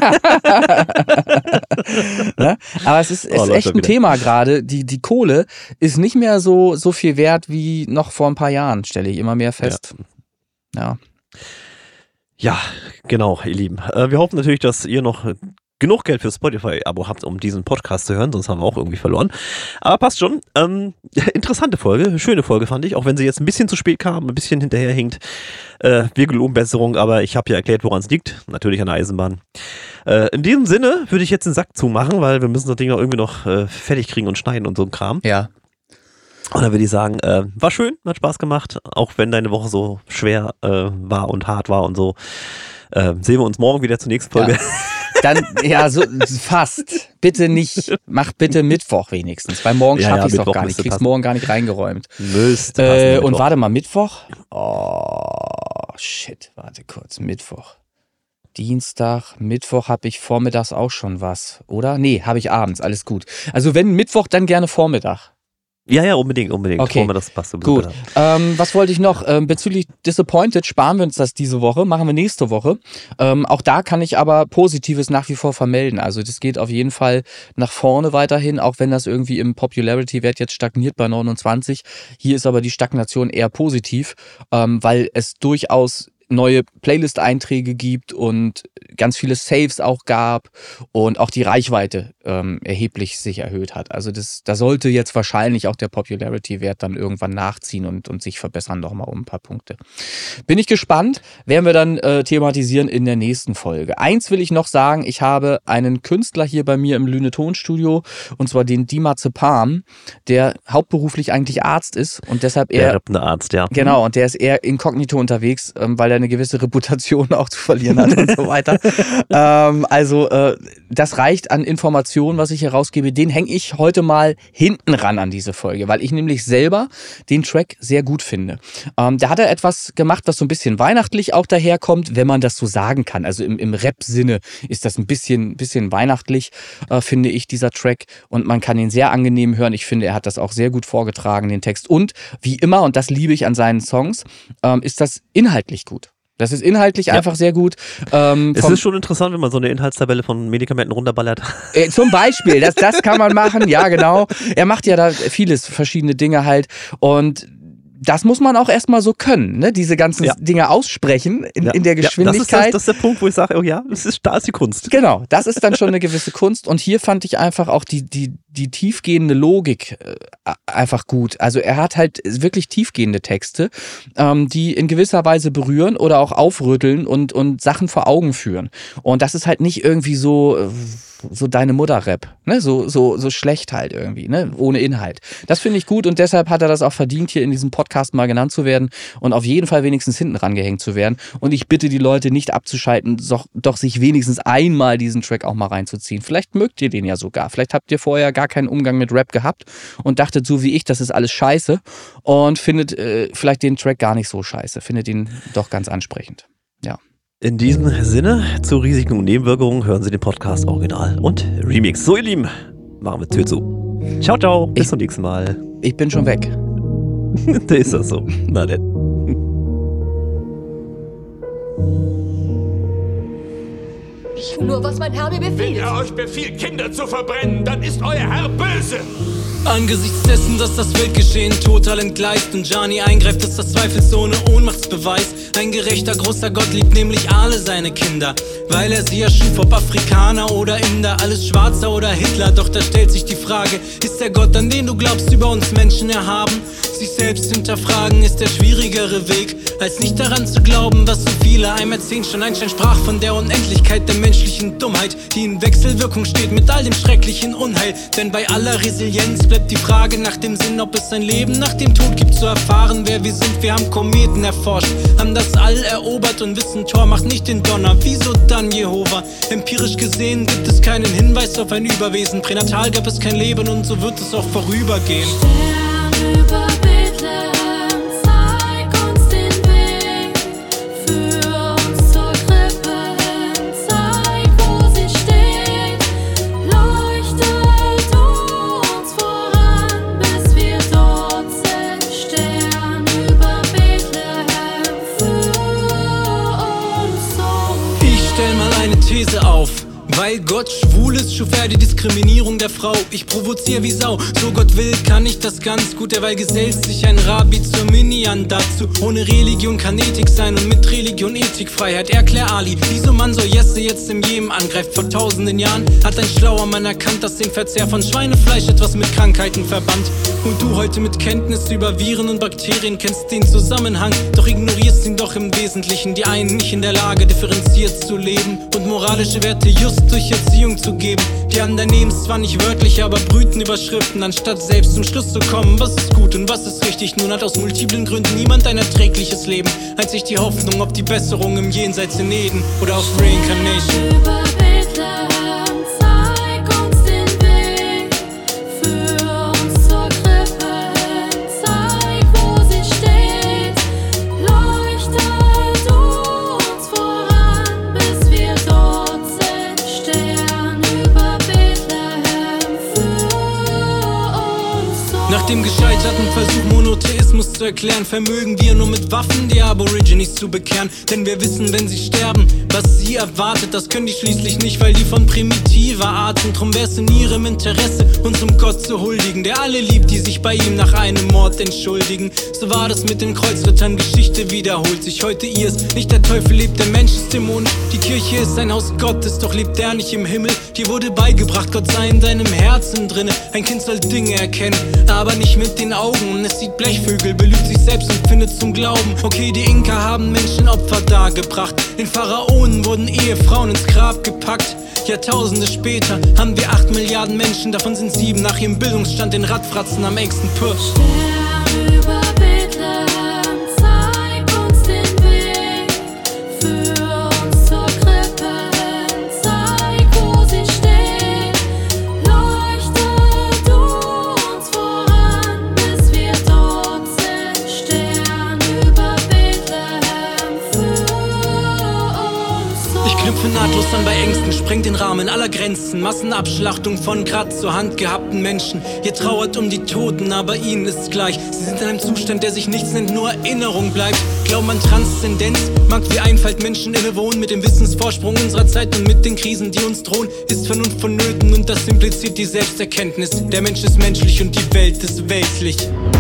Ne? Aber es ist, es Oh, ist läuft echt doch ein wieder. Thema gerade. Die, die Kohle ist nicht mehr so, so viel wert wie noch vor ein paar Jahren, stelle ich immer mehr fest. Ja. Ja, genau, ihr Lieben. Äh, wir hoffen natürlich, dass ihr noch genug Geld für Spotify-Abo habt, um diesen Podcast zu hören, sonst haben wir auch irgendwie verloren. Aber passt schon. Ähm, interessante Folge, schöne Folge fand ich, auch wenn sie jetzt ein bisschen zu spät kam, ein bisschen hinterherhinkt. Äh, wir geloben Besserung, aber ich habe ja erklärt, woran es liegt. Natürlich an der Eisenbahn. Äh, in diesem Sinne würde ich jetzt den Sack zumachen, weil wir müssen das Ding auch irgendwie noch äh, fertig kriegen und schneiden und so ein Kram. Ja. Und dann würde ich sagen, äh, war schön, hat Spaß gemacht, auch wenn deine Woche so schwer äh, war und hart war und so. Äh, sehen wir uns morgen wieder zur nächsten Folge. Ja. Dann, ja, so fast. Bitte nicht, mach bitte Mittwoch wenigstens, weil morgen Ja, schaffe ja, ich es doch Mittwoch gar nicht. müsste Krieg's passen. morgen gar nicht reingeräumt. Müsste Äh, passen, und Mittwoch. warte mal, Mittwoch? Oh, shit, warte kurz, Mittwoch. Dienstag, Mittwoch habe ich vormittags auch schon was, oder? Nee, habe ich abends, alles gut. Also wenn Mittwoch, dann gerne Vormittag. Ja, ja, unbedingt, unbedingt. Okay. Wollen wir, das passt sowieso Gut. besser. Ähm, was wollte ich noch? Ähm, bezüglich Disappointed sparen wir uns das diese Woche, machen wir nächste Woche. Ähm, auch da kann ich aber Positives nach wie vor vermelden. Also das geht auf jeden Fall nach vorne weiterhin, auch wenn das irgendwie im Popularity-Wert jetzt stagniert bei neunundzwanzig. Hier ist aber die Stagnation eher positiv, ähm, weil es durchaus neue Playlist-Einträge gibt und ganz viele Saves auch gab und auch die Reichweite ähm, erheblich sich erhöht hat. Also das, da sollte jetzt wahrscheinlich auch der Popularity-Wert dann irgendwann nachziehen und, und sich verbessern nochmal um ein paar Punkte. Bin ich gespannt, werden wir dann äh, thematisieren in der nächsten Folge. Eins will ich noch sagen, ich habe einen Künstler hier bei mir im Lüne Tonstudio und zwar den Dimazepam, der hauptberuflich eigentlich Arzt ist und deshalb Der eher rippende Arzt, ja. Genau, und der ist eher inkognito unterwegs, ähm, weil er eine gewisse Reputation auch zu verlieren hat und so weiter. ähm, also äh, das reicht an Informationen, was ich hier rausgebe. Den hänge ich heute mal hinten ran an diese Folge, weil ich nämlich selber den Track sehr gut finde. Ähm, da hat er etwas gemacht, was so ein bisschen weihnachtlich auch daherkommt, wenn man das so sagen kann. Also im, im Rap-Sinne ist das ein bisschen, bisschen weihnachtlich, äh, finde ich, dieser Track. Und man kann ihn sehr angenehm hören. Ich finde, er hat das auch sehr gut vorgetragen, den Text. Und wie immer, und das liebe ich an seinen Songs, ähm, ist das inhaltlich gut. Das ist inhaltlich Ja. einfach sehr gut. Ähm, Es vom, ist schon interessant, wenn man so eine Inhaltstabelle von Medikamenten runterballert. äh, zum Beispiel, das, das kann man machen, ja genau. Er macht ja da vieles, verschiedene Dinge halt. Und das muss man auch erstmal so können, ne? Diese ganzen Ja. Dinge aussprechen in, Ja. in der Ja, das, ist Geschwindigkeit. das, das ist der Punkt, wo ich sage, oh ja, das ist, da ist die Kunst. Genau, das ist dann schon eine gewisse Kunst. Und hier fand ich einfach auch die, die, die tiefgehende Logik äh, einfach gut. Also er hat halt wirklich tiefgehende Texte, ähm, die in gewisser Weise berühren oder auch aufrütteln und, und Sachen vor Augen führen. Und das ist halt nicht irgendwie so... Äh, so deine Mutter-Rap, ne? so, so, so schlecht halt irgendwie, ne? Ohne Inhalt. Das finde ich gut und deshalb hat er das auch verdient, hier in diesem Podcast mal genannt zu werden und auf jeden Fall wenigstens hinten rangehängt zu werden. Und ich bitte die Leute nicht abzuschalten, doch, doch sich wenigstens einmal diesen Track auch mal reinzuziehen. Vielleicht mögt ihr den ja sogar. Vielleicht habt ihr vorher gar keinen Umgang mit Rap gehabt und dachtet so wie ich, das ist alles scheiße und findet äh, vielleicht den Track gar nicht so scheiße. Findet ihn doch ganz ansprechend. Ja. In diesem Sinne, zu Risiken und Nebenwirkungen hören Sie den Podcast Original und Remix. So, ihr Lieben, machen wir Tür zu. Ciao, ciao, bis ich, zum nächsten Mal. Ich bin schon weg. Da ist das so. Na denn. Ich tue nur, was mein Herr mir befiehlt. Wenn er euch befiehlt, Kinder zu verbrennen, dann ist euer Herr böse. Angesichts dessen, dass das Weltgeschehen total entgleist und Gianni eingreift, ist das zweifelsohne Ohnmachtsbeweis. Ein gerechter, großer Gott liebt nämlich alle seine Kinder, weil er sie erschuf, ob Afrikaner oder Inder, alles Schwarzer oder Hitler. Doch da stellt sich die Frage, ist der Gott, an den du glaubst, über uns Menschen erhaben? Sich selbst hinterfragen ist der schwierigere Weg, als nicht daran zu glauben, was so viele einem erzählen. Schon Einstein sprach von der Unendlichkeit der menschlichen Dummheit, die in Wechselwirkung steht mit all dem schrecklichen Unheil. Denn bei aller Resilienz bleibt die Frage nach dem Sinn, ob es ein Leben nach dem Tod gibt. Zu erfahren, wer wir sind, wir haben Kometen erforscht, haben das All erobert und wissen, Tor macht nicht den Donner. Wieso dann Jehova? Empirisch gesehen gibt es keinen Hinweis auf ein Überwesen. Pränatal gab es kein Leben und so wird es auch vorübergehen. Stern über Bethlehem, zeig uns den Weg, führ uns zur Krippe hin, zeig, wo sie steht, leuchte du uns voran, bis wir dort sind. Stern über Bethlehem, führ uns um. Ich stell mal eine These auf. Weil Gott schwul ist, schuf er die Diskriminierung der Frau. Ich provoziere wie Sau, so Gott will, kann ich das ganz gut. Derweil gesellt sich ein Rabbi zur Minyan dazu. Ohne Religion kann Ethik sein und mit Religion Ethikfreiheit. Erklär Ali, wieso man so Jesse jetzt im Jemen angreift. Vor tausenden Jahren hat ein schlauer Mann erkannt, dass den Verzehr von Schweinefleisch etwas mit Krankheiten verband. Und du heute mit Kenntnis über Viren und Bakterien kennst den Zusammenhang, doch ignorierst ihn doch im Wesentlichen. Die einen nicht in der Lage, differenziert zu leben und moralische Werte just durch Erziehung zu geben. Die anderen nehmen es zwar nicht wörtlich, aber brüten über Schriften, anstatt selbst zum Schluss zu kommen, was ist gut und was ist richtig. Nun hat aus multiplen Gründen niemand ein erträgliches Leben, einzig die Hoffnung auf die Besserung im Jenseits in Eden oder auf Reincarnation. Über Bethlehem, zeig uns den Weg, führ uns zur Krippe hin, zeig, wo sie steht, leuchte du uns voran, bis wir dort sind. Stern über Bethlehem, führ uns um. Nach dem gescheiterten Versuch, Monotheismus zu erklären, vermögen wir nur mit Waffen die Aborigines zu bekehren. Denn wir wissen, wenn sie sterben, was sie erwartet, das können die schließlich nicht, weil die von primitiver Art sind. Drum wär's in ihrem Interesse, uns um Gott zu huldigen, der alle liebt, die sich bei ihm nach einem Mord entschuldigen. So war das mit den Kreuzrittern, Geschichte wiederholt sich. Heute ihr es, nicht der Teufel lebt, der Mensch ist dämonisch. Die Kirche ist ein Haus Gottes, doch lebt er nicht im Himmel. Dir wurde beigebracht, Gott sei in deinem Herzen drinne. Ein Kind soll Dinge erkennen, aber nicht mit den Augen. Es sieht Blechvögel, belügt sich selbst und findet zum Glauben. Okay, die Inka haben Menschenopfer dargebracht. Den Pharaonen wurden Ehefrauen ins Grab gepackt. Jahrtausende später haben wir acht Milliarden Menschen, davon sind sieben nach ihrem Bildungsstand den Radfratzen am engsten Push. Stern über Bethlehem, zeig uns den Weg, führ uns zur Krippe hin, zeig, wo sie steht, leuchte du uns voran, bis wir dort sind. Stern über Bethlehem, führ uns um. Ich knüpfe nahtlos an bei Ängsten, sprengt den Rahmen aller Grenzen. Massenabschlachtung von grad zur Hand gehabten Menschen. Ihr trauert um die Toten, aber ihnen ist's gleich. Sie sind in einem Zustand, der sich nichts nennt, nur Erinnerung bleibt. Glauben an Transzendenz, mag wie Einfalt Menschen innewohnen. Mit dem Wissensvorsprung unserer Zeit und mit den Krisen, die uns drohen, ist Vernunft vonnöten und das impliziert die Selbsterkenntnis. Der Mensch ist menschlich und die Welt ist weltlich.